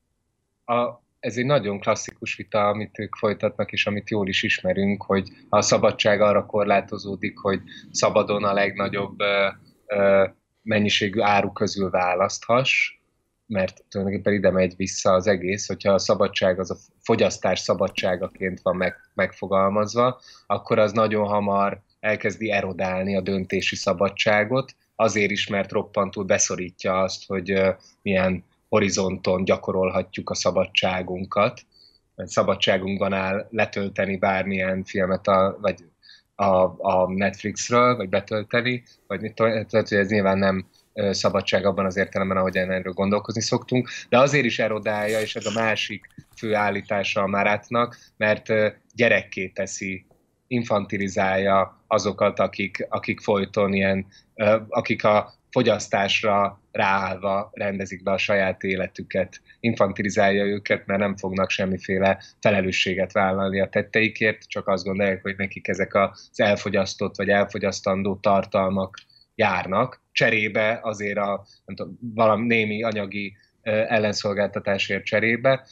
ez egy nagyon klasszikus vita, amit ők folytatnak, és amit jól is ismerünk, hogy a szabadság arra korlátozódik, hogy szabadon a legnagyobb mennyiségű áru közül választhass, mert tulajdonképpen ide megy vissza az egész, hogyha a szabadság az a fogyasztás szabadságaként van megfogalmazva, akkor az nagyon hamar elkezdi erodálni a döntési szabadságot, azért is, mert roppantul beszorítja azt, hogy milyen horizonton gyakorolhatjuk a szabadságunkat. Szabadságunkban áll letölteni bármilyen filmet, vagy a Netflixről, vagy betölteni, vagy tehát, hogy ez nyilván nem szabadság abban az értelemben, ahogy erről gondolkozni szoktunk, de azért is erodálja, és ez a másik fő állítása a Maratnak, mert gyerekké teszi, infantilizálja azokat, akik folyton akik a fogyasztásra ráállva rendezik be a saját életüket. Infantilizálja őket, mert nem fognak semmiféle felelősséget vállalni a tetteikért, csak azt gondolják, hogy nekik ezek az elfogyasztott vagy elfogyasztandó tartalmak járnak. Cserébe azért valami némi anyagi ellenszolgáltatásért cserébe,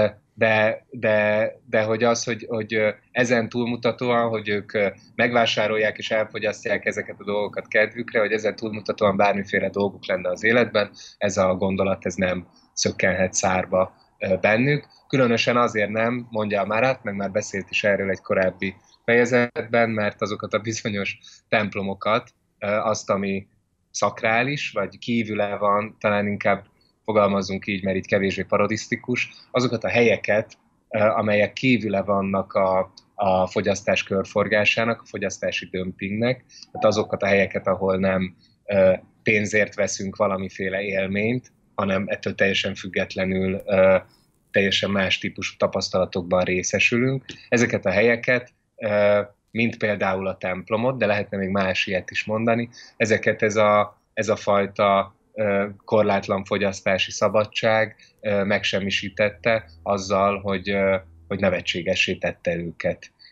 de hogy az, hogy ezen túlmutatóan, hogy ők megvásárolják és elfogyasztják ezeket a dolgokat kedvükre, hogy ezen túlmutatóan bármiféle dolguk lenne az életben, ez a gondolat ez nem szökkenhet szárba bennük. Különösen azért nem, mondja a Marat, meg már beszélt is erről egy korábbi fejezetben, mert azokat a bizonyos templomokat, azt, ami szakrális, vagy kívüle van, talán inkább fogalmazzunk így, mert így kevésbé parodisztikus, azokat a helyeket, amelyek kívüle vannak a fogyasztás körforgásának, a fogyasztási dömpingnek, tehát azokat a helyeket, ahol nem pénzért veszünk valamiféle élményt, hanem ettől teljesen függetlenül teljesen más típusú tapasztalatokban részesülünk. Ezeket a helyeket, mint például a templomot, de lehetne még más ilyet is mondani, ezeket ez a fajta korlátlan fogyasztási szabadság megsemmisítette azzal, hogy nevetségessé tette őket.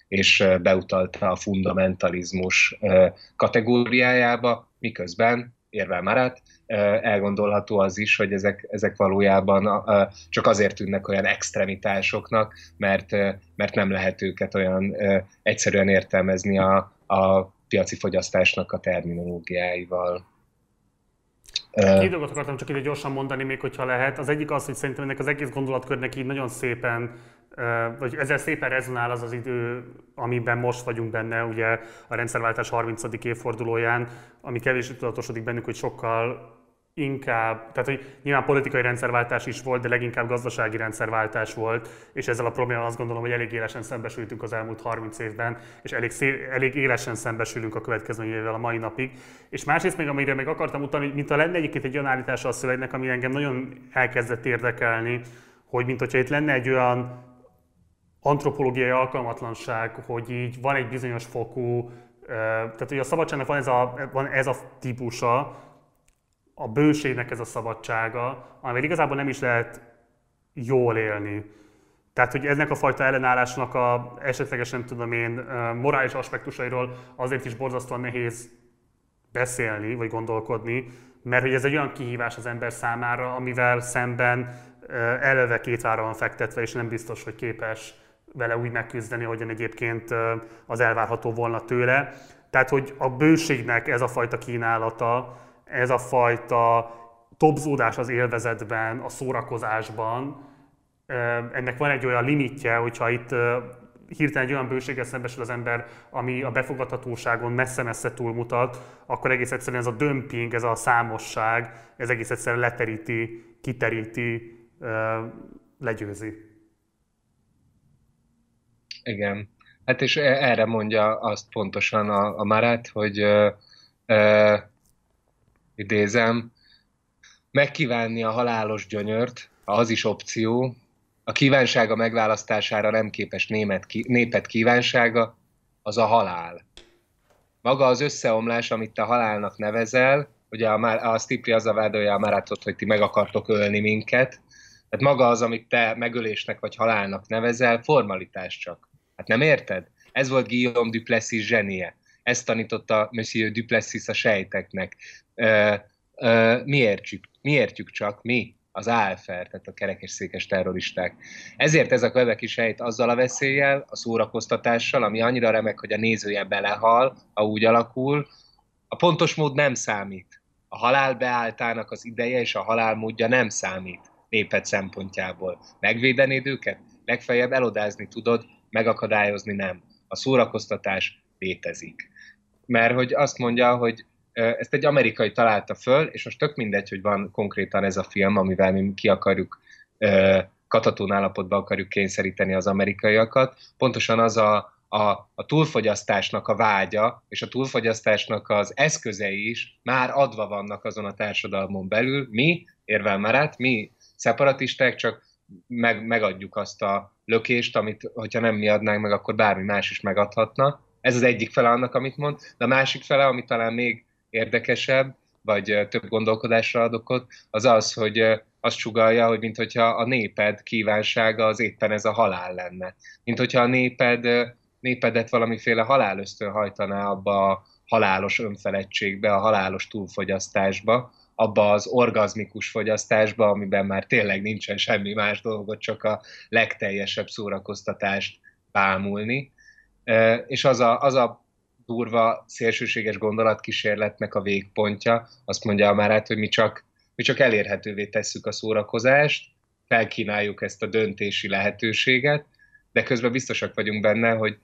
és beutalta a fundamentalizmus kategóriájába, miközben, érvel Marat, elgondolható az is, hogy ezek valójában csak azért tűnnek olyan extremitásoknak, mert nem lehet őket olyan egyszerűen értelmezni a piaci fogyasztásnak a terminológiáival. Két dolgot akartam csak ide gyorsan mondani, még hogyha lehet. Az egyik az, hogy szerintem ennek az egész gondolatkörnek így nagyon szépen, vagy ezzel szépen rezonál az az idő, amiben most vagyunk benne, ugye a rendszerváltás 30. évfordulóján, ami kevésbé tudatosodik bennük, hogy sokkal inkább, tehát hogy nyilván politikai rendszerváltás is volt, de leginkább gazdasági rendszerváltás volt, és ezzel a problémával azt gondolom, hogy elég élesen szembesültünk az elmúlt 30 évben, és elég élesen szembesülünk a következő évvel a mai napig. És másrészt még, amire még akartam utalni, mint a lenne egyébként egy olyan állítása a szövegnek, ami engem nagyon elkezdett érdekelni, hogy mint hogyha itt lenne egy olyan antropológiai alkalmatlanság, hogy így van egy bizonyos fokú, tehát hogy a szabadságnak van ez a típusa, a bőségnek ez a szabadsága, amivel igazából nem is lehet jól élni. Tehát, hogy ennek a fajta ellenállásnak esetlegesen tudom én morális aspektusairól azért is borzasztóan nehéz beszélni, vagy gondolkodni, mert hogy ez egy olyan kihívás az ember számára, amivel szemben eleve két vára van fektetve, és nem biztos, hogy képes vele úgy megküzdeni, ahogyan egyébként az elvárható volna tőle. Tehát, hogy a bőségnek ez a fajta kínálata, ez a fajta tobzódás az élvezetben, a szórakozásban, ennek van egy olyan limitje, hogyha itt hirtelen egy olyan bőséggel szembesül az ember, ami a befogadhatóságon messze-messze túlmutat, akkor egész egyszerűen ez a dömping, ez a számosság, ez egész egyszerűen leteríti, kiteríti, legyőzi. Igen. Hát és erre mondja azt pontosan a Marat, hogy idézem, megkívánni a halálos gyönyört, ha az is opció, a kívánsága megválasztására nem képes népet kívánsága, az a halál. Maga az összeomlás, amit te halálnak nevezel, ugye a Stipri az a vádolja a Maratot, hogy ti meg akartok ölni minket, tehát maga az, amit te megölésnek vagy halálnak nevezel, formalitás csak. Hát nem érted? Ez volt Guillaume Duplessis zsenie. Ezt tanította Monsieur Duplessis a sejteknek. Mi értjük csak, mi, az AFR, tehát a kerekesszékes terroristák. Ezért ez a kvebeki sejt azzal a veszéllyel, a szórakoztatással, ami annyira remek, hogy a nézője belehal, ha úgy alakul, a pontos mód nem számít. A halál beálltának az ideje és a halálmódja nem számít néped szempontjából. Megvédenéd őket? Legfeljebb elodázni tudod, megakadályozni nem. A szórakoztatás létezik. Mert hogy azt mondja, hogy ezt egy amerikai találta föl, és most tök mindegy, hogy van konkrétan ez a film, amivel mi ki akarjuk, katatón állapotba akarjuk kényszeríteni az amerikaiakat. Pontosan az a túlfogyasztásnak a vágya, és a túlfogyasztásnak az eszközei is már adva vannak azon a társadalmon belül. Mi, érvel Marat, mi szeparatisták, csak megadjuk azt a lökést, amit, hogyha nem mi adnánk meg, akkor bármi más is megadhatna. Ez az egyik fele annak, amit mond. De a másik fele, ami talán még érdekesebb, vagy több gondolkodásra ad okot, az az, hogy azt sugallja, hogy minthogyha a néped kívánsága az éppen ez a halál lenne. Minthogyha a népedet valamiféle halálösztön hajtaná abba a halálos önfeledtségbe, a halálos túlfogyasztásba, abba az orgazmikus fogyasztásba, amiben már tényleg nincsen semmi más dolgot, csak a legteljesebb szórakoztatást bámulni. És az a durva, szélsőséges gondolatkísérletnek a végpontja, azt mondja már át, hogy mi csak elérhetővé tesszük a szórakozást, felkínáljuk ezt a döntési lehetőséget, de közben biztosak vagyunk benne, hogy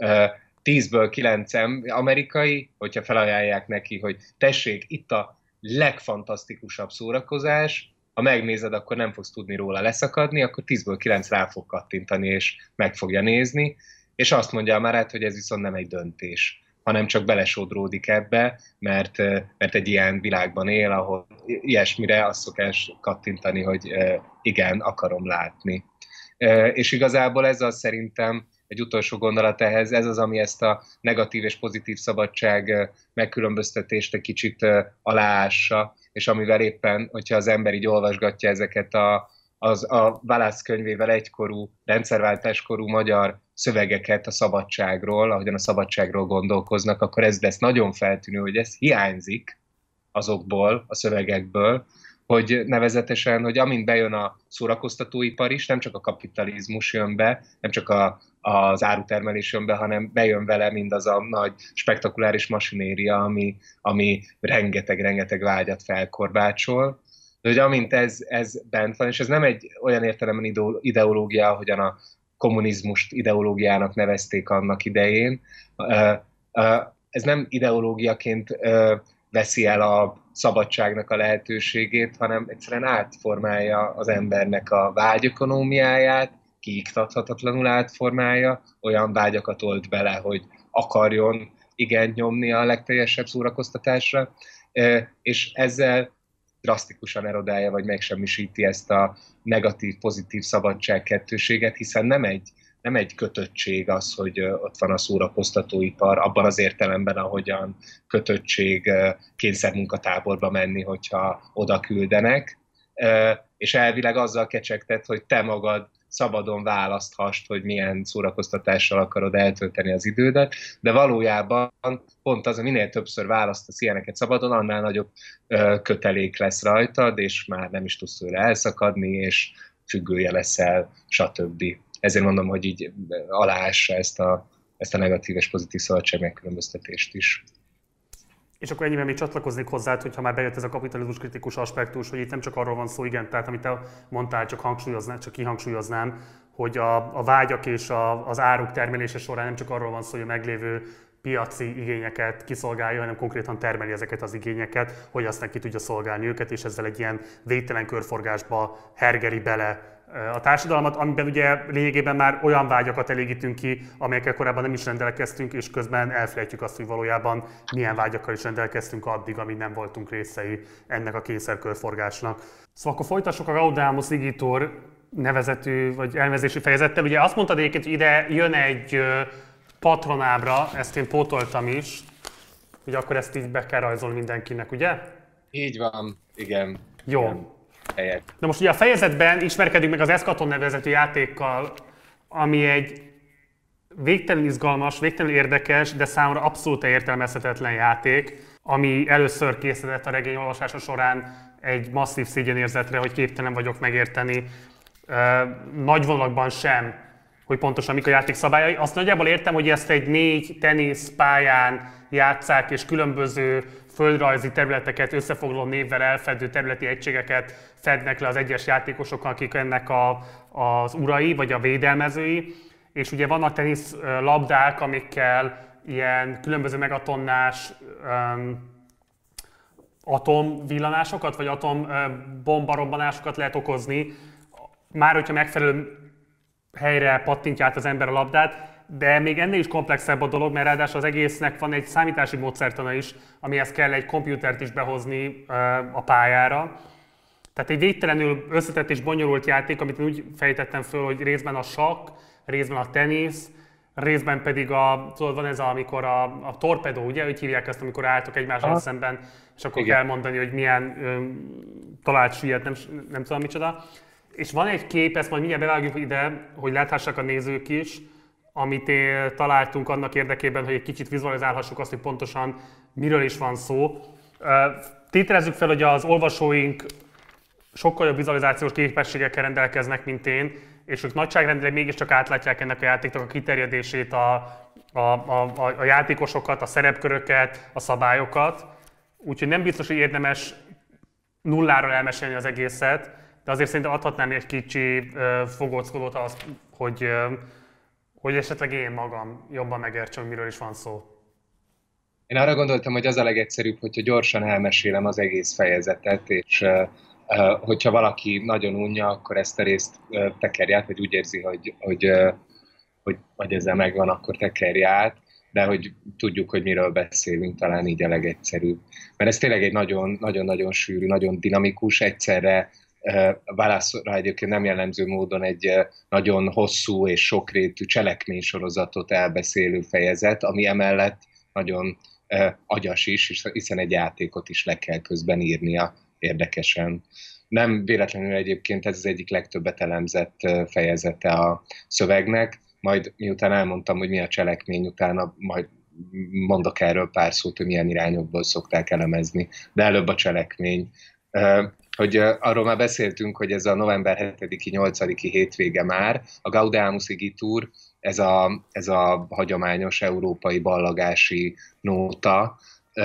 10-ből 9 amerikai, hogyha felajánlják neki, hogy tessék, itt a legfantasztikusabb szórakozás, ha megnézed, akkor nem fogsz tudni róla leszakadni, akkor 10-ből 9 rá fog kattintani, és meg fogja nézni, és azt mondja már át, hogy ez viszont nem egy döntés, hanem csak belesodródik ebbe, mert egy ilyen világban él, ahol ilyesmire azt szokás kattintani, hogy igen, akarom látni. És igazából ez az szerintem egy utolsó gondolat ehhez, ez az, ami ezt a negatív és pozitív szabadság megkülönböztetést egy kicsit aláássa, és amivel éppen, hogyha az ember így olvasgatja ezeket a Wallace könyvével egykorú, rendszerváltáskorú magyar szövegeket a szabadságról, ahogyan a szabadságról gondolkoznak, akkor ez lesz nagyon feltűnő, hogy ez hiányzik azokból, a szövegekből, hogy nevezetesen, hogy amint bejön a szórakoztatóipar is, nem csak a kapitalizmus jön be, nem csak az árutermelés jön be, hanem bejön vele mindaz a nagy spektakuláris masinéria, ami rengeteg vágyat felkorbácsol. De hogy amint ez bent van, és ez nem egy olyan értelemben ideológia, ahogyan a kommunizmust ideológiának nevezték annak idején, ez nem ideológiaként veszi el a szabadságnak a lehetőségét, hanem egyszerűen átformálja az embernek a vágyökonómiáját, kiiktathatatlanul átformálja, olyan vágyakat old bele, hogy akarjon igent nyomni a legteljesebb szórakoztatásra, és ezzel drasztikusan erodálja, vagy megsemmisíti ezt a negatív-pozitív szabadság kettőséget, hiszen nem egy kötöttség az, hogy ott van a szórakoztatóipar, abban az értelemben, ahogyan kötöttség kényszermunkatáborba menni, hogyha oda küldenek, és elvileg azzal kecsegtet, hogy te magad szabadon választhast, hogy milyen szórakoztatással akarod eltölteni az idődet, de valójában pont az, hogy minél többször választasz ilyeneket szabadon, annál nagyobb kötelék lesz rajtad, és már nem is tudsz tőle elszakadni, és függője leszel, stb. Ezért mondom, hogy így aláássa ezt a negatív és pozitív szabadság megkülönböztetést is. És akkor ennyiben még csatlakoznék hozzá, hogyha már bejött ez a kapitalizmus kritikus aspektus, hogy itt nem csak arról van szó, igen, tehát amit te mondtál, csak kihangsúlyoznám, hogy a vágyak és az áruk termelése során nem csak arról van szó, hogy a meglévő piaci igényeket kiszolgálja, hanem konkrétan termeli ezeket az igényeket, hogy aztán ki tudja szolgálni őket, és ezzel egy ilyen végtelen körforgásba hergeli bele a társadalmat, amiben ugye lényegében már olyan vágyakat elégítünk ki, amelyekkel korábban nem is rendelkeztünk, és közben elfelejtjük azt, hogy valójában milyen vágyakkal is rendelkeztünk addig, amíg nem voltunk részei ennek a kényszerkörforgásnak. Szóval akkor folytassuk a Gaudeamus Igitur nevezetű, vagy elnevezési fejezettel. Ugye azt mondtad egyébként, hogy ide jön egy patronábra, ezt én pótoltam is, hogy akkor ezt így be kell rajzolni mindenkinek, ugye? Így van, igen. Jó. Igen. Helyek. Na most ugye a fejezetben ismerkedünk meg az Eschaton nevezetű játékkal, ami egy végtelenül izgalmas, végtelenül érdekes, de számomra abszolút értelmezhetetlen játék, ami először készített a regény olvasása során egy masszív szégyenérzetre, hogy képtelen vagyok megérteni nagy vonalakban sem, hogy pontosan mik a játék szabályai. Azt nagyjából értem, hogy ezt egy 4 teniszpályán játsszák, és különböző földrajzi területeket összefoglaló névvel elfedő területi egységeket fednek le az egyes játékosok, akik ennek az urai, vagy a védelmezői. És ugye vannak teniszlabdák, amikkel ilyen különböző megatonnás atomvillanásokat, vagy atombombarobbanásokat lehet okozni, már hogyha megfelelő helyre pattintja át az ember a labdát, de még ennél is komplexebb a dolog, mert ráadásul az egésznek van egy számítási módszertana is, amihez kell egy komputert is behozni a pályára. Tehát egy végtelenül összetett és bonyolult játék, amit én úgy fejtettem föl, hogy részben a sakk, részben a tenisz, részben pedig tudod, van ez, amikor a torpedó, ugye, úgy hívják ezt, amikor álltok egymással szemben, és akkor kell mondani, hogy milyen talált süllyed, nem tudom micsoda. És van egy kép, ezt majd mindjárt bevágjuk ide, hogy láthassák a nézők is, amit találtunk annak érdekében, hogy egy kicsit vizualizálhassuk azt, hogy pontosan miről is van szó. Tételezzük fel, hogy az olvasóink sokkal jobb vizualizációs képességekkel rendelkeznek, mint én, és ők nagyságrendileg mégiscsak átlátják ennek a játéknak a kiterjedését, a játékosokat, a szerepköröket, a szabályokat. Úgyhogy nem biztos, hogy érdemes nulláról elmesélni az egészet, de azért szerintem adhatnám egy kicsi fogóckodót azt, hogy esetleg én magam jobban megértsem, miről is van szó. Én arra gondoltam, hogy az a legegyszerűbb, hogyha gyorsan elmesélem az egész fejezetet, és hogyha valaki nagyon unja, akkor ezt a részt tekerje át, vagy úgy érzi, hogy ezzel megvan, akkor tekerje át, de hogy tudjuk, hogy miről beszélünk, talán így a legegyszerűbb. Mert ez tényleg egy nagyon-nagyon sűrű, nagyon dinamikus, egyszerre válaszra egyébként nem jellemző módon egy nagyon hosszú és sokrétű cselekménysorozatot elbeszélő fejezet, ami emellett nagyon agyas is, hiszen egy játékot is le kell közben írnia érdekesen. Nem véletlenül egyébként ez az egyik legtöbbet elemzett fejezete a szövegnek, majd miután elmondtam, hogy mi a cselekmény, utána majd mondok erről pár szót, hogy milyen irányokból szokták elemezni, de előbb a cselekmény. Hogy arról már beszéltünk, hogy ez a november 7-i, 8-i hétvége már, a Gaudeamus Igitur, ez a hagyományos európai ballagási nóta,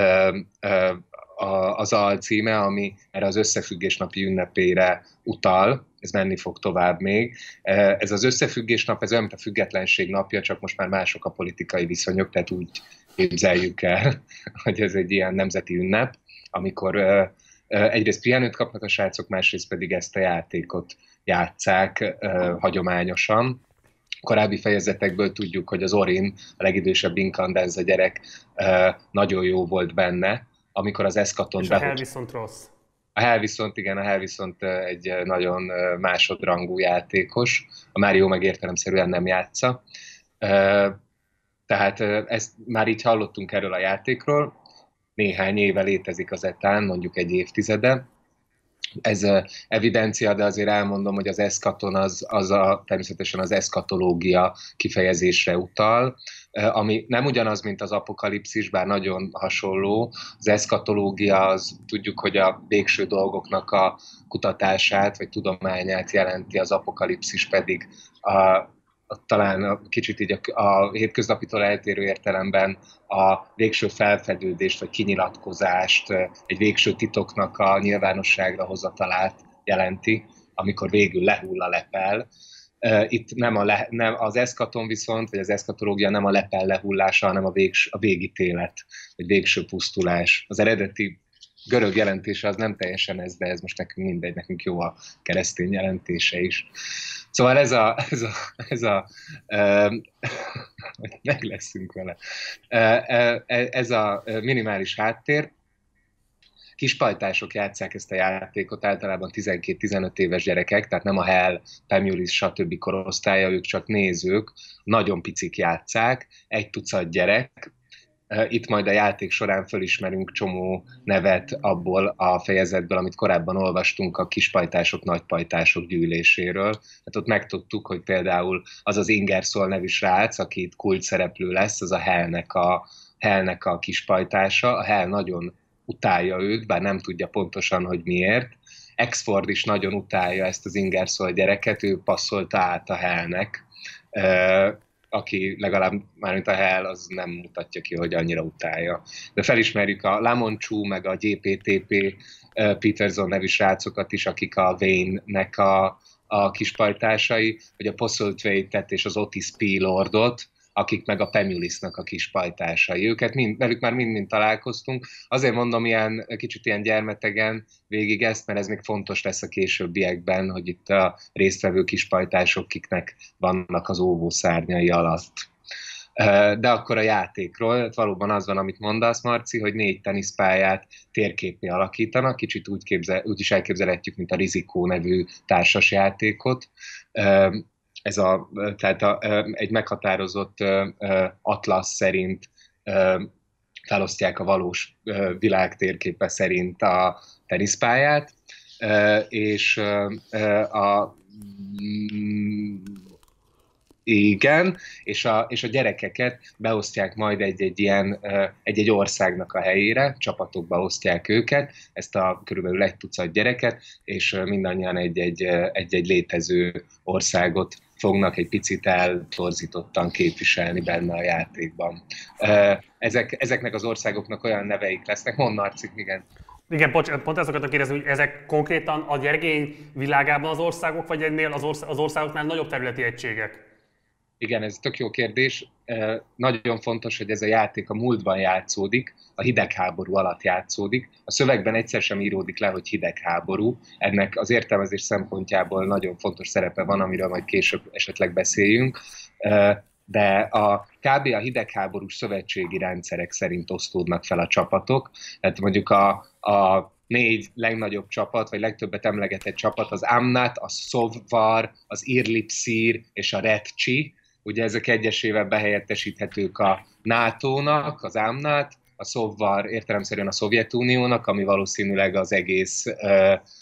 az alcíme, ami erre az összefüggésnapi ünnepére utal, ez menni fog tovább még. Ez az összefüggésnap, ez olyan, mint a függetlenség napja, csak most már mások a politikai viszonyok, tehát úgy képzeljük el, hogy ez egy ilyen nemzeti ünnep, amikor egyrészt pihenőt kapnak a srácok, másrészt pedig ezt a játékot játsszák hagyományosan. Korábbi fejezetekből tudjuk, hogy az Orin, a legidősebb inkandenza gyerek nagyon jó volt benne, amikor az eszkaton... És a Hell viszont rossz. A Hell viszont, igen, a Hell viszont egy nagyon másodrangú játékos, a Mario meg értelemszerűen nem játsza. Tehát ezt már így hallottunk erről a játékról, néhány éve létezik az etán, mondjuk egy évtizede. Ez evidencia, de azért elmondom, hogy az eszkaton természetesen az eszkatológia kifejezésre utal, ami nem ugyanaz, mint az apokalipszis, bár nagyon hasonló. Az eszkatológia, az tudjuk, hogy a végső dolgoknak a kutatását, vagy tudományát jelenti, az apokalipszis pedig talán kicsit így a hétköznapitól eltérő értelemben a végső felfedődést, vagy kinyilatkozást, egy végső titoknak a nyilvánosságra hozatalát jelenti, amikor végül lehull a lepel. Itt nem az eszkaton viszont, vagy az eszkatológia nem a lepel lehullása, hanem a végítélet, vagy végső pusztulás. Az eredeti görög jelentése az nem teljesen ez, de ez most nekünk mindegy, nekünk jó a keresztény jelentése is. Szóval meg leszünk vele. Ez a minimális háttér. Kispajtások játsszák ezt a játékot, általában 12-15 éves gyerekek, tehát nem a Hell, Pemulis, stb. Korosztálya, ők csak nézők, nagyon picik játsszák, egy tucat gyerek. Itt majd a játék során fölismerünk csomó nevet abból a fejezetből, amit korábban olvastunk a kispajtások, nagypajtások gyűléséről. Hát ott megtudtuk, hogy például az az Ingersoll nevű srác, aki itt kult szereplő lesz, az a Hellnek a kispajtása. A Hell nagyon utálja őt, bár nem tudja pontosan, hogy miért. Exford is nagyon utálja ezt az Ingersoll gyereket, ő passzolta át a Hellnek. Aki legalább már mint a Hell, az nem mutatja ki, hogy annyira utálja. De felismerjük a Lamoncsú, meg a GPTP Peterson nevű srácokat is, akik a Wayne-nek a kispajtásai, vagy a Postlethwaite-et és az Otis P. Lordot, akik meg a Pemulisnak a kispajtásai. Velük már mind találkoztunk. Azért mondom kicsit ilyen gyermetegen végig ezt, mert ez még fontos lesz a későbbiekben, hogy itt a résztvevő kispajtások, kiknek vannak az óvószárnyai alatt. De akkor a játékról, valóban az van, amit mondasz, Marci, hogy 4 teniszpályát térképé alakítanak, kicsit úgy is elképzelhetjük, mint a Rizikó nevű társasjátékot. Egy meghatározott atlasz szerint felosztják a valós világ térképe szerint a teniszpályát, és igen, és a gyerekeket beosztják majd egy országnak a helyére, csapatokba osztják őket, ezt a körülbelül 1 tucat gyereket, és mindannyian egy létező országot fognak egy picit eltorzítottan képviselni benne a játékban. Ezeknek az országoknak olyan neveik lesznek. Mondd, Marcik, igen. Igen, pont ezt akartam kérdezni, hogy ezek konkrétan a gyergény világában az országok, vagy ennél az országoknál nagyobb területi egységek? Igen, ez tök jó kérdés. Nagyon fontos, hogy ez a játék a múltban játszódik, a hidegháború alatt játszódik. A szövegben egyszer sem íródik le, hogy hidegháború. Ennek az értelmezés szempontjából nagyon fontos szerepe van, amiről majd később esetleg beszéljünk. De kb. A hidegháborús szövetségi rendszerek szerint osztódnak fel a csapatok. Tehát mondjuk a 4 legnagyobb csapat, vagy legtöbbet emlegetett csapat, az Amnat, a Szovvar, az Irlipszír és a Retcsi. Ugye ezek egyesével behelyettesíthetők a NATO-nak, az Amnat, a Szovvar értelemszerűen a Szovjetuniónak, ami valószínűleg az egész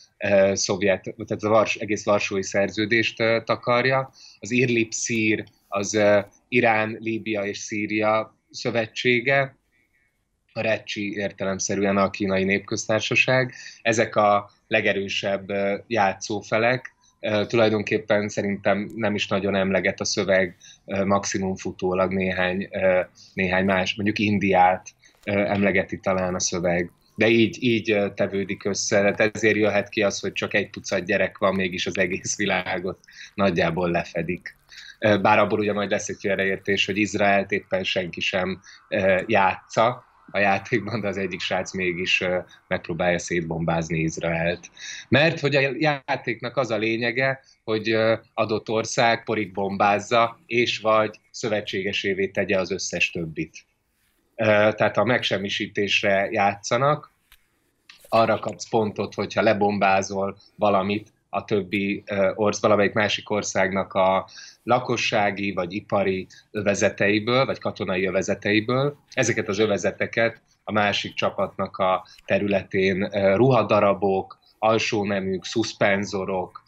szovjet, tehát az egész Varsói Szerződést takarja. Az Irlipszír az Irán, Líbia és Szíria szövetsége, a RECSI értelemszerűen a Kínai Népköztársaság. Ezek a legerősebb játszófelek. Tulajdonképpen szerintem nem is nagyon emleget a szöveg, maximum futólag néhány más, mondjuk Indiát emlegeti talán a szöveg. De így tevődik össze, tehát ezért jöhet ki az, hogy csak egy tucat gyerek van, mégis az egész világot nagyjából lefedik. Bár abból ugye majd lesz egy félreértés, hogy Izraelt éppen senki sem játsza a játékban, de az egyik srác mégis megpróbálja szétbombázni Izraelt. Mert hogy a játéknak az a lényege, hogy adott ország porig bombázza, és vagy szövetségesévé tegye az összes többit. Tehát a megsemmisítésre játszanak, arra kapsz pontot, hogyha lebombázol valamit a többi valamelyik másik országnak a lakossági vagy ipari övezeteiből, vagy katonai övezeteiből. Ezeket az övezeteket a másik csapatnak a területén ruhadarabok, alsóneműk, szuszpenzorok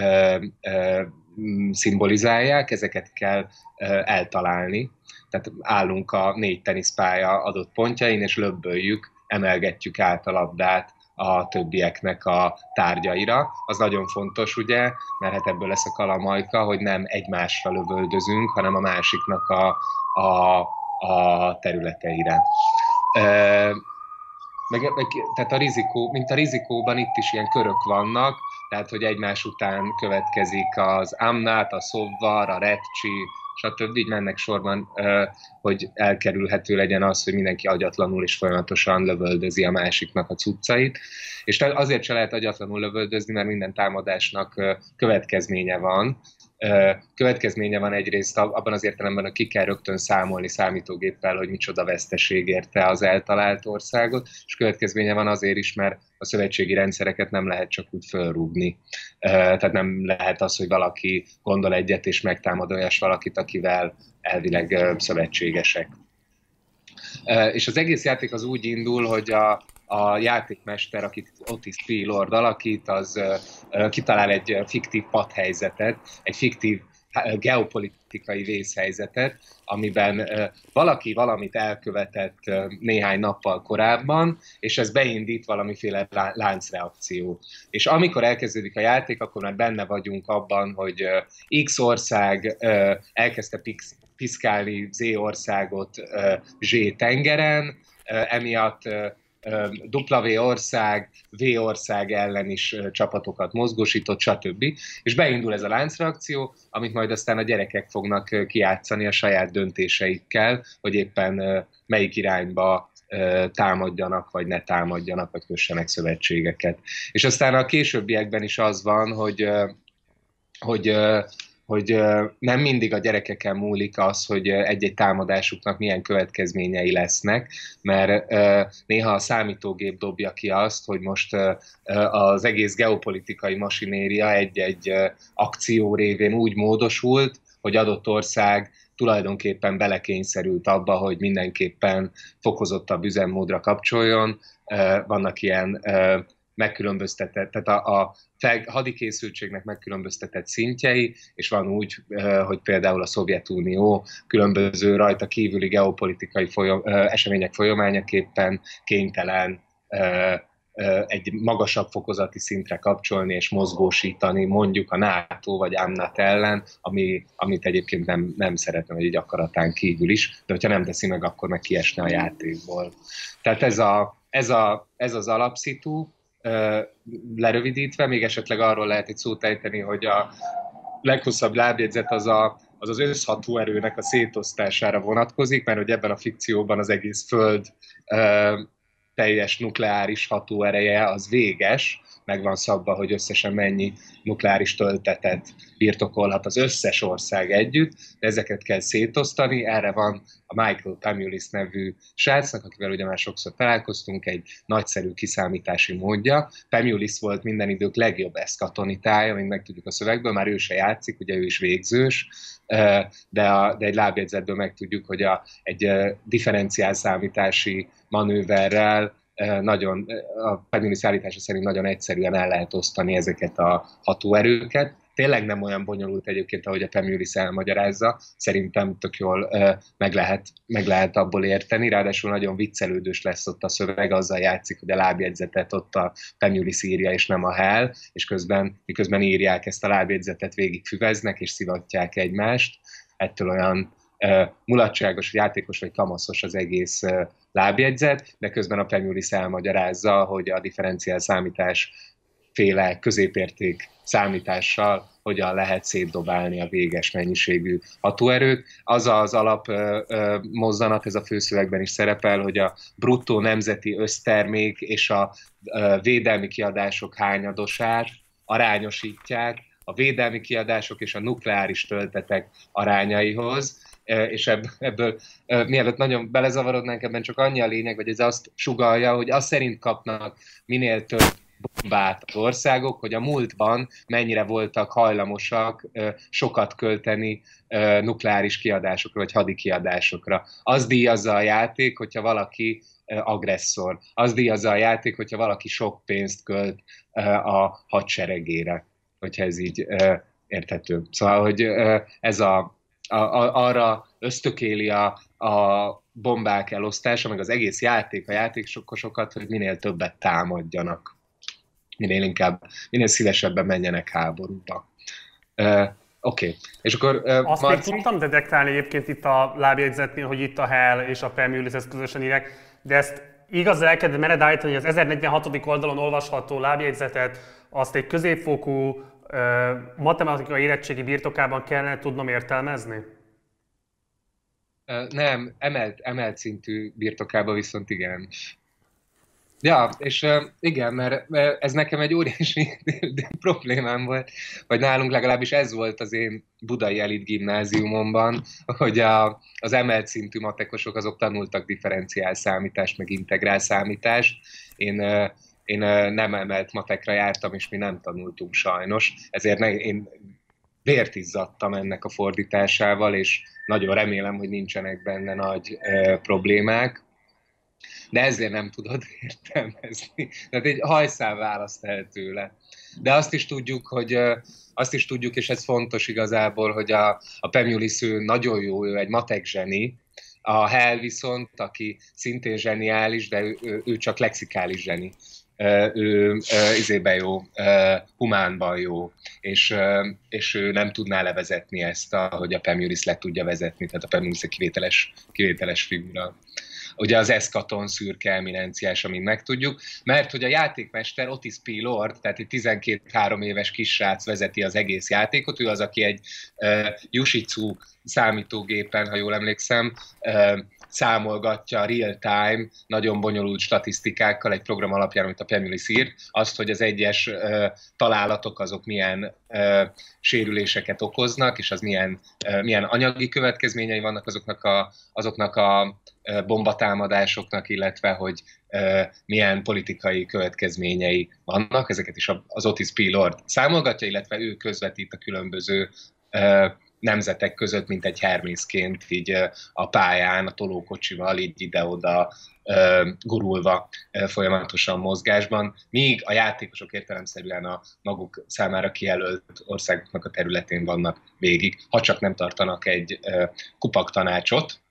szimbolizálják, ezeket kell eltalálni. Tehát állunk a 4 teniszpálya adott pontjain, és löbböljük, emelgetjük át a labdát a többieknek a tárgyaira. Az nagyon fontos, ugye, mert hát ebből lesz a kalamajka, hogy nem egymásra lövöldözünk, hanem a másiknak a területeire. Tehát mint a rizikóban itt is ilyen körök vannak, tehát hogy egymás után következik az Amnát, a Szovvar, a Retcsi, stb. Így mennek sorban, hogy elkerülhető legyen az, hogy mindenki agyatlanul és folyamatosan lövöldözi a másiknak a cuccait. És azért se lehet agyatlanul lövöldözni, mert minden támadásnak következménye van. Következménye van egyrészt abban az értelemben, hogy ki kell rögtön számolni számítógéppel, hogy micsoda veszteség érte az eltalált országot, és következménye van azért is, mert a szövetségi rendszereket nem lehet csak úgy fölrúgni. Tehát nem lehet az, hogy valaki gondol egyet és megtámad olyas valakit, akivel elvileg szövetségesek. És az egész játék az úgy indul, hogy a játékmester, akit Otis P. Lord alakít, az kitalál egy fiktív padhelyzetet, egy fiktív geopolitikai vészhelyzetet, amiben valaki valamit elkövetett néhány nappal korábban, és ez beindít valamiféle láncreakciót. És amikor elkezdődik a játék, akkor már benne vagyunk abban, hogy X ország elkezdte piszkálni Z országot Z tengeren, emiatt W ország, V ország ellen is csapatokat mozgósított, stb. És beindul ez a láncreakció, amit majd aztán a gyerekek fognak kijátszani a saját döntéseikkel, hogy éppen melyik irányba támadjanak, vagy ne támadjanak, vagy kössenek szövetségeket. És aztán a későbbiekben is az van, hogy nem mindig a gyerekeken múlik az, hogy egy-egy támadásuknak milyen következményei lesznek, mert néha a számítógép dobja ki azt, hogy most az egész geopolitikai masinéria egy-egy akció révén úgy módosult, hogy adott ország tulajdonképpen belekényszerült abba, hogy mindenképpen fokozottabb üzemmódra kapcsoljon. Vannak ilyen megkülönböztetett, tehát a hadikészültségnek megkülönböztetett szintjei, és van úgy, hogy például a Szovjetunió különböző rajta kívüli geopolitikai események folyamányaképpen kénytelen egy magasabb fokozati szintre kapcsolni és mozgósítani mondjuk a NATO vagy AMNAT ellen, amit egyébként nem szeretne, hogy egy akaratán kívül is, de hogyha nem teszi meg, akkor meg kiesne a játékból. Tehát ez az alapszitu, lerövidítve, még esetleg arról lehet egy szót ejteni, hogy a leghosszabb lábjegyzet az összható erőnek a szétosztására vonatkozik, mert hogy ebben a fikcióban az egész Föld teljes nukleáris hatóereje az véges, meg van szabva, hogy összesen mennyi nukleáris töltetet birtokolhat az összes ország együtt, de ezeket kell szétosztani. Erre van a Michael Pamulis nevű srácnak, akivel ugye már sokszor találkoztunk, egy nagyszerű kiszámítási módja. Pamulis volt minden idők legjobb eszkatonitája, mint megtudjuk a szövegből, már ő se játszik, ugye ő is végzős, de egy lábjegyzetből megtudjuk, hogy egy differenciál számítási manőverrel a Pamulis állítása szerint nagyon egyszerűen el lehet osztani ezeket a hatóerőket. tényleg nem olyan bonyolult egyébként, ahogy a Pemulis elmagyarázza. Szerintem tök jól meg lehet abból érteni, ráadásul nagyon viccelődős lesz ott a szöveg, azzal játszik, hogy a lábjegyzetet ott a Pemulis írja, és nem a Hal, és miközben írják ezt a lábjegyzetet, végigfüveznek, és szivatják egymást. Ettől olyan mulatságos, játékos vagy kamaszos az egész lábjegyzet, de közben a Pemulis elmagyarázza, hogy a differenciál számítás féle középérték számítással hogyan lehet szétdobálni a véges mennyiségű hatóerőt. Az az alap mozzanat, ez a főszövegben is szerepel, hogy a bruttó nemzeti össztermék és a védelmi kiadások hányadosát arányosítják a védelmi kiadások és a nukleáris töltetek arányaihoz, és ebből mielőtt nagyon belezavarodnánk, ebben csak annyi a lényeg, hogy ez azt sugallja, hogy azt szerint kapnak minél több bombát az országok, hogy a múltban mennyire voltak hajlamosak sokat költeni nukleáris kiadásokra, vagy hadi kiadásokra. Az díjazza a játék, hogyha valaki agresszor. Az díjazza a játék, hogyha valaki sok pénzt költ a hadseregére, hogyha ez így érthető. Szóval, hogy ez arra ösztökéli a bombák elosztása, meg az egész játék, a játékosokat, hogy minél többet támadjanak. Minél szívesebben menjenek háborúba. Oké. És akkor... Azt még tudtam detektálni egyébként itt a lábjegyzetnél, hogy itt a Hal és a Pemulis ezt közösen írják, de ezt igaz elkezdve mered állítani, hogy az 1046. oldalon olvasható lábjegyzetet azt egy középfokú matematikai érettségi birtokában kellene tudnom értelmezni? Nem, emelt szintű birtokában viszont igen. Ja, és igen, mert ez nekem egy óriási problémám volt, vagy nálunk legalábbis ez volt az én budai elit gimnáziumomban, hogy az emelt szintű matekosok azok tanultak differenciál számítást, meg integrál számítást. Én nem emelt matekra jártam, és mi nem tanultunk sajnos, ezért én vért izzadtam ennek a fordításával, és nagyon remélem, hogy nincsenek benne nagy problémák. De ezért nem tudod értelmezni. Tehát egy hajszál választ el tőle. De azt is tudjuk, és ez fontos igazából, hogy a Pemulis ő nagyon jó, ő egy matek zseni, a Hal viszont, aki szintén zseniális, de ő csak lexikális zseni. Ő izében jó, humánban jó, és ő nem tudná levezetni ezt, ahogy a Pemulis le tudja vezetni, tehát a Pemulis egy kivételes figura. Ugye az eszkaton szürke eminenciás, amint megtudjuk, mert hogy a játékmester Otis P. Lord, tehát egy 12-3 éves kisrác vezeti az egész játékot, ő az, aki egy Yushicu számítógépen, ha jól emlékszem, számolgatja real-time, nagyon bonyolult statisztikákkal egy program alapján, amit a Pemulis írt, azt, hogy az egyes találatok azok milyen sérüléseket okoznak, és az milyen anyagi következményei vannak azoknak a bombatámadásoknak, illetve hogy milyen politikai következményei vannak. Ezeket is az Otis P. Lord számolgatja, illetve ő közvetít a különböző nemzetek között, mint egy Hermészként így a pályán, a tolókocsival, így ide-oda gurulva folyamatosan mozgásban, míg a játékosok értelemszerűen a maguk számára kijelölt országoknak a területén vannak végig, ha csak nem tartanak egy kupaktanácsot,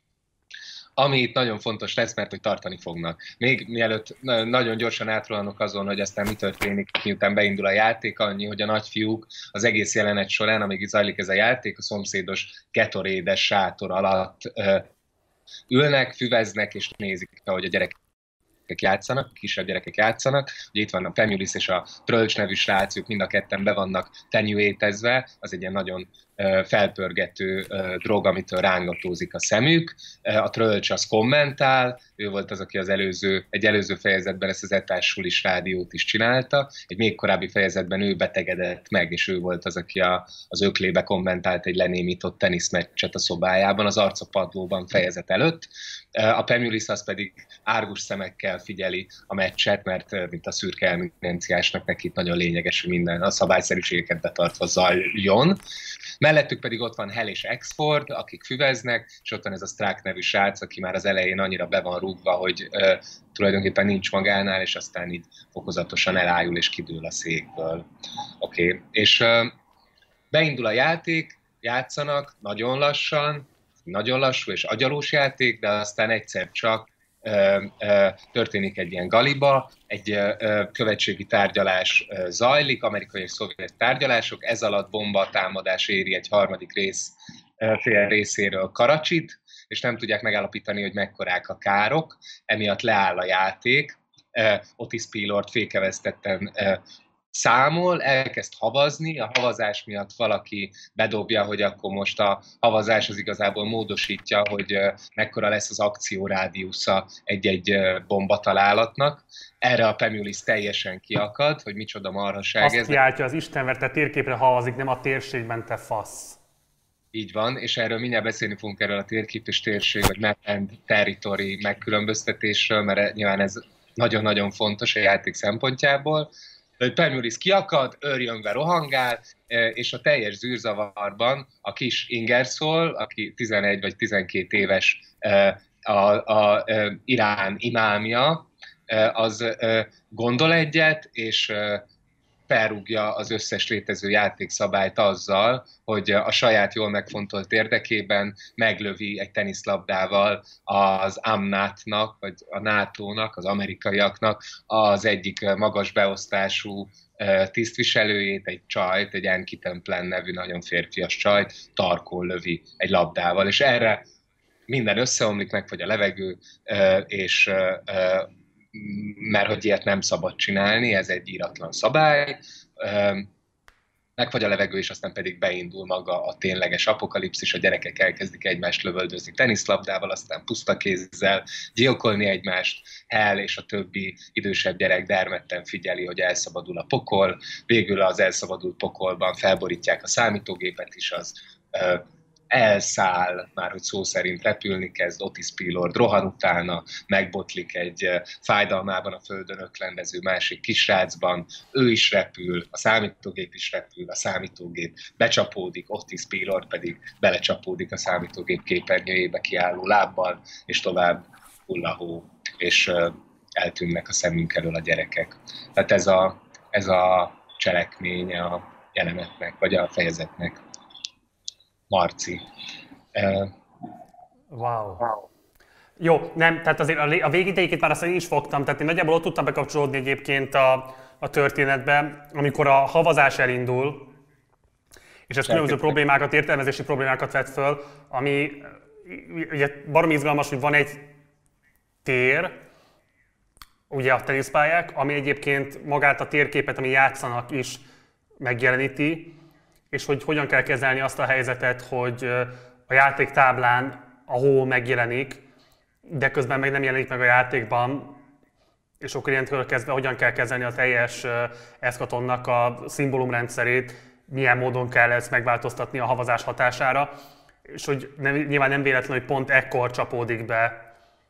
ami itt nagyon fontos lesz, mert hogy tartani fognak. Még mielőtt nagyon gyorsan átrohanok azon, hogy aztán mi történik, miután beindul a játék, annyi, hogy a nagyfiúk az egész jelenet során, amíg zajlik ez a játék, a szomszédos Gatorédes sátor alatt ülnek, füveznek és nézik, ahogy a gyerekek játszanak, a kisebb gyerekek játszanak. Ugye itt van a Pemulis és a Trölcs nevű srác, ők mind a ketten be vannak tenyőétezve, az egy ilyen nagyon felpörgető drog, amitől rángatózik a szemük. A Trölcs az kommentál, ő volt az, aki egy előző fejezetben ezt az etássulis rádiót is csinálta, egy még korábbi fejezetben ő betegedett meg, és ő volt az, aki az öklébe kommentált egy lenémított teniszmeccset a szobájában, az arcapadlóban fejezet előtt. A Pemulis az pedig árgus szemekkel figyeli a meccset, mert mint a szürke eminenciásnak neki itt nagyon lényeges, hogy minden a szabályszerűségeket betartva zajljon. Mellettük pedig ott van Hal és Exford, akik füveznek, és ott van ez a Strack nevű srác, aki már az elején annyira be van rúgva, hogy tulajdonképpen nincs magánál, és aztán így fokozatosan elájul és kidől a székből. Oké. És beindul a játék, játszanak nagyon lassan, nagyon lassú és agyalós játék, de aztán egyszer csak történik egy ilyen galiba, egy követségi tárgyalás zajlik, amerikai és szovjet tárgyalások, ez alatt bombatámadás éri egy harmadik fél részéről Karacsit, és nem tudják megállapítani, hogy mekkorák a károk, emiatt leáll a játék, Otis P. Lord fékeztetten számol, elkezd havazni, a havazás miatt valaki bedobja, hogy akkor most a havazás az igazából módosítja, hogy mekkora lesz az akciórádiusza egy-egy bombatalálatnak. Erre a Pemulis teljesen kiakad, hogy micsoda marhaság ez. Azt kiáltja az istenverte térképre havazik, nem a térségben, te fasz. Így van, és erről mindjárt beszélni fogunk erről a térkép és térség, vagy map and territory megkülönböztetésről, mert nyilván ez nagyon-nagyon fontos a játék szempontjából. Pemulis kiakad, őrjöngve rohangál, és a teljes zűrzavarban a kis Ingersoll, aki 11 vagy 12 éves a Irán imámja, az gondol egyet, és felrúgja az összes létező játékszabályt azzal, hogy a saját jól megfontolt érdekében meglövi egy teniszlabdával az AMNAT-nak, vagy a NATO-nak, az amerikaiaknak az egyik magas beosztású tisztviselőjét, egy csajt, egy Anki Templen nevű nagyon férfias csajt tarkon lövi egy labdával, és erre minden összeomlik, megfagy a levegő, és mert hogy ilyet nem szabad csinálni, ez egy íratlan szabály, megfagy a levegő, és aztán pedig beindul maga a tényleges apokalipszis, a gyerekek elkezdik egymást lövöldözni teniszlabdával, aztán puszta kézzel gyilkolni egymást, Hal és a többi idősebb gyerek dermedten figyeli, hogy elszabadul a pokol, végül az elszabadult pokolban felborítják a számítógépet is, az elszáll, már hogy szó szerint repülni kezd, Otis P. Lord rohan utána, megbotlik egy fájdalmában a földön öklendező másik kisrácban, ő is repül, a számítógép is repül, a számítógép becsapódik, Otis P. Lord pedig belecsapódik a számítógép képernyőjébe kiálló lábbal, és tovább hull a hó, és eltűnnek a szemünk elől a gyerekek. Tehát ez a cselekmény a jelenetnek, vagy a fejezetnek. Marci. Wow. Jó, nem, tehát azért a végidejékét már azt én is fogtam, tehát én nagyjából ott tudtam bekapcsolódni egyébként a történetbe, amikor a havazás elindul, és ez különböző problémákat, értelmezési problémákat vet föl, ami ugye baromi izgalmas, hogy van egy tér, ugye a teniszpályák, ami egyébként magát a térképet, ami játszanak is megjeleníti, és hogy hogyan kell kezelni azt a helyzetet, hogy a játéktáblán a hó megjelenik, de közben meg nem jelenik meg a játékban, és akkor ilyentől kezdve hogyan kell kezelni a teljes eszkatonnak a szimbólumrendszerét, milyen módon kell ezt megváltoztatni a havazás hatására, és hogy nyilván nem véletlen, hogy pont ekkor csapódik be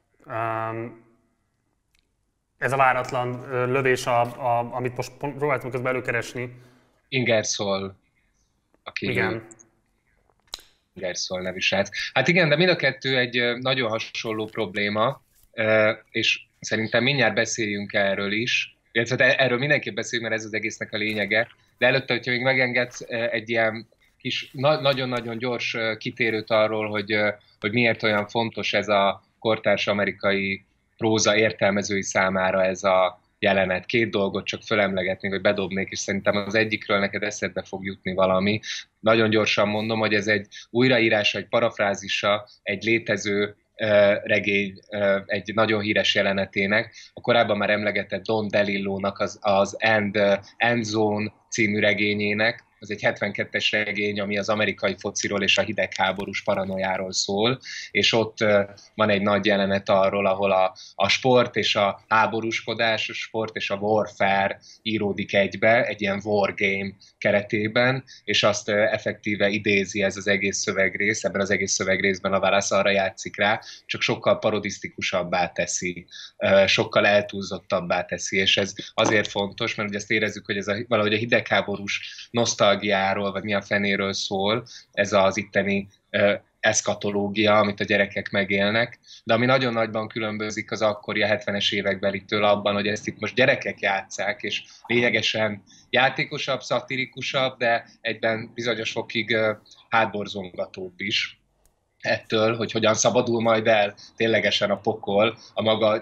ez a váratlan lövés, amit most próbáltam közben előkeresni. Ingersoll, aki igen. Ingersoll nevű srác. Hát igen, de mind a kettő egy nagyon hasonló probléma, és szerintem mindjárt beszéljünk erről is, illetve erről mindenképp beszéljünk, mert ez az egésznek a lényege, de előtte, hogyha még megengedsz egy ilyen kis, nagyon-nagyon gyors kitérőt arról, hogy miért olyan fontos ez a kortárs amerikai próza értelmezői számára ez a jelenet. Két dolgot csak fölemlegetnék, vagy bedobnék, és szerintem az egyikről neked eszedbe fog jutni valami. Nagyon gyorsan mondom, hogy ez egy újraírása, egy parafrázisa egy létező regény, egy nagyon híres jelenetének. A korábban már emlegetett Don DeLillo-nak az End Zone című regényének. Ez egy 72-es regény, ami az amerikai fociról és a hidegháborús paranoiáról szól, és ott van egy nagy jelenet arról, ahol a sport és a háborúskodás, a sport és a warfare íródik egybe, egy ilyen wargame keretében, és azt effektíve idézi ez az egész szövegrész, ebben az egész szövegrészben a válasz arra játszik rá, csak sokkal parodisztikusabbá teszi, sokkal eltúlzottabbá teszi, és ez azért fontos, mert ugye ezt érezzük, hogy ez valahogy a hidegháborús nosztalgiáról, vagy mi a fenéről szól, ez az itteni eszkatológia, amit a gyerekek megélnek, de ami nagyon nagyban különbözik az akkori a 70-es évekbelitől abban, hogy ezt itt most gyerekek játsszák, és lényegesen játékosabb, szatirikusabb, de egyben bizonyos fokig hátborzongatóbb is ettől, hogy hogyan szabadul majd el ténylegesen a pokol a maga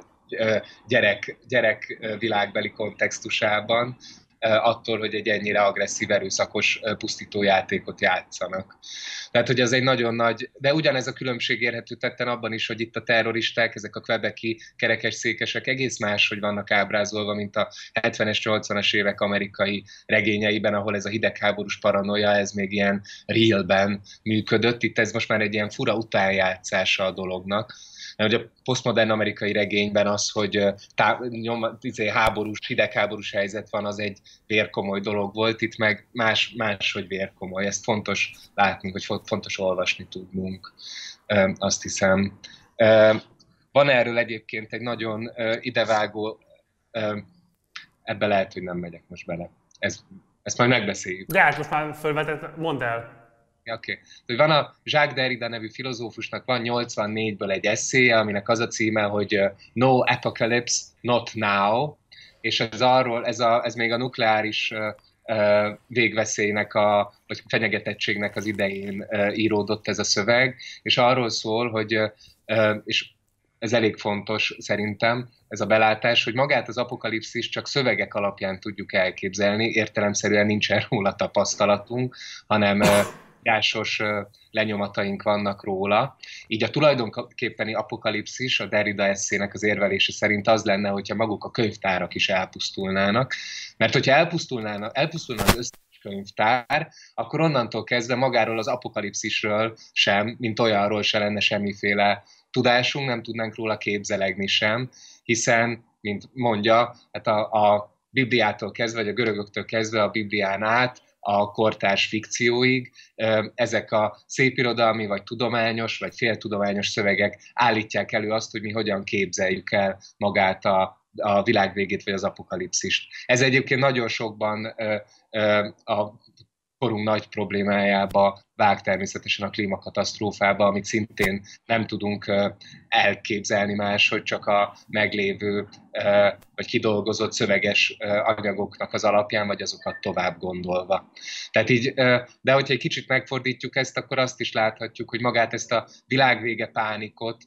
gyerek világbeli kontextusában, attól, hogy egy ennyire agresszív, erőszakos pusztítójátékot játszanak. Tehát, hogy ez egy nagyon nagy, de ugyanez a különbség érhető tetten abban is, hogy itt a terroristák, ezek a quebeci kerekesszékesek egész máshogy vannak ábrázolva, mint a 70-es, 80-as évek amerikai regényeiben, ahol ez a hidegháborús paranoia, ez még ilyen realben működött. Itt ez most már egy ilyen fura utánjátszása a dolognak. Mert hogy a posztmodern amerikai regényben az, hogy háborús, hidegháborús helyzet van, az egy vérkomoly dolog volt, itt meg máshogy vérkomoly. Ezt fontos látnunk, hogy fontos olvasni tudnunk, azt hiszem. Van erről egyébként egy nagyon idevágó, ebbe lehet, hogy nem megyek most bele. Ezt majd megbeszéljük. De hát most már fölvetett, mondd el. Okay. Van a Jacques Derrida nevű filozófusnak van 84-ből egy eszéje, aminek az a címe, hogy No Apocalypse, Not Now, és ez még a nukleáris végveszélynek, vagy fenyegetettségnek az idején íródott ez a szöveg, és arról szól, hogy, és ez elég fontos szerintem, ez a belátás, hogy magát az apokalipszis csak szövegek alapján tudjuk elképzelni, értelemszerűen nincsen róla tapasztalatunk, hanem írásos lenyomataink vannak róla. Így a tulajdonképpeni apokalipszis, a Derrida eszének az érvelése szerint az lenne, hogyha maguk a könyvtárak is elpusztulnának. Mert hogyha elpusztulna az összes könyvtár, akkor onnantól kezdve magáról az apokalipszisről sem, mint olyanról se lenne semmiféle tudásunk, nem tudnánk róla képzelegni sem, hiszen, mint mondja, hát a Bibliától kezdve, vagy a görögöktől kezdve a Biblián át, a kortárs fikcióig, ezek a szépirodalmi, vagy tudományos, vagy féltudományos szövegek állítják elő azt, hogy mi hogyan képzeljük el magát a világ végét, vagy az apokalipszist. Ez egyébként nagyon sokban a korunk nagy problémájába vág természetesen a klímakatasztrófába, amit szintén nem tudunk elképzelni máshogy, csak a meglévő vagy kidolgozott szöveges anyagoknak az alapján, vagy azokat tovább gondolva. Tehát így, de hogyha egy kicsit megfordítjuk ezt, akkor azt is láthatjuk, hogy magát ezt a világvége pánikot,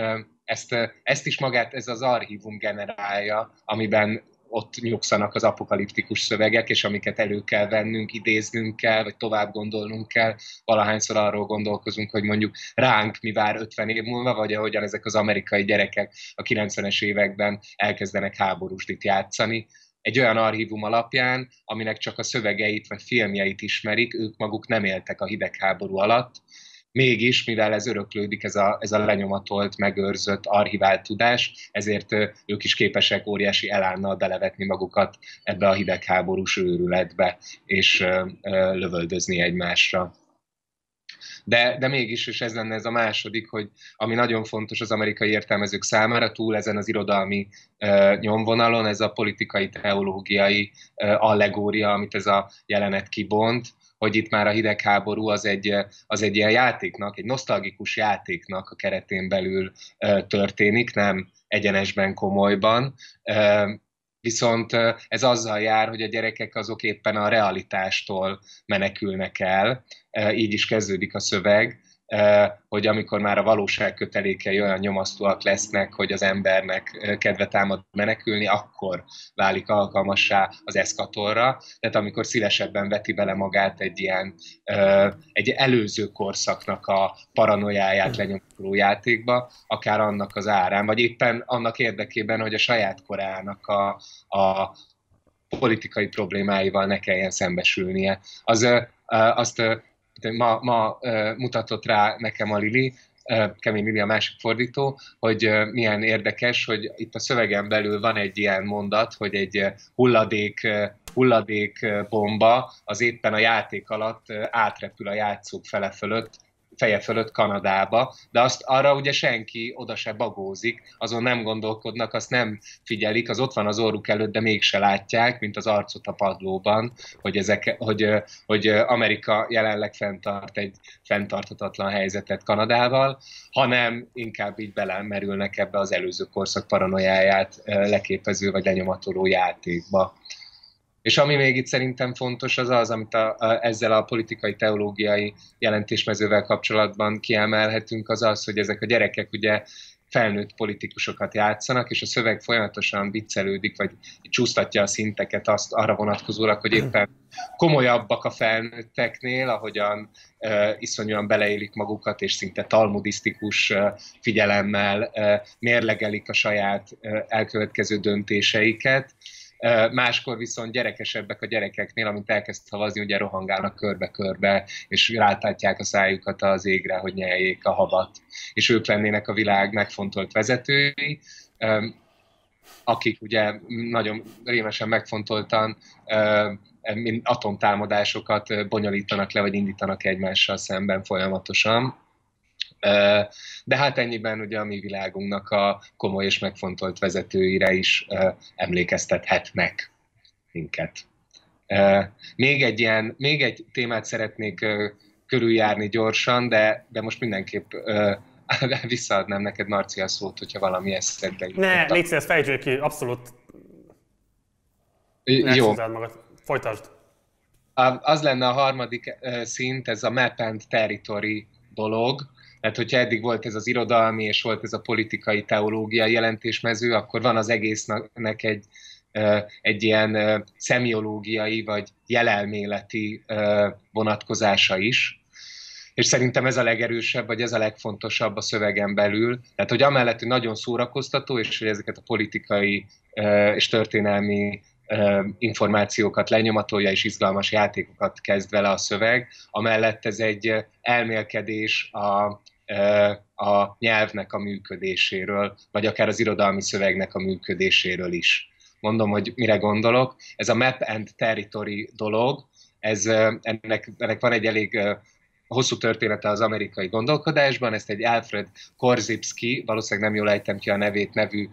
ezt is magát ez az archívum generálja, amiben ott nyugszanak az apokaliptikus szövegek, és amiket elő kell vennünk, idéznünk kell, vagy tovább gondolnunk kell. Valahányszor arról gondolkozunk, hogy mondjuk ránk mi vár 50 év múlva, vagy ahogyan ezek az amerikai gyerekek a 90-es években elkezdenek háborúsdit játszani. Egy olyan archívum alapján, aminek csak a szövegeit vagy filmjeit ismerik, ők maguk nem éltek a hidegháború alatt. Mégis, mivel ez öröklődik, ez a lenyomatolt, megőrzött, archivált tudás, ezért ők is képesek óriási elánnal belevetni magukat ebbe a hidegháborús őrületbe, és lövöldözni egymásra. De mégis, és ez lenne ez a második, hogy ami nagyon fontos az amerikai értelmezők számára, túl ezen az irodalmi nyomvonalon, ez a politikai, teológiai allegória, amit ez a jelenet kibont, hogy itt már a hidegháború az egy ilyen játéknak, egy nosztalgikus játéknak a keretén belül történik, nem egyenesben, komolyban. Viszont ez azzal jár, hogy a gyerekek azok éppen a realitástól menekülnek el, így is kezdődik a szöveg, hogy amikor már a valóság kötelékei olyan nyomasztóak lesznek, hogy az embernek kedve támad menekülni, akkor válik alkalmassá az eszkatorra. Tehát amikor szívesebben veti bele magát egy előző korszaknak a paranoiáját lenyomuló játékba, akár annak az árán, vagy éppen annak érdekében, hogy a saját korának a politikai problémáival ne kelljen szembesülnie. Azt ma mutatott rá nekem a Lili, Kemény Lili a másik fordító, hogy milyen érdekes, hogy itt a szövegen belül van egy ilyen mondat, hogy egy hulladékbomba az éppen a játék alatt átrepül a játszók fele fölött, feje fölött Kanadába, de arra ugye senki oda se bagózik, azon nem gondolkodnak, azt nem figyelik, az ott van az orruk előtt, de mégse látják, mint az arcot a padlóban, hogy Amerika jelenleg fenntart egy fenntarthatatlan helyzetet Kanadával, hanem inkább így belemerülnek ebbe az előző korszak paranoiáját leképező vagy lenyomatoló játékba. És ami még itt szerintem fontos, az az, amit ezzel a politikai teológiai jelentésmezővel kapcsolatban kiemelhetünk, az az, hogy ezek a gyerekek ugye felnőtt politikusokat játszanak, és a szöveg folyamatosan viccelődik, vagy csúsztatja a szinteket arra vonatkozólag, hogy éppen komolyabbak a felnőtteknél, ahogyan iszonyúan beleélik magukat, és szinte talmudisztikus figyelemmel mérlegelik a saját elkövetkező döntéseiket. Máskor viszont gyerekesebbek a gyerekeknél, amint elkezd szavazni, ugye rohangálnak körbe-körbe, és rátátják a szájukat az égre, hogy nyeljék a havat. És ők lennének a világ megfontolt vezetői, akik ugye nagyon rémesen megfontoltan atomtámadásokat bonyolítanak le, vagy indítanak egymással szemben folyamatosan. De hát ennyiben ugye a mi világunknak a komoly és megfontolt vezetőire is emlékeztethetnek minket. Még egy témát szeretnék körüljárni gyorsan, de most mindenképp visszaadnám neked, Marci, a szót, hogyha valami eszedbe jut. Ne, légy szíves, fejtsd ki, abszolút. Jó. Magad. Folytasd. Az lenne a harmadik szint, ez a map and territory dolog. Tehát, hogyha eddig volt ez az irodalmi és volt ez a politikai teológia jelentésmező, akkor van az egésznek egy ilyen szemiológiai vagy jelelméleti vonatkozása is. És szerintem ez a legerősebb, vagy ez a legfontosabb a szövegen belül. Tehát, hogy amellett, hogy nagyon szórakoztató, és hogy ezeket a politikai és történelmi információkat lenyomatolja, és izgalmas játékokat kezd vele a szöveg, amellett ez egy elmélkedés a nyelvnek a működéséről, vagy akár az irodalmi szövegnek a működéséről is. Mondom, hogy mire gondolok. Ez a map and territory dolog, ennek van egy elég hosszú története az amerikai gondolkodásban, ezt egy Alfred Korzybski, valószínűleg nem jól ejtem ki a nevét, nevű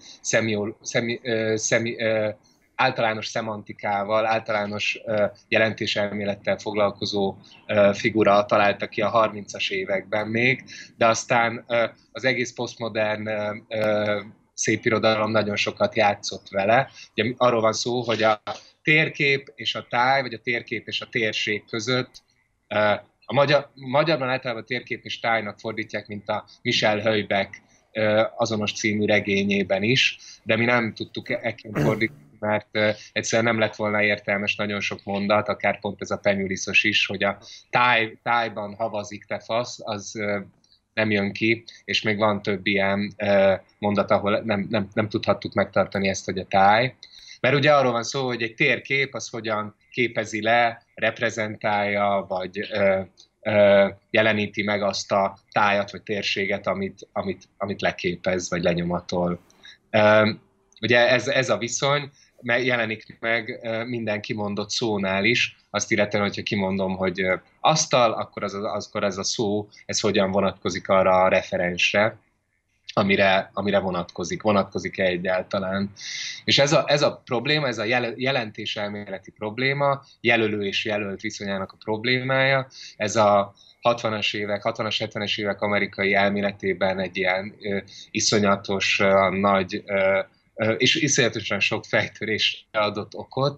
általános szemantikával, általános jelentéselmélettel foglalkozó figura találta ki a 30-as években még, de aztán az egész posztmodern szépirodalom nagyon sokat játszott vele. Ugye arról van szó, hogy a térkép és a táj, vagy a térkép és a térség között magyarban általában a térkép és tájnak fordítják, mint a Michel Houellebecq azonos című regényében is, de mi nem tudtuk ekként fordítani, mert egyszerűen nem lett volna értelmes nagyon sok mondat, akár pont ez a Penyuliszos is, hogy a tájban havazik te fasz, az nem jön ki, és még van több ilyen mondat, ahol nem tudhattuk megtartani ezt, hogy a táj. Mert ugye arról van szó, hogy egy térkép az hogyan képezi le, reprezentálja, vagy jeleníti meg azt a tájat, vagy térséget, amit leképez, vagy lenyomatol. Ugye ez a viszony jelenik meg minden kimondott szónál is, azt illetően, hogyha kimondom, hogy asztal, akkor ez a szó, ez hogyan vonatkozik arra a referensre, amire vonatkozik-e egyáltalán. És ez a probléma, ez a jelentéselméleti probléma, jelölő és jelölt viszonyának a problémája, ez a 60-as évek, 60-as, 70-es évek amerikai elméletében egy ilyen iszonyatos, nagy és iszonyatosan sok fejtörésre adott okot,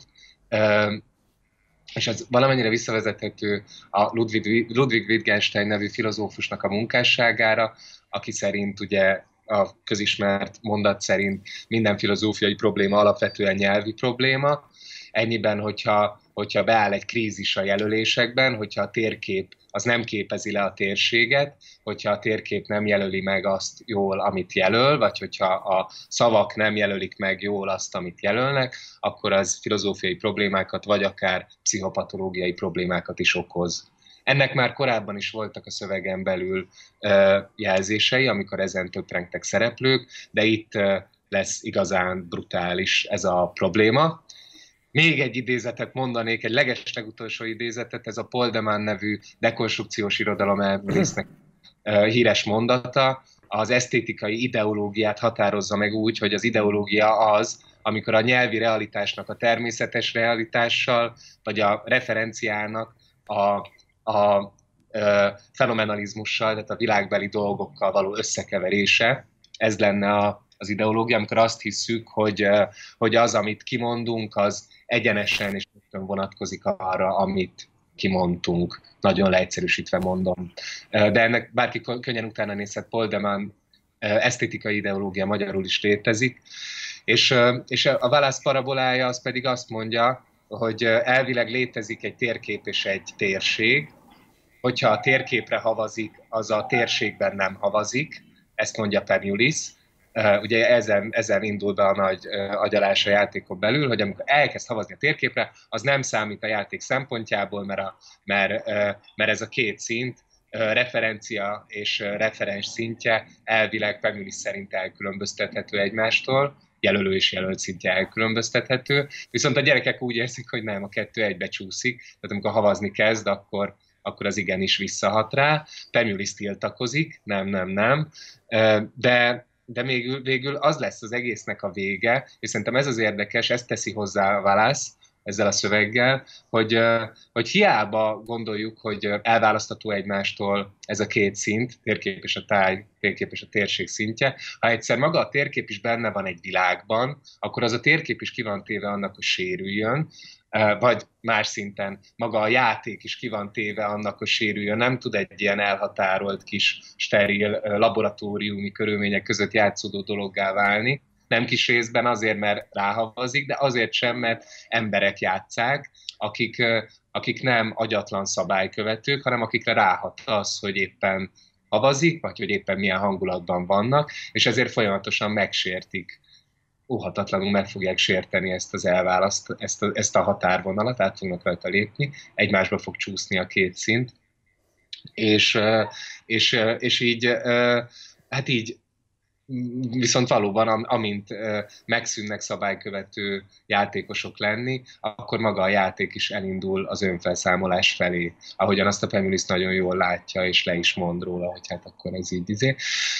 és ez valamennyire visszavezethető a Ludwig Wittgenstein nevű filozófusnak a munkásságára, aki szerint ugye a közismert mondat szerint minden filozófiai probléma alapvetően nyelvi probléma. Ennyiben, hogyha beáll egy krízis a jelölésekben, hogyha a térkép az nem képezi le a térséget, hogyha a térkép nem jelöli meg azt jól, amit jelöl, vagy hogyha a szavak nem jelölik meg jól azt, amit jelölnek, akkor az filozófiai problémákat, vagy akár pszichopatológiai problémákat is okoz. Ennek már korábban is voltak a szövegen belül jelzései, amikor ezen töprengtek szereplők, de itt lesz igazán brutális ez a probléma. Még egy idézetet mondanék, egy legeslegutolsó idézetet, ez a Paul de Man nevű dekonstrukciós irodalom elmélésznek híres mondata, az esztétikai ideológiát határozza meg úgy, hogy az ideológia az, amikor a nyelvi realitásnak a természetes realitással, vagy a referenciának a fenomenalizmussal, tehát a világbeli dolgokkal való összekeverése. Ez lenne az ideológia, amikor azt hisszük, hogy az, amit kimondunk, az egyenesen és rögtön vonatkozik arra, amit kimondtunk. Nagyon leegyszerűsítve mondom. De ennek bárki könnyen utána nézhet, Paul de Man esztétikai ideológia magyarul is létezik. És a Wallace parabolája az pedig azt mondja, hogy elvileg létezik egy térkép és egy térség. Hogyha a térképre havazik, az a térségben nem havazik, ezt mondja Penulis. Ugye ezen indul be a nagy agyalás a játékon belül, hogy amikor elkezd havazni a térképre, az nem számít a játék szempontjából, mert ez a két szint, referencia és referens szintje elvileg Penulis szerint elkülönböztethető egymástól, jelölő és jelölt szintje elkülönböztethető, viszont a gyerekek úgy érzik, hogy nem, a kettő egybe csúszik, tehát amikor havazni kezd, akkor az igenis visszahat rá. Penulis tiltakozik, nem. De végül az lesz az egésznek a vége, és szerintem ez az érdekes, ezt teszi hozzá a Wallace ezzel a szöveggel, hogy hiába gondoljuk, hogy elválasztható egymástól ez a két szint, térkép és a táj, térkép és a térség szintje, ha egyszer maga a térkép is benne van egy világban, akkor az a térkép is ki van téve annak, hogy sérüljön, vagy más szinten maga a játék is ki van téve annak, hogy sérüljön. Nem tud egy ilyen elhatárolt kis steril laboratóriumi körülmények között játszódó dologgá válni. Nem kis részben azért, mert ráhavazik, de azért sem, mert emberek játsszák, akik nem agyatlan szabálykövetők, hanem akikre ráhat az, hogy éppen havazik, vagy hogy éppen milyen hangulatban vannak, és ezért folyamatosan megsértik, óhatatlanul meg fogják sérteni ezt az ezt a határvonalat, át fognak rajta lépni, egymásba fog csúszni a két szint, és így, hát így viszont valóban, amint megszűnnek szabálykövető játékosok lenni, akkor maga a játék is elindul az önfelszámolás felé. Ahogyan azt a Penulis nagyon jól látja, és le is mond róla, hogy hát akkor ez így.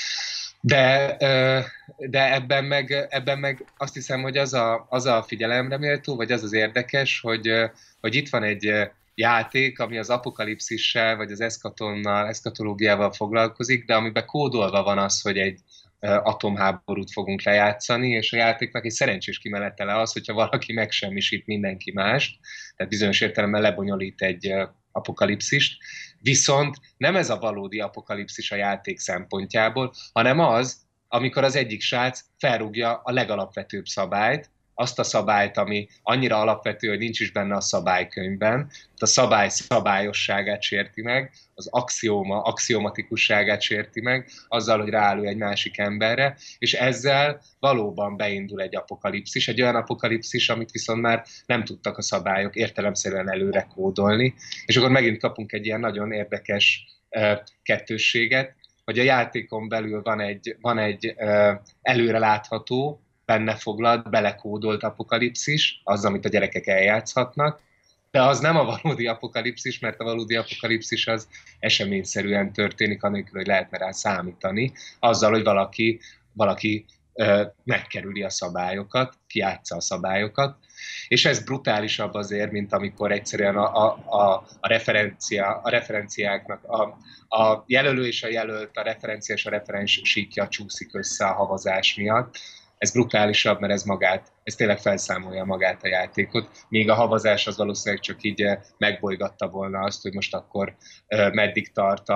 De ebben meg azt hiszem, hogy az a figyelemre méltó, vagy az az érdekes, hogy itt van egy játék, ami az apokalipszissel, vagy az eszkatológiával foglalkozik, de amiben kódolva van az, hogy egy atomháborút fogunk lejátszani, és a játéknak egy szerencsés kimenetele az, hogyha valaki megsemmisít mindenki mást, tehát bizonyos értelemben lebonyolít egy apokalipszist, viszont nem ez a valódi apokalipszis a játék szempontjából, hanem az, amikor az egyik srác felrúgja a legalapvetőbb szabályt, azt a szabályt, ami annyira alapvető, hogy nincs is benne a szabálykönyvben, a szabály szabályosságát sérti meg, az axiomatikusságát sérti meg, azzal, hogy rááll egy másik emberre, és ezzel valóban beindul egy apokalipszis, egy olyan apokalipszis, amit viszont már nem tudtak a szabályok értelemszerűen előre kódolni, és akkor megint kapunk egy ilyen nagyon érdekes kettősséget, hogy a játékon belül van egy előrelátható, benne foglalt, belekódolt apokalipszis, az, amit a gyerekek eljátszhatnak, de az nem a valódi apokalipszis, mert a valódi apokalipszis az eseményszerűen történik, anélkül, hogy lehetne rá számítani, azzal, hogy valaki megkerüli a szabályokat, kijátsza a szabályokat, és ez brutálisabb azért, mint amikor egyszerűen a referenciáknak, a jelölő és a jelölt, a referencia és a referens síkja csúszik össze a havazás miatt. Ez brutálisabb, mert ez tényleg felszámolja magát a játékot, míg a havazás az valószínűleg csak így megbolygatta volna azt, hogy most akkor meddig tart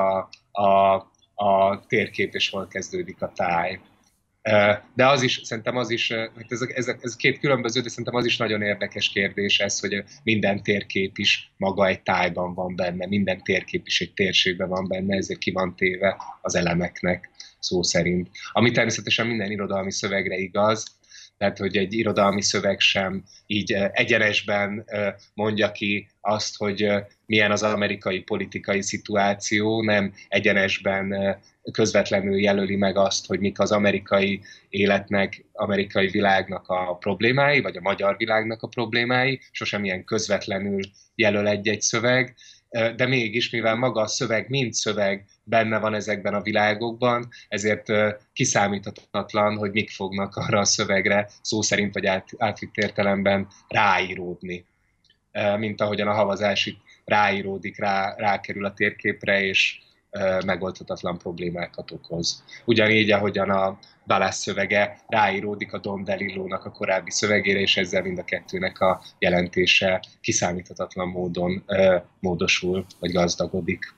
a térkép, és hol kezdődik a táj. De szerintem ez két különböző, de szerintem az is nagyon érdekes kérdés ez, hogy minden térkép is maga egy tájban van benne, minden térkép is egy térségben van benne, ezért ki van téve az elemeknek, szó szerint. Ami természetesen minden irodalmi szövegre igaz, tehát hogy egy irodalmi szöveg sem így egyenesben mondja ki azt, hogy milyen az amerikai politikai szituáció, nem egyenesben közvetlenül jelöli meg azt, hogy mik az amerikai életnek, amerikai világnak a problémái, vagy a magyar világnak a problémái, sosem ilyen közvetlenül jelöl egy-egy szöveg, de mégis, mivel maga a szöveg, mint szöveg benne van ezekben a világokban, ezért kiszámíthatatlan, hogy mik fognak arra a szövegre szó szerint vagy átvitt értelemben ráíródni. Mint ahogyan a havazás itt ráíródik, rákerül a térképre, és megoldhatatlan problémákat okoz. Ugyanígy, ahogyan a Balázs szövege ráíródik a Don DeLillo-nak a korábbi szövegére, és ezzel mind a kettőnek a jelentése kiszámíthatatlan módon módosul, vagy gazdagodik.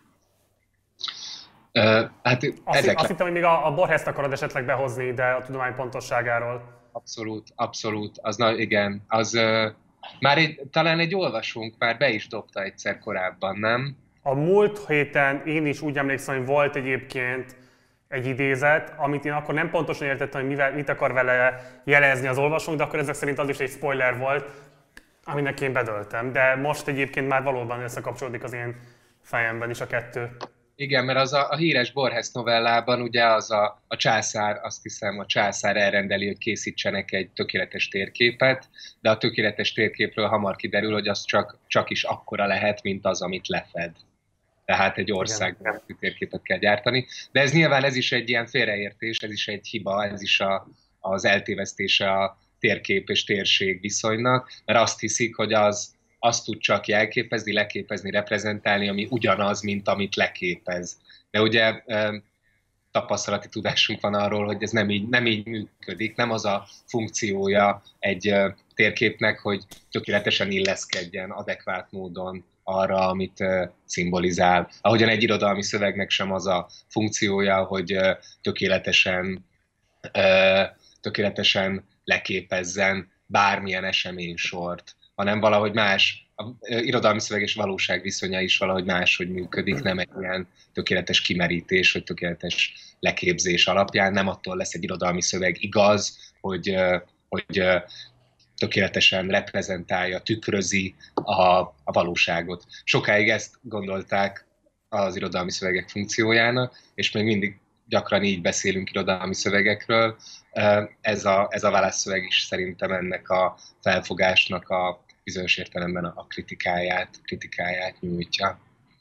Hát azt hittem, hogy még a Borges-t akarod esetleg behozni ide a tudomány pontosságáról. Abszolút. Igen. Talán egy olvasónk már be is dobta egyszer korábban, nem? A múlt héten én is úgy emlékszem, hogy volt egyébként egy idézet, amit én akkor nem pontosan értettem, hogy mit akar vele jelezni az olvasónk, de akkor ezek szerint az is egy spoiler volt, aminek én bedöltem. De most egyébként már valóban összekapcsolódik az én fejemben is a kettő. Igen, mert az a híres Borges novellában ugye az a császár, azt hiszem, a császár elrendeli, hogy készítsenek egy tökéletes térképet, de a tökéletes térképről hamar kiderül, hogy az csak is akkora lehet, mint az, amit lefed. Tehát egy országban térképet kell gyártani. De ez nyilván ez is egy ilyen félreértés, ez is egy hiba, ez is az eltévesztése a térkép és térség viszonynak, mert azt hiszik, hogy azt tud csak jelképezni, leképezni, reprezentálni, ami ugyanaz, mint amit leképez. De ugye tapasztalati tudásunk van arról, hogy ez nem így működik, nem az a funkciója egy térképnek, hogy tökéletesen illeszkedjen adekvát módon arra, amit szimbolizál. Ahogyan egy irodalmi szövegnek sem az a funkciója, hogy tökéletesen leképezzen bármilyen eseménysort, hanem valahogy más, a irodalmi szöveg és valóság viszonya is valahogy máshogy működik, nem egy ilyen tökéletes kimerítés, vagy tökéletes leképzés alapján, nem attól lesz egy irodalmi szöveg igaz, hogy tökéletesen reprezentálja, tükrözi a valóságot. Sokáig ezt gondolták az irodalmi szövegek funkciójának, és még mindig gyakran így beszélünk irodalmi szövegekről. Ez a válaszszöveg is szerintem ennek a felfogásnak a bizonyos értelemben a kritikáját nyújtja.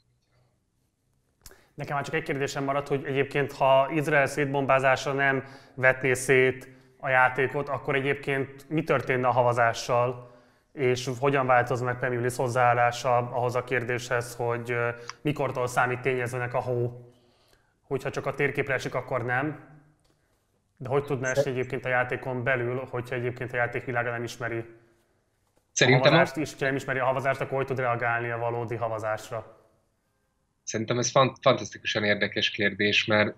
Nekem már csak egy kérdésem maradt, hogy egyébként ha Izrael szétbombázása nem vetné szét a játékot, akkor egyébként mi történne a havazással, és hogyan változ meg Pemülis hozzáállása ahhoz a kérdéshez, hogy mikortól számít tényezőnek a hó? Hogyha csak a térképre esik, akkor nem. De hogy tudna esni egyébként a játékon belül, hogyha egyébként a játékvilága nem ismeri a havazást, és ha nem ismeri a havazást, akkor hogy tud reagálni a valódi havazásra? Szerintem ez fantasztikusan érdekes kérdés, mert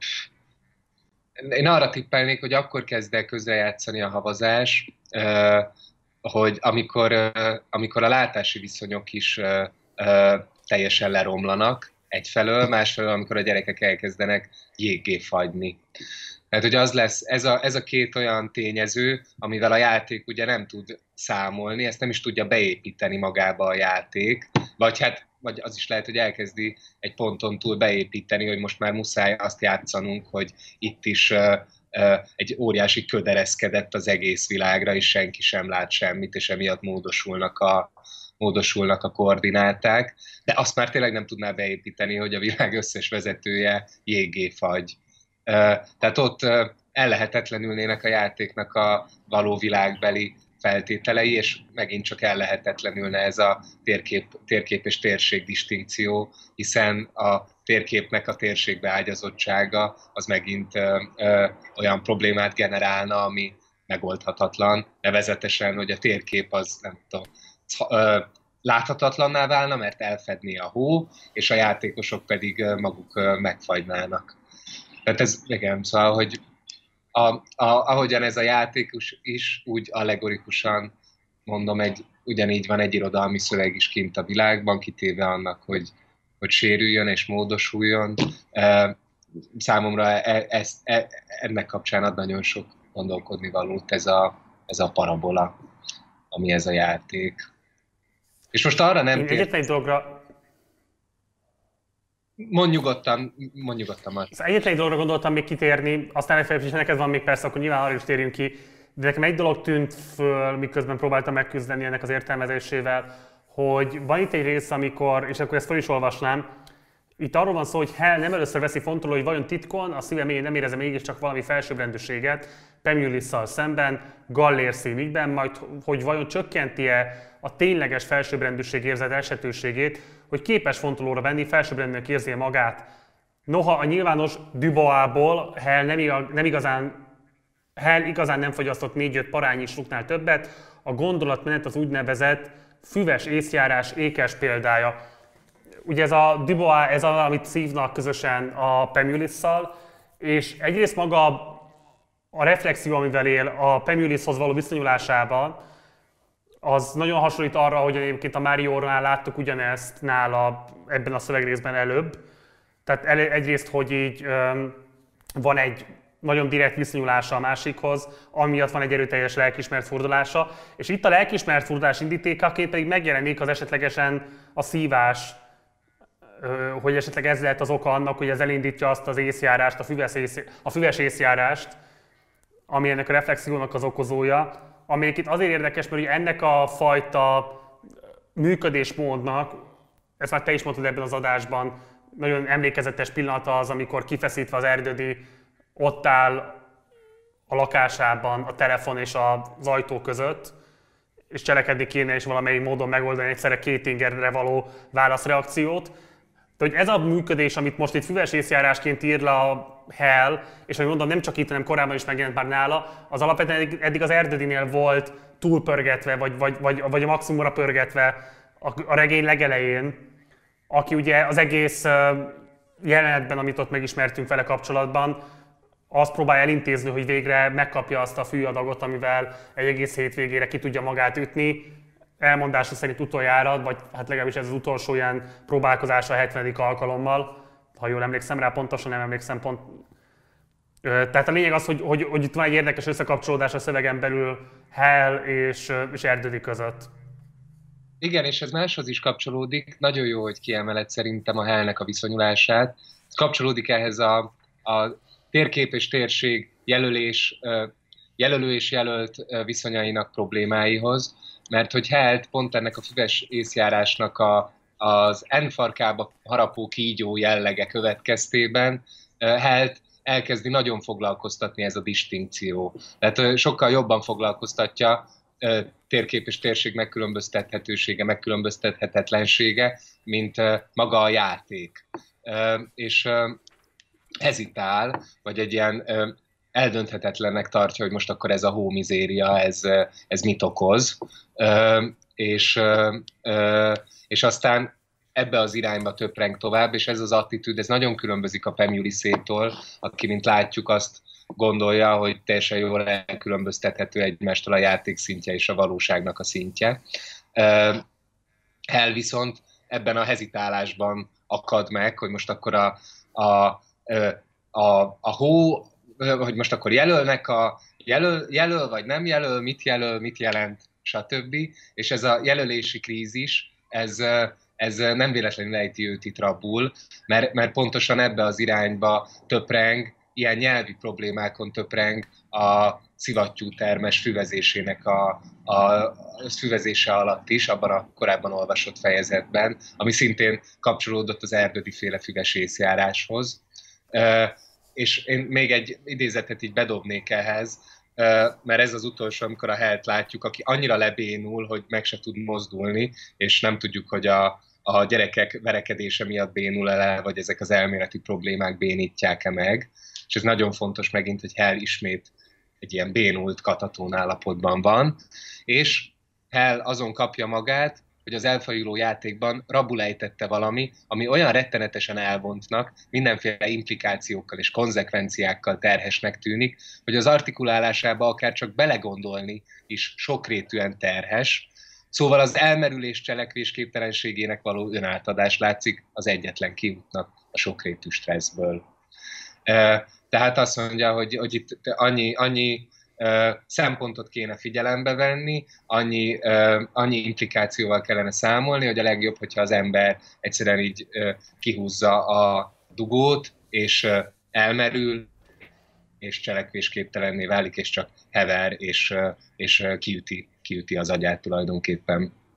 én arra tippelnék, hogy akkor kezd el közrejátszani a havazás, hogy amikor a látási viszonyok is teljesen leromlanak egyfelől, másfelől, amikor a gyerekek elkezdenek jéggé fagyni. Tehát, hogy az lesz, ez a két olyan tényező, amivel a játék ugye nem tud számolni, ezt nem is tudja beépíteni magába a játék, vagy az is lehet, hogy elkezdi egy ponton túl beépíteni, hogy most már muszáj azt játszanunk, hogy itt is egy óriási köd ereszkedett az egész világra, és senki sem lát semmit, és emiatt módosulnak a koordináták, de azt már tényleg nem tudná beépíteni, hogy a világ összes vezetője jéggé fagy. Tehát ott ellehetetlenülnének a játéknak a való világbeli feltételei, és megint csak ellehetetlenülne ez a térkép és térség distinkció, hiszen a térképnek a térségbe ágyazottsága az megint olyan problémát generálna, ami megoldhatatlan, nevezetesen, hogy a térkép az nem tudom, láthatatlanná válna, mert elfedné a hó, és a játékosok pedig maguk megfagynának. Tehát ez, igen, szóval, hogy ahogyan ez a játékos is, úgy allegorikusan mondom, ugyanígy van egy irodalmi szöveg is kint a világban, kitéve annak, hogy sérüljön és módosuljon. Számomra ennek kapcsán ad nagyon sok gondolkodni valót ez a parabola, ami ez a játék. És most arra nem egyetlen egy dologra... Mondj nyugodtan, Marci. Egyetlen egy dologra gondoltam még kitérni, aztán elfelejtsd, és neked van még persze, akkor nyilván arra is térjünk ki, de nekem egy dolog tűnt föl, miközben próbáltam megküzdeni ennek az értelmezésével, hogy van itt egy rész, amikor, és akkor ezt fel is olvasnám, itt arról van szó, hogy Hell nem először veszi fontoló, hogy vajon titkon, a szíve mélyén nem érezze mégiscsak valami felsőbbrendűséget Pemulisszal szemben, Gallér színükben, majd hogy vajon csökkenti-e a tényleges felsőbbrendűség érzet esetőségét, hogy képes fontolóra venni, felsőbbrendűnek érzi magát. Noha a nyilvános Dubois-ból Hell igazán nem fogyasztott 4-5 parányi sluknál többet, a gondolatmenet az úgynevezett füves észjárás ékes példája. Ugye ez a Dubois, ez az, amit szívnak közösen a Pemulissal, és egyrészt maga a reflexió, amivel él a Pemulisshoz való viszonyulásában, az nagyon hasonlít arra, hogy egyébként a Mariónál láttuk ugyanezt nála ebben a szövegrészben előbb. Tehát egyrészt, hogy így van egy nagyon direkt viszonyulása a másikhoz, amiatt van egy erőteljes lelkiismeret fordulása, és itt a lelkiismeret fordulás indítékaként pedig megjelenik az esetlegesen a szívás, hogy esetleg ez lehet az oka annak, hogy ez elindítja azt az észjárást, a füves észjárást, ami ennek a reflexiónak az okozója, ami itt azért érdekes, mert ugye ennek a fajta működésmódnak, ezt már te is mondtad ebben az adásban, nagyon emlékezetes pillanata az, amikor kifeszítve az Erdődy ott áll a lakásában a telefon és az ajtó között, és cselekedni kéne és valamelyik módon megoldani egyszerre két ingerre való válaszreakciót. De hogy ez a működés, amit most itt füves észjárásként ír le a Hell, és ahogy mondom, nem csak itt, hanem korábban is megjelent már nála, az alapvetően eddig az Erdődynél volt túlpörgetve, vagy a maximumra pörgetve a regény legelején, aki ugye az egész jelenetben, amit ott megismertünk vele kapcsolatban, azt próbálja elintézni, hogy végre megkapja azt a fűadagot, amivel egy egész hétvégére ki tudja magát ütni. Elmondása szerint utoljára, vagy hát legalábbis ez az utolsó ilyen próbálkozása a 70. alkalommal, ha jól emlékszem rá, pontosan nem emlékszem pont. Tehát a lényeg az, hogy itt van egy érdekes összekapcsolódás a szövegen belül Hell és Erdődy között. Igen, és ez máshoz is kapcsolódik. Nagyon jó, hogy kiemeled szerintem a Hellnek a viszonyulását. Ez kapcsolódik ehhez a térkép és térség jelölő és jelölt viszonyainak problémáihoz, mert hogy Hellt pont ennek a füves észjárásnak az N-farkába harapó kígyó jellege következtében Hellt elkezdi nagyon foglalkoztatni ez a distinkció. Tehát sokkal jobban foglalkoztatja térkép és térség megkülönböztethetősége, megkülönböztethetetlensége, mint maga a játék. És hezitál, vagy egy ilyen eldönthetetlennek tartja, hogy most akkor ez a hómizéria, ez mit okoz. És aztán ebbe az irányba töpreng tovább, és ez az attitűd, ez nagyon különbözik a Pemuliszétól, aki, mint látjuk, azt gondolja, hogy teljesen jól elkülönböztethető egymástól a játék szintje és a valóságnak a szintje. Hell viszont ebben a hezitálásban akad meg, hogy most akkor a hó, hogy most akkor jelölnek jelöl vagy nem jelöl, mit jelent, stb. És ez a jelölési krízis, ez nem véletlenül ejti őt itt rabul, mert pontosan ebbe az irányba töpreng, ilyen nyelvi problémákon töpreng a szivattyútermes füvezésének a füvezése alatt is, abban a korábban olvasott fejezetben, ami szintén kapcsolódott az Erdődy-féle füves észjáráshoz. És én még egy idézetet így bedobnék ehhez, mert ez az utolsó, amikor a Hellt látjuk, aki annyira lebénul, hogy meg se tud mozdulni, és nem tudjuk, hogy a gyerekek verekedése miatt bénul el, vagy ezek az elméleti problémák bénítják-e meg. És ez nagyon fontos megint, hogy Hell ismét egy ilyen bénult, katatón állapotban van, és Hell azon kapja magát, hogy az elfajuló játékban rabul ejtette valami, ami olyan rettenetesen elvontnak, mindenféle implikációkkal és konzekvenciákkal terhesnek tűnik, hogy az artikulálásába akár csak belegondolni is sokrétűen terhes. Szóval az elmerülés cselekvés képtelenségének való önátadás látszik az egyetlen kiútnak a sokrétű stresszből. Tehát azt mondja, hogy itt annyi szempontot kéne figyelembe venni, annyi implikációval kellene számolni, hogy a legjobb, hogyha az ember egyszerűen így kihúzza a dugót, és elmerül, és cselekvésképtelenné válik, és csak hever, és kiüti az agyát tulajdonképpen.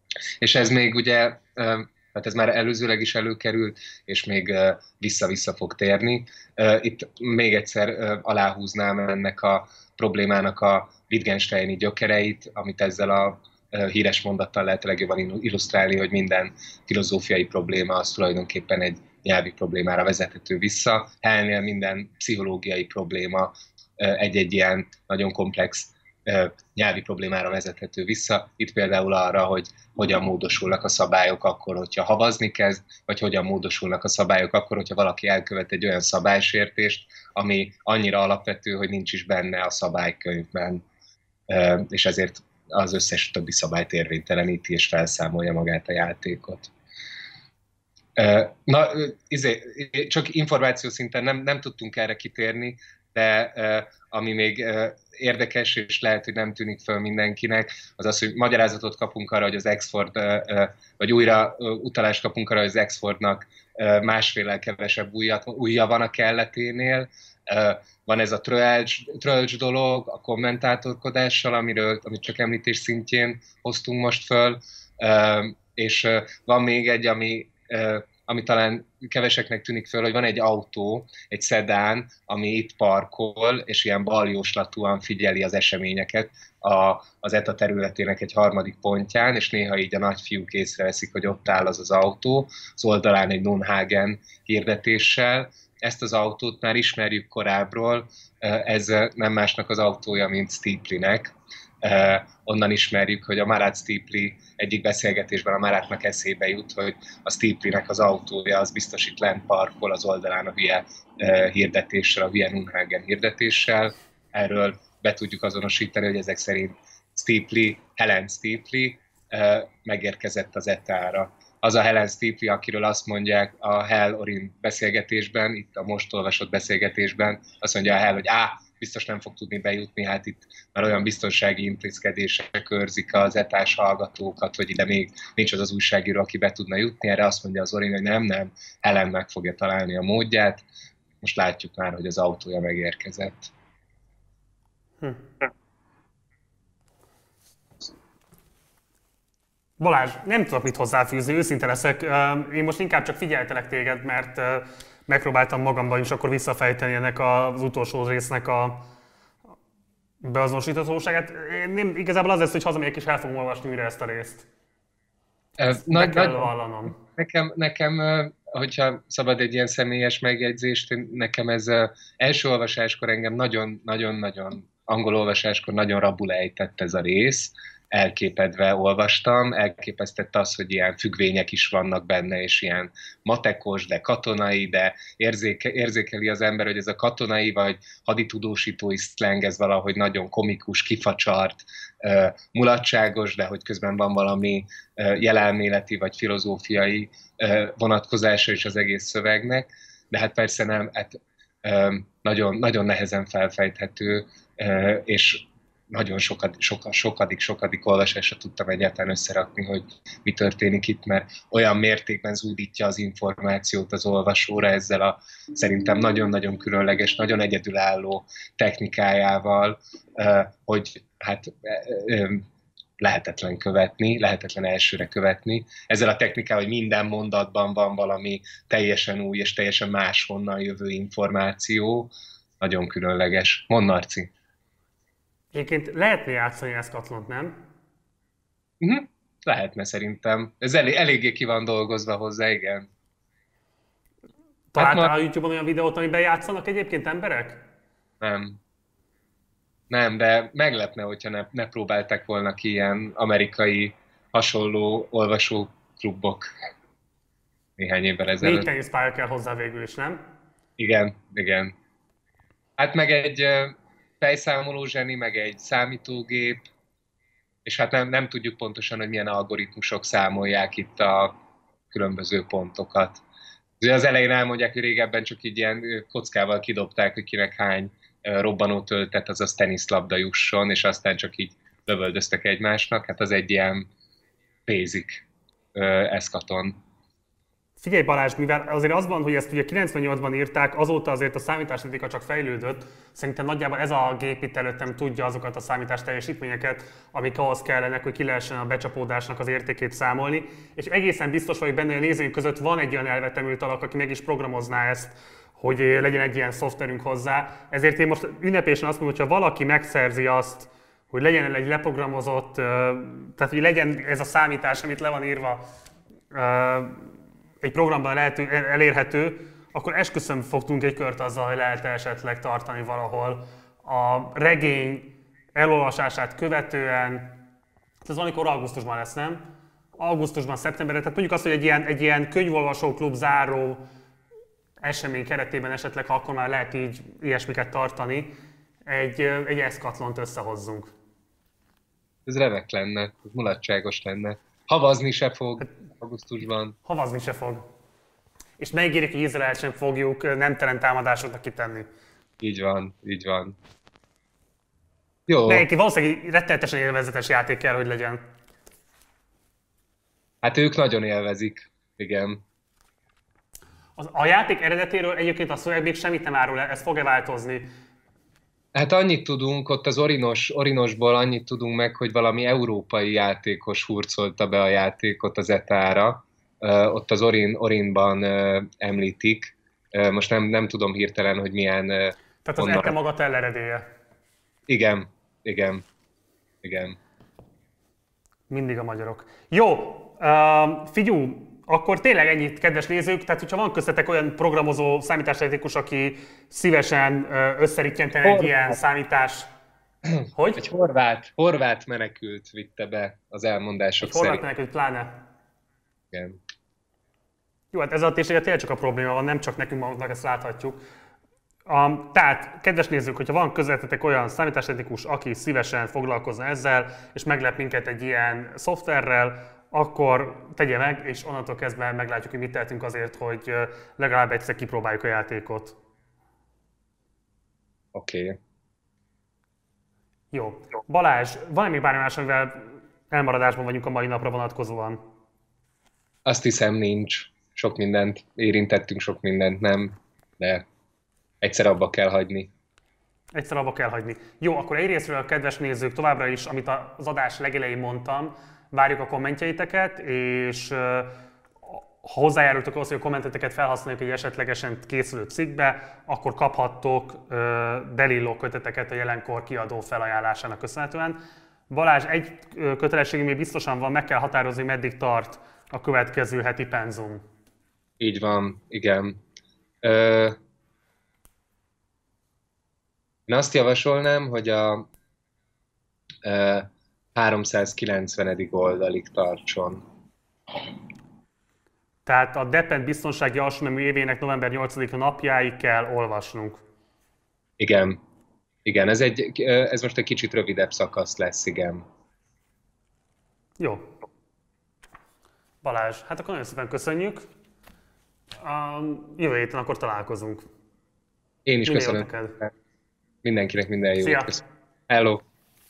És ez még ugye, hát ez már előzőleg is előkerült, és még vissza-vissza fog térni. Itt még egyszer aláhúznám ennek a problémának a Wittgensteini gyökereit, amit ezzel a híres mondattal lehet legjobban illusztrálni, hogy minden filozófiai probléma az tulajdonképpen egy nyelvi problémára vezethető vissza. Hellnél minden pszichológiai probléma egy-egy ilyen nagyon komplex nyelvi problémára vezethető vissza. Itt például arra, hogy hogyan módosulnak a szabályok akkor, hogyha havazni kezd, vagy hogyan módosulnak a szabályok akkor, hogyha valaki elkövet egy olyan szabálysértést, ami annyira alapvető, hogy nincs is benne a szabálykönyvben, és ezért az összes többi szabályt érvényteleníti és felszámolja magát a játékot. Na, csak információ szinten nem tudtunk erre kitérni, de ami még érdekes, és lehet, hogy nem tűnik föl mindenkinek, az az, hogy magyarázatot kapunk arra, hogy az Exford, vagy újra utalást kapunk arra, hogy az Exfordnak másféle kevesebb ujja van a kelleténél. Van ez a trölcs dolog, a kommentátorkodással, amit csak említés szintjén hoztunk most föl, és van még egy, ami talán keveseknek tűnik föl, hogy van egy autó, egy szedán, ami itt parkol, és ilyen baljóslatúan figyeli az eseményeket az ETA területének egy harmadik pontján, és néha így a nagyfiúk észreveszik, hogy ott áll az az autó, az oldalán egy Nunhagen hirdetéssel. Ezt az autót már ismerjük korábbról, ez nem másnak az autója, mint Steeplynek. Onnan ismerjük, hogy a Marat Steeply egyik beszélgetésben a Maratnak eszébe jut, hogy a Steeplynek az autója az biztos itt lent parkol az oldalán a hülye hirdetéssel, a hülye Nunhagen hirdetéssel. Erről be tudjuk azonosítani, hogy ezek szerint Helen Steeply megérkezett az ETA-ra. Az a Helen Steeply, akiről azt mondják a Hell Orin beszélgetésben, itt a most olvasott beszélgetésben, azt mondja a Hell, hogy biztos nem fog tudni bejutni, hát itt már olyan biztonsági intézkedések körzik az etás hallgatókat, hogy ide még nincs az az újságíró, aki be tudna jutni. Erre azt mondja az Orin, hogy nem, Helen meg fogja találni a módját. Most látjuk már, hogy az autója megérkezett. Balázs, nem tudok mit hozzáfűzni, őszinte leszek. Én most inkább csak figyeltelek téged, mert megpróbáltam magamban is akkor visszafejteni ennek az utolsó résznek a beazonosíthatóságát. Igazából az lesz, hogy hazamegyek és el fogom olvasni újra ezt a részt. Meg kell vallanom. Nekem, hogyha szabad egy ilyen személyes megjegyzést, nekem ez első olvasáskor engem nagyon-nagyon angol olvasáskor nagyon rabul ejtett ez a rész. Elképedve olvastam, elképesztett az, hogy ilyen függvények is vannak benne, és ilyen matekos, de katonai, de érzékeli az ember, hogy ez a katonai vagy haditudósítói szleng, ez valahogy nagyon komikus, kifacsart, mulatságos, de hogy közben van valami jelenléleti vagy filozófiai vonatkozása is az egész szövegnek, de hát persze nem, nagyon, nagyon nehezen felfejthető, és nagyon sokadik olvasásra tudtam egyáltalán összerakni, hogy mi történik itt, mert olyan mértékben zúdítja az információt az olvasóra ezzel a szerintem nagyon-nagyon különleges, nagyon egyedülálló technikájával, hogy hát lehetetlen követni, lehetetlen elsőre követni. Ezzel a technikával, hogy minden mondatban van valami teljesen új és teljesen máshonnan jövő információ, nagyon különleges. Mondd, Marci! Egyébként lehetne játszani Eszkatlont, nem? Lehetne szerintem. Ez eléggé ki van dolgozva hozzá, igen. Találtál a YouTube-on olyan videót, amiben játszanak egyébként emberek? Nem, de meglepne, hogyha ne próbálták volna ki ilyen amerikai hasonló olvasóklubok néhány évvel ezelőtt. 4 teniszpálya kell hozzá végül is, nem? Igen. Hát meg egy fejszámoló zseni, meg egy számítógép, és hát nem tudjuk pontosan, hogy milyen algoritmusok számolják itt a különböző pontokat. Ugye az elején elmondják, hogy régebben csak így ilyen kockával kidobták, hogy kinek hány robbanó töltet, azaz teniszlabda jusson, és aztán csak így lövöldöztek egymásnak. Hát az egy ilyen basic eszkaton. Figyelj Balázs, mivel azért az van, hogy ezt ugye 98-ban írták, azóta azért a számítástechnika csak fejlődött. Szerintem nagyjából ez a gép itt előttem tudja azokat a számítás teljesítményeket, amik ahhoz kellenek, hogy ki lehessen a becsapódásnak az értékét számolni. És egészen biztos vagyok benne, hogy a nézőink között van egy olyan elvetemült alak, aki meg is programozná ezt, hogy legyen egy ilyen szoftverünk hozzá. Ezért én most ünnepélyesen azt mondom, hogy ha valaki megszerzi azt, hogy legyen egy leprogramozott, tehát hogy legyen ez a számítás, amit le van írva, egy programban elérhető, akkor esküszöm fogtunk egy kört azzal, hogy lehet esetleg tartani valahol a regény elolvasását követően. Ez valamikor augusztusban lesz, nem? Augusztusban, szeptemberben, tehát mondjuk azt, hogy egy ilyen könyvolvasó klub záró esemény keretében esetleg, ha akkor már lehet így ilyesmiket tartani, egy eszkatlont összehozzunk. Ez remek lenne, ez mulatságos lenne. Havazni se fog augusztusban. Havazni se fog. És megígérik, hogy Izraelt sem fogjuk nemtelen támadásoknak kitenni. Így van, így van. Jó. Neki valószínűleg rettenetesen élvezetes játék kell, hogy legyen. Hát ők nagyon élvezik, igen. A játék eredetéről egyébként a szöveg még semmit nem árul el, ez fog-e változni? Hát annyit tudunk, ott az Orinosból annyit tudunk meg, hogy valami európai játékos hurcolta be a játékot az ETA-ra. Ott az Orinban említik. Most nem tudom hirtelen, hogy milyen... Tehát az ETA maga telleredélye. Igen, igen, igen. Mindig a magyarok. Jó, figyú, akkor tényleg ennyit, kedves nézők, tehát hogyha van köztetek olyan programozó számítástechnikus, aki szívesen összerítjentene egy ilyen számítás... Hogy? Egy horvát menekült vitte be az elmondások szerint. Horvát menekült, pláne. Igen. Jó, hát ez a tényleg csak a probléma van, nem csak nekünk magunknak, ezt láthatjuk. Tehát, kedves nézők, hogyha van közvetetek olyan számítástechnikus, aki szívesen foglalkozna ezzel, és meglep minket egy ilyen szoftverrel, akkor tegye meg, és onnantól kezdve meglátjuk, hogy mit tehetünk azért, hogy legalább egyszer kipróbáljuk a játékot. Oké. Jó. Balázs, van-e még bármi más, amivel elmaradásban vagyunk a mai napra vonatkozóan? Azt hiszem nincs. Sok mindent érintettünk, sok mindent nem, de egyszer abba kell hagyni. Egyszer abba kell hagyni. Jó, akkor egyrésztről a kedves nézők továbbra is, amit az adás legelején mondtam, várjuk a kommentjeiteket, és ha hozzájárultok ahhoz, hogy a kommenteteket felhasználjuk egy esetlegesen készülő cikkbe, akkor kaphattok Delillo köteteket a jelenkor kiadó felajánlásának köszönhetően. Balázs, egy kötelességünk még biztosan van, meg kell határozni, meddig tart a következő heti penzum. Így van, igen. Én azt javasolnám, hogy a 390. oldalig tartson. Tehát a Depend biztonsági alsónemű évének november 8-a napjáig kell olvasnunk. Igen. Igen, ez most egy kicsit rövidebb szakasz lesz, igen. Jó. Balázs, hát akkor nagyon szépen köszönjük. Jövő héten akkor találkozunk. Én is köszönöm. Mindenkinek minden jót. Szia. Hello.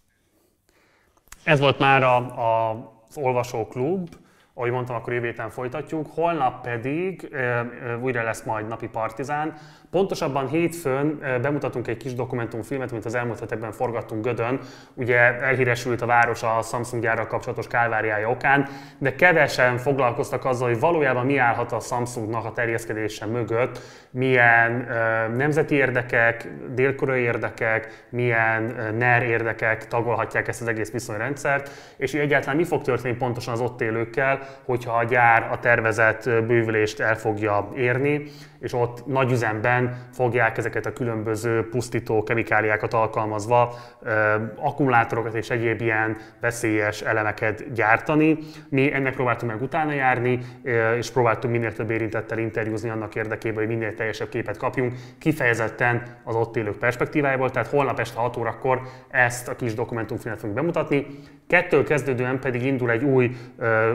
Ez volt már az Olvasóklub. Ahogy mondtam, akkor jövő héten folytatjuk. Holnap pedig újra lesz majd napi Partizán. Pontosabban hétfőn bemutatunk egy kis dokumentumfilmet, amit az elmúlt hetekben forgattunk Gödön. Ugye elhíresült a város a Samsung gyárral kapcsolatos kálváriája okán, de kevesen foglalkoztak azzal, hogy valójában mi állhat a Samsungnak a terjeszkedése mögött, milyen nemzeti érdekek, dél-koreai érdekek, milyen NER érdekek tagolhatják ezt az egész viszonyrendszert, és egyáltalán mi fog történni pontosan az ott élőkkel, hogyha a gyár a tervezett bővülést el fogja érni, és ott nagy üzemben fogják ezeket a különböző pusztító kemikáliákat alkalmazva akkumulátorokat és egyéb ilyen veszélyes elemeket gyártani. Mi ennek próbáltunk meg utána járni, és próbáltunk minél több érintettel interjúzni annak érdekében, hogy minél teljesebb képet kapjunk, kifejezetten az ott élők perspektívájából, tehát holnap este 6 órakor ezt a kis dokumentumfilmet fogjuk bemutatni. 2-től kezdődően pedig indul egy új mini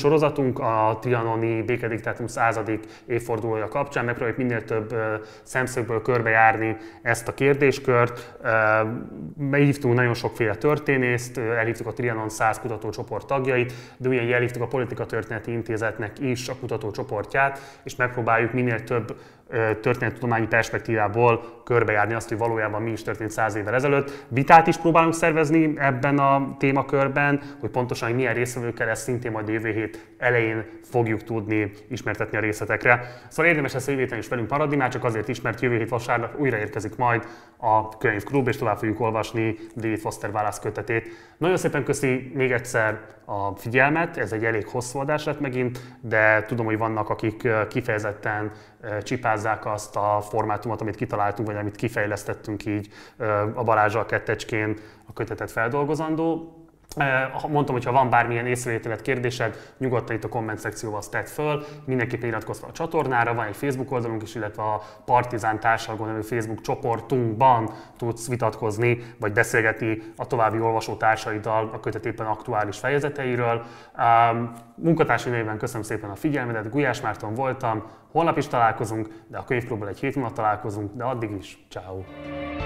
sorozatunk a trianoni békediktátum 100. évfordulója kapcsán. Megpróbáljuk minél több szemszögből körbejárni ezt a kérdéskört. Hívtunk nagyon sokféle történészt, elhívtuk a Trianon 100 kutatócsoport tagjait, de ugyanígy elhívtuk a Politikatörténeti Intézetnek is a kutatócsoportját, és megpróbáljuk minél több történettudományi perspektívából körbejárni azt, hogy valójában mi is történt 100 évvel ezelőtt. Vitát is próbálunk szervezni ebben a témakörben, hogy pontosan hogy milyen résztvevőkkel, ezt szintén majd jövő hét elején fogjuk tudni ismertetni a részletekre. Szóval érdemes lesz a jövő héten is velünk maradni, már csak azért is, mert jövő hét vasárnap újra érkezik majd a könyvklub, és tovább fogjuk olvasni David Foster válaszkötetét. Nagyon szépen köszi még egyszer a figyelmet, ez egy elég hosszú adás lett megint, de tudom, hogy vannak, akik kifejezetten csipázzák azt a formátumot, amit kitaláltunk, vagy amit kifejlesztettünk így a Balázsral kettecskén a kötetet feldolgozandó. Mondtam, hogy ha van bármilyen észrevételed, kérdésed, nyugodtan itt a komment szekcióba azt tedd föl. Mindenképpen iratkozz fel a csatornára, van egy Facebook oldalunk is, illetve a Partizán Társalgó nevű Facebook csoportunkban tudsz vitatkozni, vagy beszélgetni a további olvasótársaiddal a kötet éppen aktuális fejezeteiről. Munkatársai nevében köszönöm szépen a figyelmedet, Gulyás Márton voltam, holnap is találkozunk, de a könyvklubban egy hét múlva találkozunk, de addig is, ciao.